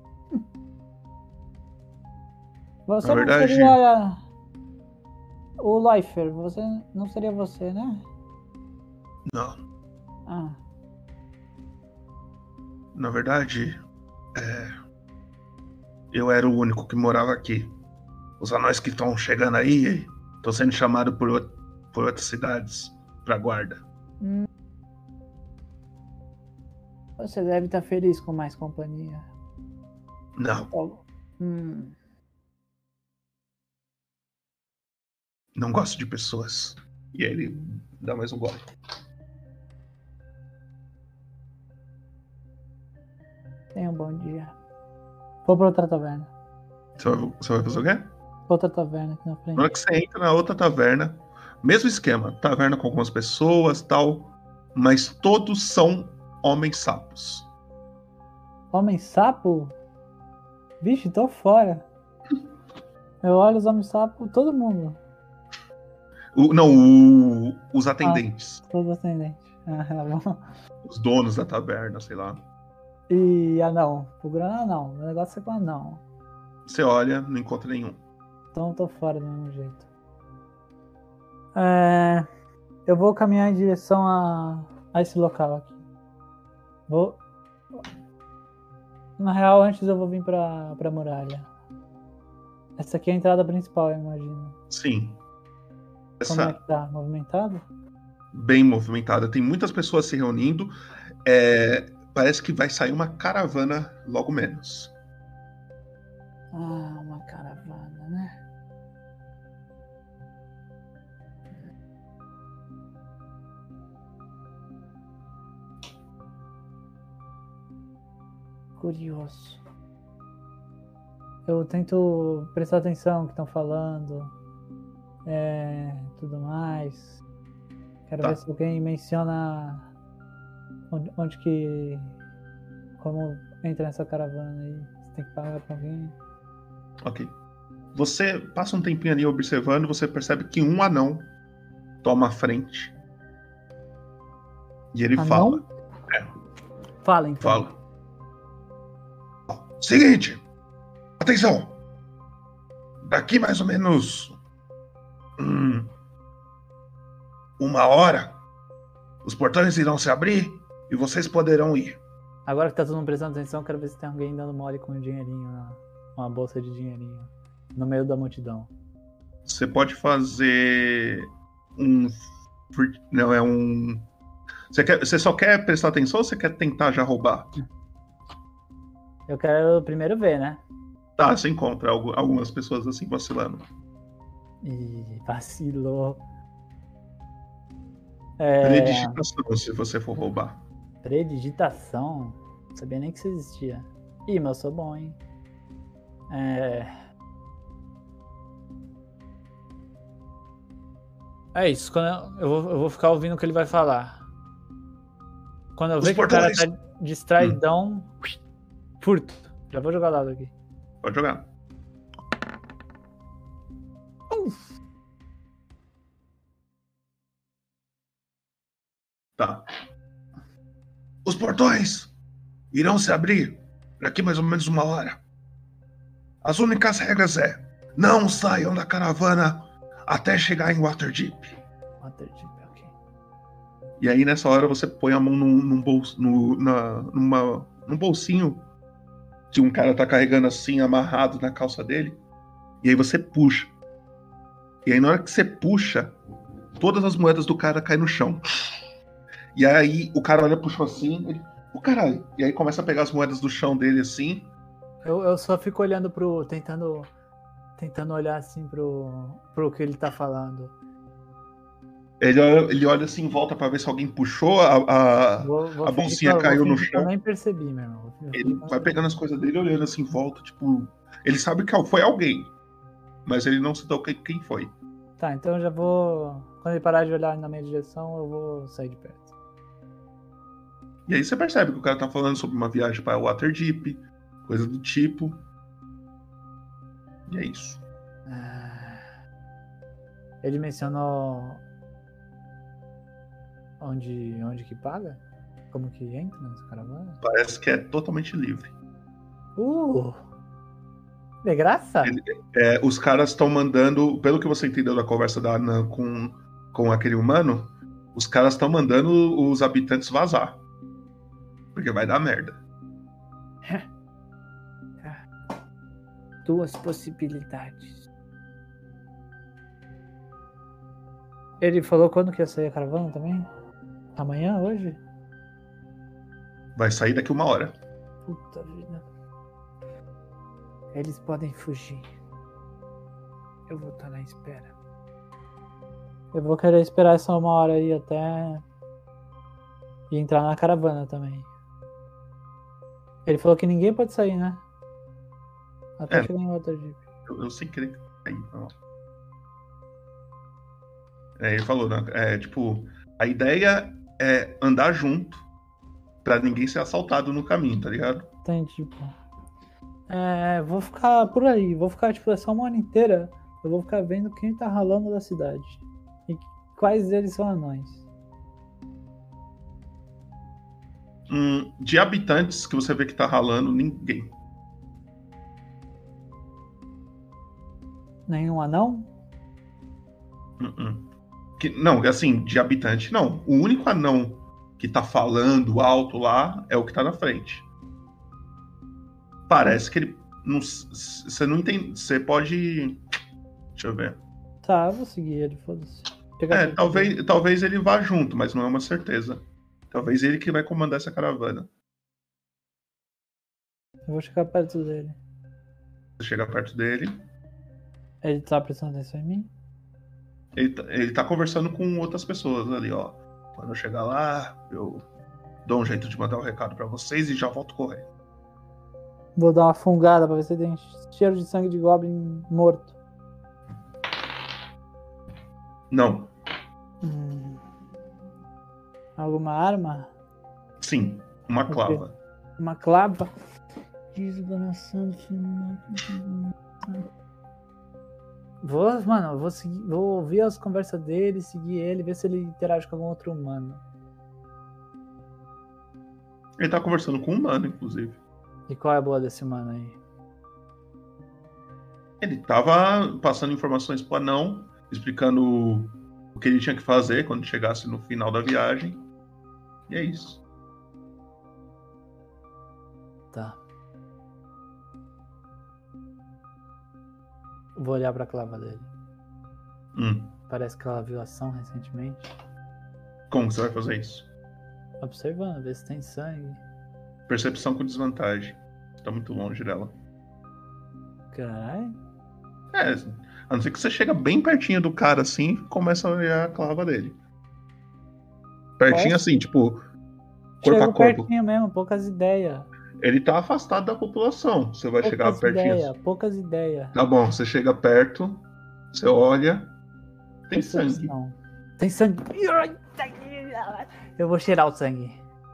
Você Na verdade... não seria o Leifer, você não seria você, né? Não. Ah. Na verdade, eu era o único que morava aqui. Os anões que estão chegando aí estão sendo chamados por outras cidades pra guarda. Você deve estar feliz com mais companhia. Não. Não gosto de pessoas. E aí ele dá mais um gole. Tenha um bom dia. Vou pra outra taverna. Você vai fazer o quê? Outra taverna aqui na frente. Na hora que você entra na outra taverna, mesmo esquema, taverna com algumas pessoas, tal, mas todos são homens sapos. Homem sapo? Vixe, tô fora. Eu olho os homens sapo, todo mundo. Os atendentes. Todos os atendentes. Os donos da taverna, sei lá. E anão. Procurando anão. O negócio é com anão. Você olha, não encontra nenhum. Então eu tô fora do mesmo jeito. Eu vou caminhar em direção a esse local aqui. Na real, antes eu vou vir pra muralha. Essa aqui é a entrada principal, eu imagino. Sim. Como é que tá? Movimentado? Bem movimentada. Tem muitas pessoas se reunindo. Parece que vai sair uma caravana logo menos. Ah, uma caravana, né? Curioso. Eu tento prestar atenção no que estão falando. Tudo mais. Quero ver se alguém menciona onde que... Como entra nessa caravana aí. Você tem que pagar pra alguém. Ok. Você passa um tempinho ali observando, você percebe que um anão toma a frente. E ele fala. Fala, então. Fala. Seguinte. Atenção. Daqui mais ou menos... 1 hora, os portões irão se abrir e vocês poderão ir. Agora que tá todo mundo prestando atenção, quero ver se tem alguém dando mole com um dinheirinho, uma bolsa de dinheirinho, no meio da multidão. Você pode fazer Você só quer prestar atenção ou você quer tentar já roubar? Eu quero primeiro ver, né? Tá, você encontra algumas pessoas assim vacilando. Ih, vacilou. Predigitação, se você for roubar. Predigitação? Não sabia nem que isso existia. Ih, mas eu sou bom, hein? É isso, quando eu vou ficar ouvindo o que ele vai falar. Quando eu ver que o cara tá distraidão, furto. Já vou jogar o dado aqui. Pode jogar. Tá. Os portões irão se abrir daqui mais ou menos 1 hora. As únicas regras não saiam da caravana até chegar em Waterdeep. Waterdeep, ok. E aí nessa hora você põe a mão num bolsinho que um cara tá carregando assim, amarrado na calça dele. E aí você puxa. E aí na hora que você puxa, todas as moedas do cara caem no chão. E aí o cara olha pro chão assim, ele... caralho. E aí começa a pegar as moedas do chão dele assim. Eu só fico olhando tentando olhar assim pro que ele tá falando. Ele olha assim em volta pra ver se alguém puxou, a bolsinha caiu no chão. Eu nem percebi, meu irmão. Ele vai pegando as coisas dele, olhando assim em volta, tipo... Ele sabe que foi alguém, mas ele não se toca quem foi. Tá, então eu já vou... Quando ele parar de olhar na minha direção, eu vou sair de perto. E aí você percebe que o cara tá falando sobre uma viagem para Waterdeep, coisa do tipo. E é isso. Ele mencionou onde que paga? Como que entra nessa caravana? Parece que é totalmente livre. De graça? Os caras estão mandando, pelo que você entendeu da conversa da Anã com aquele humano, os caras estão mandando os habitantes vazar. Porque vai dar merda. 2 possibilidades. Ele falou quando que ia sair a caravana também? Amanhã? Hoje? Vai sair daqui 1 hora. Puta vida. Eles podem fugir. Eu vou estar na espera. Eu vou querer esperar essa 1 hora aí até... E entrar na caravana também. Ele falou que ninguém pode sair, né? Até chegar em outra jeep. Eu sem querer cair. Ele falou, né? Tipo, a ideia é andar junto pra ninguém ser assaltado no caminho, tá ligado? Entendi, pô. Vou ficar por aí. Vou ficar, tipo, essa 1 hora inteira. Eu vou ficar vendo quem tá ralando da cidade. E quais deles são anões. De habitantes que você vê que tá ralando, ninguém. Nenhum anão? Não, assim, de habitante, não. O único anão que tá falando alto lá é o que tá na frente. Parece que ele... Você não entende... Você pode... Deixa eu ver. Tá, eu vou seguir ele, foda-se. Talvez ele vá junto, mas não é uma certeza. Talvez ele que vai comandar essa caravana. Eu vou chegar perto dele. Você chega perto dele. Ele tá prestando atenção em mim? Ele tá conversando com outras pessoas ali, ó. Quando eu chegar lá, eu dou um jeito de mandar um recado pra vocês e já volto correndo. Vou dar uma fungada pra ver se tem cheiro de sangue de Goblin morto. Não. Alguma arma? Sim, uma clava. Uma clava? Desgraçado. Vou ouvir as conversas dele, seguir ele, ver se ele interage com algum outro humano. Ele tá conversando com um humano, inclusive. E qual é a boa desse humano aí? Ele tava passando informações pro anão, explicando o que ele tinha que fazer quando chegasse no final da viagem. E é isso. Tá. Vou olhar pra clava dele. Parece que ela viu ação recentemente. Como você vai fazer isso? Observando, ver se tem sangue. Percepção com desvantagem. Você tá muito longe dela. Caralho. A não ser que você chega bem pertinho do cara assim e começa a olhar a clava dele. Pertinho assim, tipo, corpo a corpo. Pertinho mesmo, poucas ideias. Ele tá afastado da população. Você vai chegar pertinho. Poucas ideias. Tá bom, você chega perto, você olha. Tem sangue. Tem sangue. Eu vou cheirar o sangue.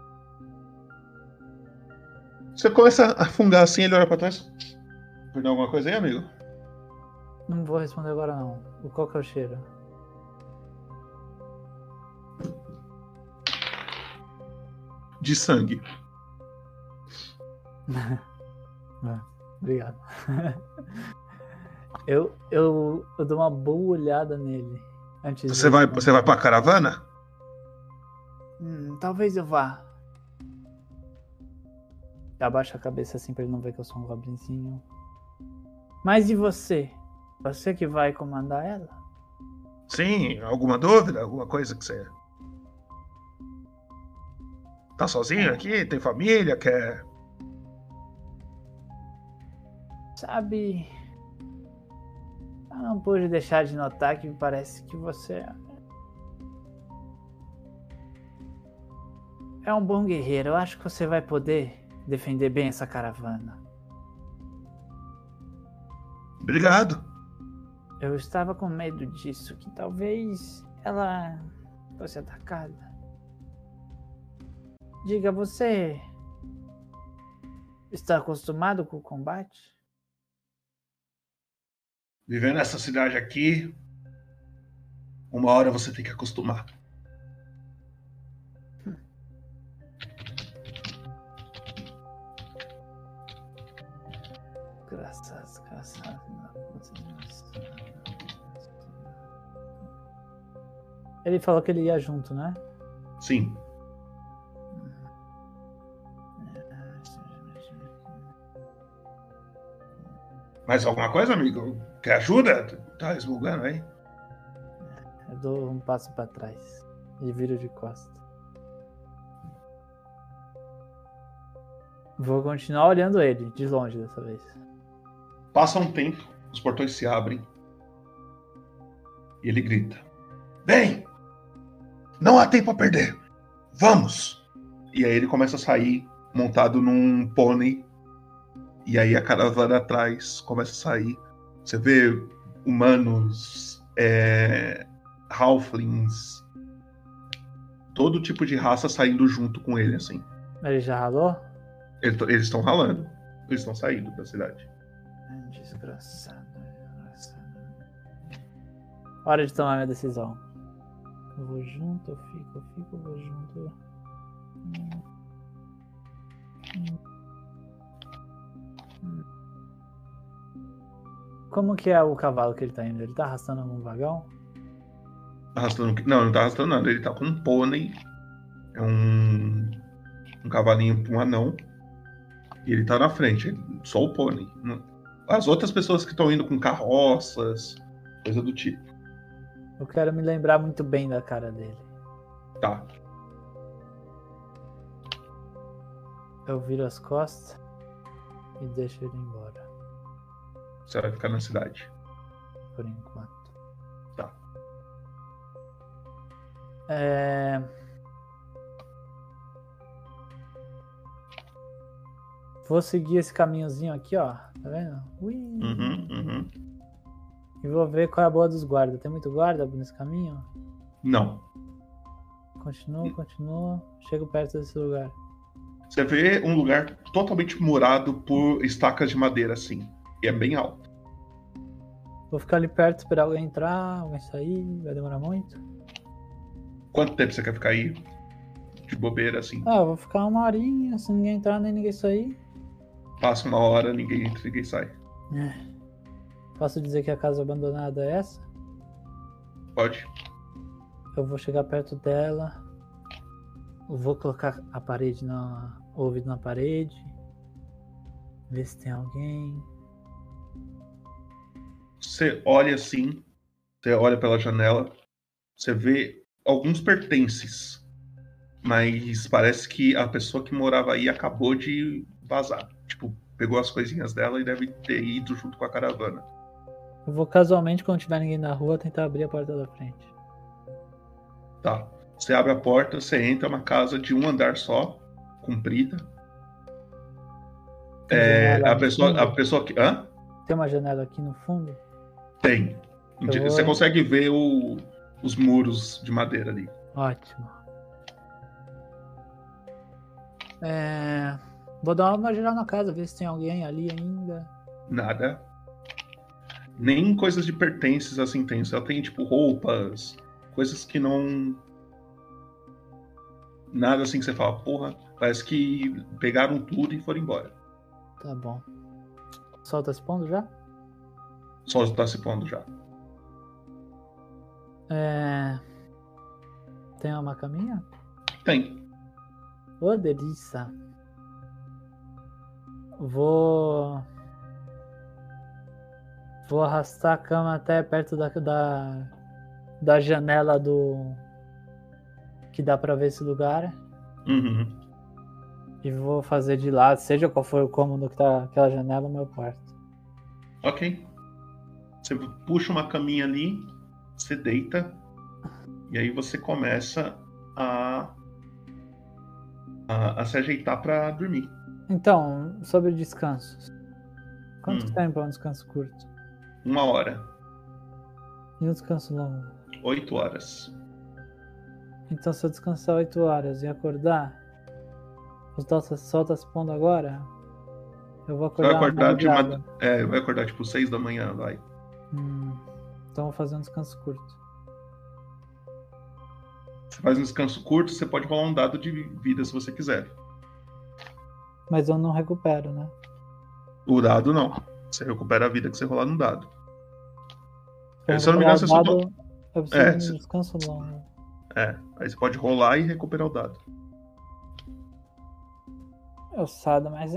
Você começa a fungar assim, ele olha pra trás. Perdeu alguma coisa aí, amigo? Não vou responder agora não. Qual que é o cheiro? De sangue. Obrigado. Eu dou uma boa olhada nele antes. Você vai pra caravana? Talvez eu vá. Abaixa a cabeça assim pra ele não ver que eu sou um goblinzinho. Mas e você? Você que vai comandar ela? Sim, alguma dúvida? Alguma coisa que você... Tá sozinho aqui? Tem família? Quer... Sabe... Eu não pude deixar de notar que parece que você... é um bom guerreiro. Eu acho que você vai poder defender bem essa caravana. Obrigado. Eu estava com medo disso, que talvez ela fosse atacada. Diga, você está acostumado com o combate? Viver nessa cidade aqui, uma hora você tem que acostumar. Graças. Ele falou que ele ia junto, né? Sim. Mais alguma coisa, amigo? Quer ajuda? Tá resmungando aí? Eu dou um passo pra trás e viro de costas. Vou continuar olhando ele, de longe dessa vez. Passa um tempo, os portões se abrem e ele grita. Vem! Não há tempo a perder! Vamos! E aí ele começa a sair montado num pônei. E aí a caravana atrás começa a sair. Você vê humanos, halflings, todo tipo de raça saindo junto com ele, assim. Ele já ralou? Eles estão ralando. Eles estão saindo da cidade. Desgraçado. Hora de tomar minha decisão. Eu vou junto, eu fico, vou junto. Como que é o cavalo que ele tá indo? Ele tá arrastando algum vagão? Arrastando? Não, ele não tá arrastando nada. Ele tá com um pônei. É um cavalinho com um anão. E ele tá na frente. Só o pônei. As outras pessoas que estão indo com carroças, coisa do tipo. Eu quero me lembrar muito bem da cara dele. Tá. Eu viro as costas e deixo ele embora. Você vai ficar na cidade. Por enquanto. Tá. Vou seguir esse caminhozinho aqui, ó. Tá vendo? Ui. Uhum. E vou ver qual é a boa dos guardas. Tem muito guarda nesse caminho? Não. Continuo. Chego perto desse lugar. Você vê um lugar totalmente murado por estacas de madeira, assim. E é bem alto. Vou ficar ali perto, esperar alguém entrar, alguém sair. Vai demorar muito? Quanto tempo você quer ficar aí? De bobeira, assim? Eu vou ficar uma horinha, se ninguém entrar nem ninguém sair. Passa uma hora, ninguém entra, ninguém sai. Posso dizer que a casa abandonada é essa? Pode. Eu vou chegar perto dela. Eu vou colocar a parede o ouvido na parede. Ver se tem alguém. Você olha assim. Você olha pela janela. Você vê alguns pertences. Mas parece que a pessoa que morava aí acabou de vazar. Tipo, pegou as coisinhas dela e deve ter ido junto com a caravana. Eu vou casualmente, quando tiver ninguém na rua, tentar abrir a porta da frente. Tá. Você abre a porta, você entra, uma casa de um andar só, comprida. A pessoa que... Hã? Tem uma janela aqui no fundo? Tem. Você consegue ver os muros de madeira ali. Ótimo. Vou dar uma geral na casa, ver se tem alguém ali ainda. Nada. Nem coisas de pertences assim tem. Só tem, tipo, roupas, coisas que não... Nada assim que você fala, porra, parece que pegaram tudo e foram embora. Tá bom. O sol tá se pondo já? O sol tá se pondo já. Tem uma caminha? Tem. Ô, delícia. Vou arrastar a cama até perto da janela que dá pra ver esse lugar. Uhum. E vou fazer de lado, seja qual for o cômodo que tá aquela janela, o meu quarto. Ok. Você puxa uma caminha ali, você deita, e aí você começa a se ajeitar pra dormir. Então, sobre descansos. Quanto tempo é um descanso curto? 1 hora. E um descanso longo? 8 horas. Então, se eu descansar 8 horas e acordar, o sol tá se pondo agora, eu vou acordar. Vai acordar tipo 6 da manhã, vai. Então vou fazer um descanso curto. Você faz um descanso curto, você pode rolar um dado de vida se você quiser. Mas eu não recupero, né? O dado não. Você recupera a vida que você rolar no dado. Se eu não me engano, você só... Eu preciso de um descanso longo. Aí você pode rolar e recuperar o dado. Ossada, mas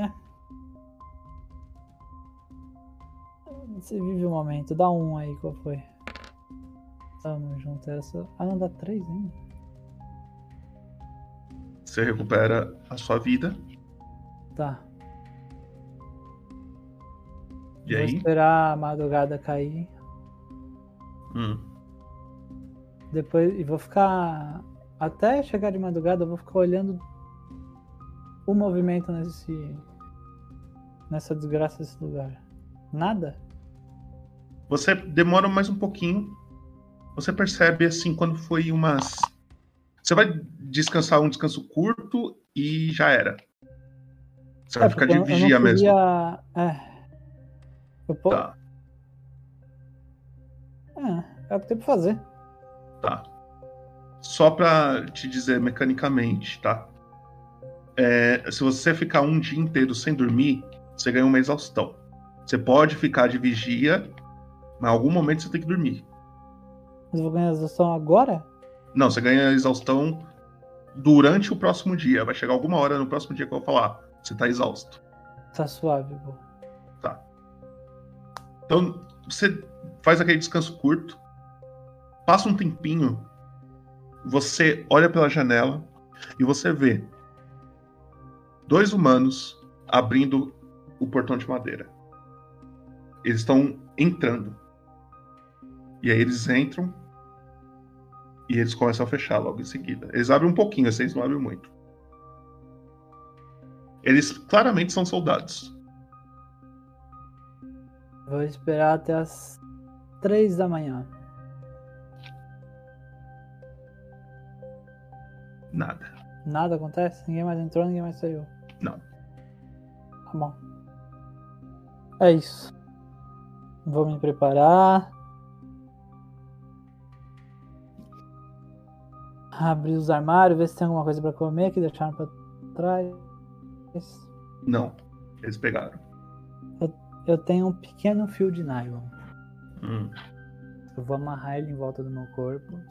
Você vive o momento. Dá 1 aí, qual foi? Tamo junto. Não, dá 3 ainda. Você recupera a sua vida. Tá. E Vou aí? esperar a madrugada cair. Depois, e vou ficar... Até chegar de madrugada, eu vou ficar olhando o movimento nessa desgraça desse lugar. Nada? Você demora mais um pouquinho. Você percebe, assim, quando foi umas... Você vai descansar um descanso curto e já era. Você vai ficar de vigia mesmo. Tá. É o que tem pra fazer. Tá. Só pra te dizer mecanicamente, tá? Se você ficar um dia inteiro sem dormir, você ganha uma exaustão. Você pode ficar de vigia, mas em algum momento você tem que dormir. Mas eu vou ganhar exaustão agora? Não, você ganha exaustão durante o próximo dia. Vai chegar alguma hora no próximo dia que eu vou falar. Você tá exausto. Tá suave, pô. Tá. Então, você faz aquele descanso curto. Passa um tempinho. Você olha pela janela e você vê 2 humanos abrindo o portão de madeira. Eles estão entrando. E aí eles entram e eles começam a fechar logo em seguida. Eles abrem um pouquinho, vocês não abrem muito. Eles claramente são soldados. Vou esperar até as 3 da manhã. Nada. Nada acontece? Ninguém mais entrou, ninguém mais saiu? Não. Tá bom. É isso. Vou me preparar. Abrir os armários, ver se tem alguma coisa pra comer que deixaram pra trás. Não. Eles pegaram. Eu tenho um pequeno fio de nylon. Hum. Eu vou amarrar ele em volta do meu corpo.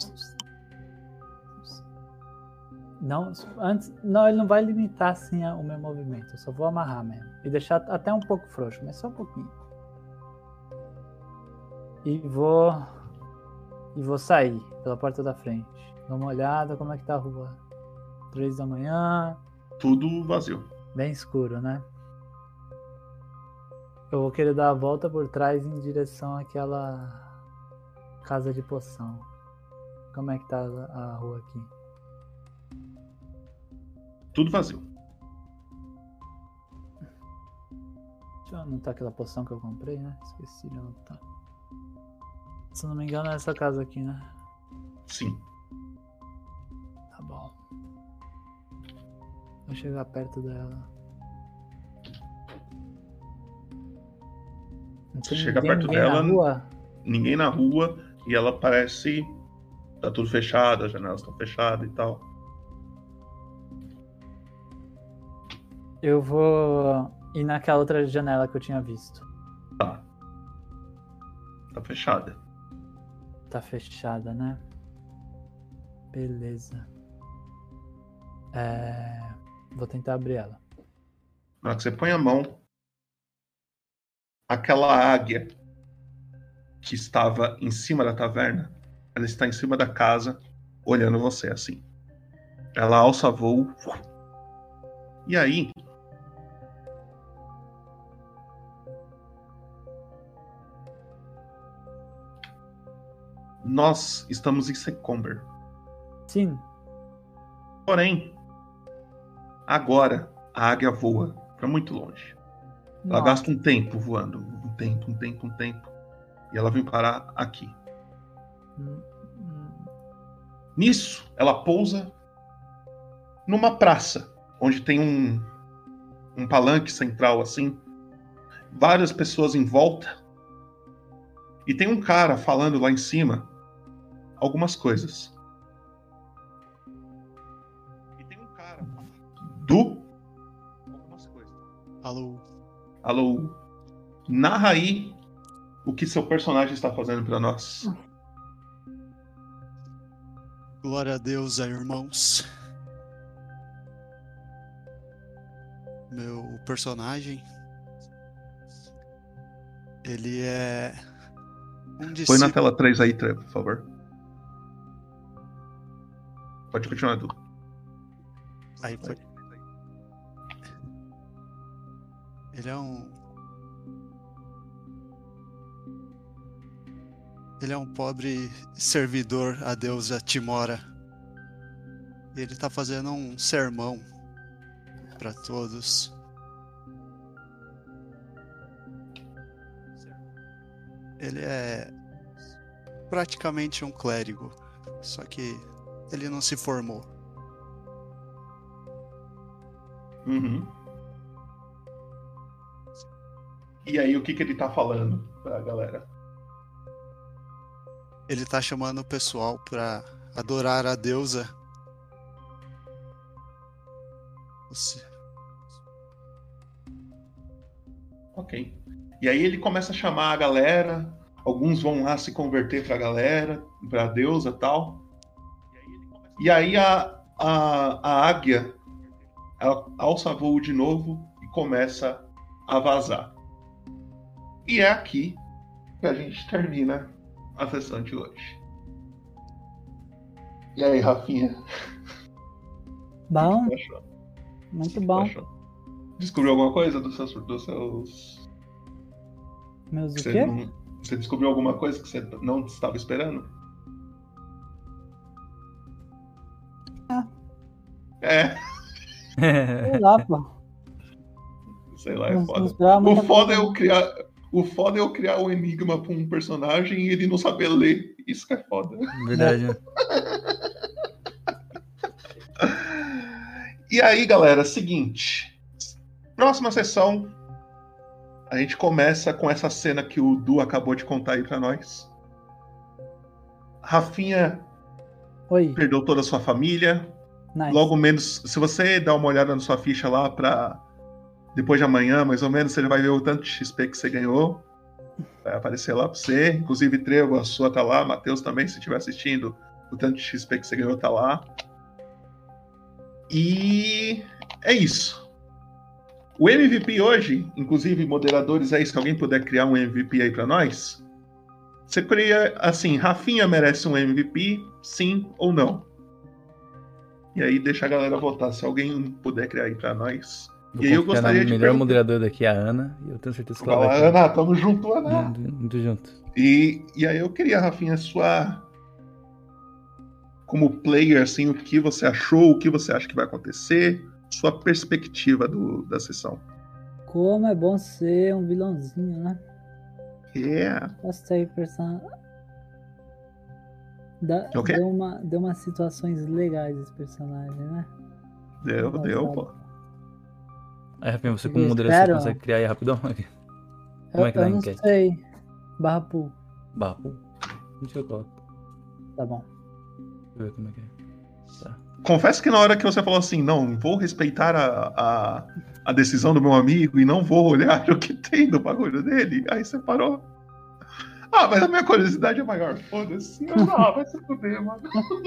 Não, ele não vai limitar assim o meu movimento. Eu só vou amarrar mesmo. E deixar até um pouco frouxo, mas só um pouquinho. E vou sair pela porta da frente. Dá uma olhada como é que tá a rua. 3 da manhã. Tudo vazio. Bem escuro, né? Eu vou querer dar a volta por trás em direção àquela casa de poção. Como é que tá a rua aqui? Tudo vazio. Deixa eu anotar aquela poção que eu comprei, né? Esqueci de anotar. Se eu não me engano é essa casa aqui, né? Sim. Tá bom. Vou chegar perto dela. Você chega perto dela, ninguém na rua, e ela parece... Tá tudo fechado, as janelas estão fechadas e tal. Eu vou ir naquela outra janela que eu tinha visto. Tá. Tá fechada. Tá fechada, né? Beleza. Vou tentar abrir ela. Na hora que você põe a mão, aquela águia que estava em cima da taverna, ela está em cima da casa, olhando você assim. Ela alça voo. E aí... Nós estamos em Secomber. Sim. Porém, agora a águia voa para muito longe. Ela gasta um tempo voando. Um tempo. E ela vem parar aqui. Nisso, ela pousa numa praça, onde tem um palanque central assim. Várias pessoas em volta. E tem um cara falando lá em cima algumas coisas. E tem um cara algumas coisas. Alô. Narra aí o que seu personagem está fazendo para nós. Glória a Deus, irmãos. Meu personagem, ele é um discípulo. Põe na tela 3 aí, Trevo, por favor. Pode continuar, Edu. Aí foi. Ele é Ele é um pobre servidor à deusa Timora. Ele tá fazendo um sermão para todos. Ele é praticamente um clérigo, só que ele não se formou. Uhum. E aí, o que ele tá falando pra galera? Ele tá chamando o pessoal pra adorar a deusa. Ok. E aí ele começa a chamar a galera. Alguns vão lá se converter pra galera, pra deusa e tal. E aí a águia ela alça voo de novo e começa a vazar. E é aqui que a gente termina a sessão de hoje. E aí, Rafinha? Bom. O que você achou? Muito bom. Descobriu alguma coisa dos seus... Meus o quê? Você descobriu alguma coisa que você não estava esperando? É. Sei lá, pô. Sei lá, é foda. O foda é eu criar um enigma pra um personagem e ele não saber ler. Isso que é foda. Verdade. E aí, galera, seguinte. Próxima sessão, a gente começa com essa cena que o Du acabou de contar aí pra nós. Rafinha perdeu toda a sua família. Nice. Logo menos, se você dar uma olhada na sua ficha lá pra depois de amanhã, mais ou menos, você já vai ver o tanto de XP que você ganhou. Vai aparecer lá pra você. Inclusive, Trevo, a sua tá lá. Matheus também, se estiver assistindo, o tanto de XP que você ganhou tá lá. E é isso. O MVP hoje, inclusive, moderadores, é isso, que alguém puder criar um MVP aí pra nós. Você cria assim, Rafinha merece um MVP, sim ou não? E aí deixa a galera votar, se alguém puder criar aí pra nós. Vou e aí eu gostaria de melhor moderador daqui é a Ana, e eu tenho certeza que ela vai. Ana, tamo junto, Ana. Muito junto. E aí eu queria, Rafinha, como player, assim, o que você achou, o que você acha que vai acontecer, sua perspectiva da sessão. Como é bom ser um vilãozinho, né? Yeah. Gostei, personagem. Deu umas situações legais esse personagem, né? Deu, pô. Aí, Rafinha, você como moderador, você consegue criar aí rapidão? Como é que dá a enquete? Eu não sei. Barra pool. Barra pool? Deixa eu colocar. Tá bom. Deixa eu ver como é que é. Tá. Confesso que na hora que você falou assim, não, vou respeitar a decisão do meu amigo e não vou olhar o que tem do bagulho dele, aí você parou. Ah, mas a minha curiosidade é maior. Foda-se. Vai se fuder, mano.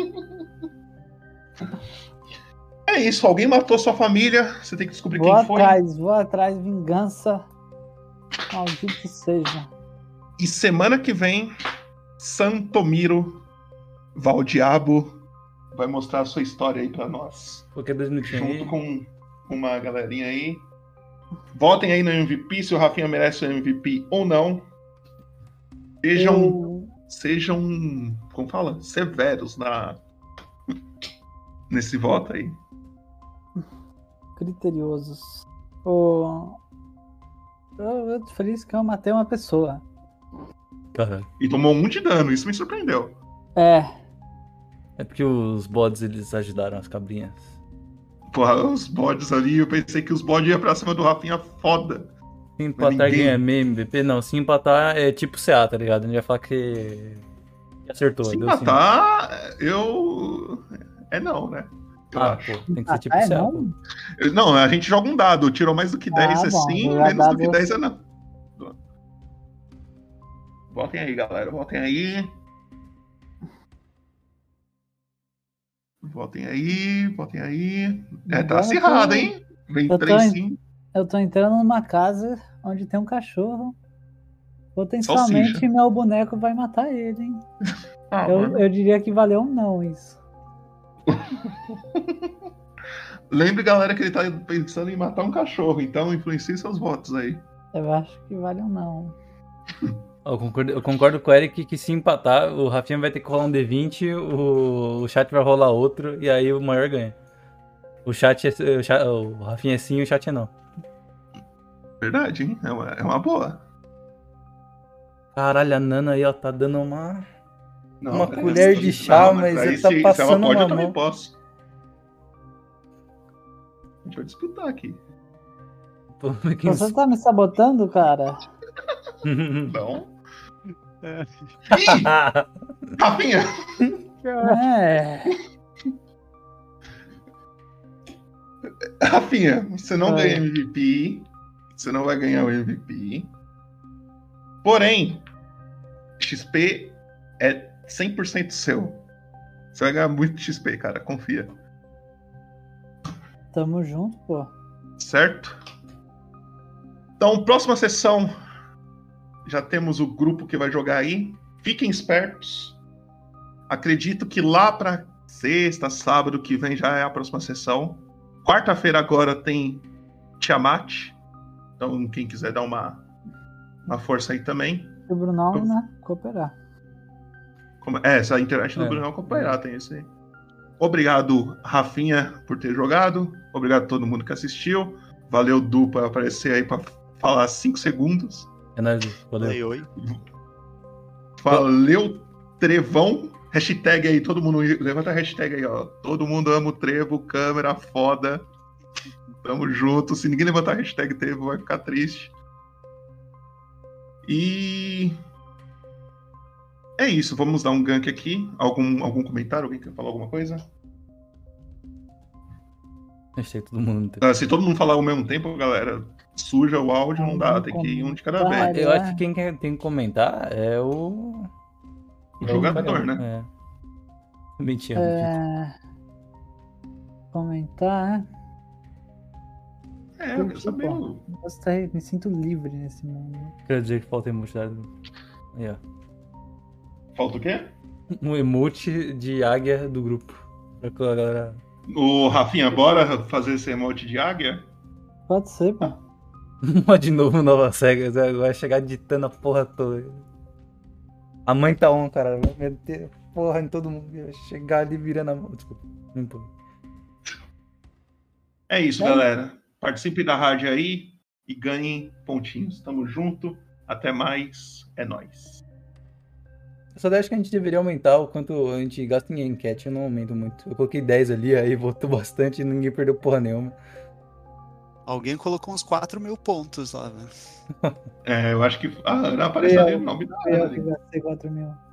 É isso, alguém matou sua família, você tem que descobrir quem foi. Vou atrás, vingança. Maldito seja. E semana que vem, Santomiro Valdiabo vai mostrar a sua história aí pra nós. Qualquer 2 minutinhos junto com uma galerinha aí. Votem aí no MVP, se o Rafinha merece o MVP ou não. Sejam, como fala? Severos nesse voto aí. Criteriosos. Eu tô feliz que eu matei uma pessoa. Caralho. E tomou 1 de dano, isso me surpreendeu. É porque os bodes, eles ajudaram as cabrinhas. Porra, os bodes ali, eu pensei que os bodes iam pra cima do Rafinha foda. Se empatar ganha MVP, não. Se empatar é tipo CA, tá ligado? A gente vai falar que acertou. Se empatar, não, né? Pô, tem que ser tipo CA. Não? Não, a gente joga um dado. Tirou mais do que 10 é sim, menos do que 10 é não. Votem aí, galera. Votem aí. Votem aí. Tá acirrado, hein? Vem 3 sim. Eu tô entrando numa casa onde tem um cachorro. Potencialmente meu boneco vai matar ele, hein? Eu diria que valeu um não isso. Lembre, galera, que ele tá pensando em matar um cachorro, então influencie seus votos aí. Eu acho que vale um não. Eu concordo com o Eric que se empatar, o Rafinha vai ter que rolar um D20, o chat vai rolar outro, e aí o maior ganha. O Rafinha é sim e o chat é não. Verdade, hein? É uma boa. Caralho, a Nana aí, ó, tá dando uma Não, colher de chá, mas ele tá passando se ela pode, uma eu também mão. posso. A gente vai disputar aqui. Você tá me sabotando, cara? Não. Ih! Rafinha! É. Rafinha, você não ganha MVP. Você não vai ganhar o MVP. Porém, XP é 100% seu. Você vai ganhar muito XP, cara. Confia. Tamo junto, pô. Certo? Então, próxima sessão. Já temos o grupo que vai jogar aí. Fiquem espertos. Acredito que lá pra sexta, sábado que vem já é a próxima sessão. Quarta-feira agora tem Tiamat. Então, quem quiser dar uma força aí também. O Brunão, né? Cooperar. Se a internet do Brunão cooperar, tem isso aí. Obrigado, Rafinha, por ter jogado. Obrigado a todo mundo que assistiu. Valeu, Du, por aparecer aí pra falar 5 segundos. É nóis, Du. Valeu. Oi. Valeu, Trevão. Hashtag aí, todo mundo. Levanta a hashtag aí, ó. Todo mundo ama o Trevo, câmera foda. Tamo junto. Se ninguém levantar a hashtag Trevo, vai ficar triste. E. É isso, vamos dar um gank aqui. Algum comentário? Alguém quer falar alguma coisa? Achei todo mundo. Se todo mundo falar ao mesmo tempo, galera, suja o áudio, não dá, tem que ir um de cada vez. Eu acho que quem tem que comentar é o jogador, né? É. Mentira. Comentar, eu quero saber. Gostei, me sinto livre nesse mundo. Quer dizer que falta emoji. Aí, ó. Falta o quê? Um emote de águia do grupo. Pra que a galera. Ô, Rafinha, bora fazer esse emote de águia? Pode ser, pô. De novo, Nova Sega. Vai chegar ditando a porra toda. A mãe tá on, cara. Vai meter porra em todo mundo. Vai chegar ali virando a mão. Desculpa. Não tô. É isso, galera. Participe da rádio aí e ganhem pontinhos. Tamo junto. Até mais. É nóis. Eu só acho que a gente deveria aumentar o quanto a gente gasta em enquete. Eu não aumento muito. Eu coloquei 10 ali, aí votou bastante e ninguém perdeu porra nenhuma. Alguém colocou uns 4.000 pontos lá, velho. Eu acho que. Não apareceu ali o nome da. Eu que gastei 4.000.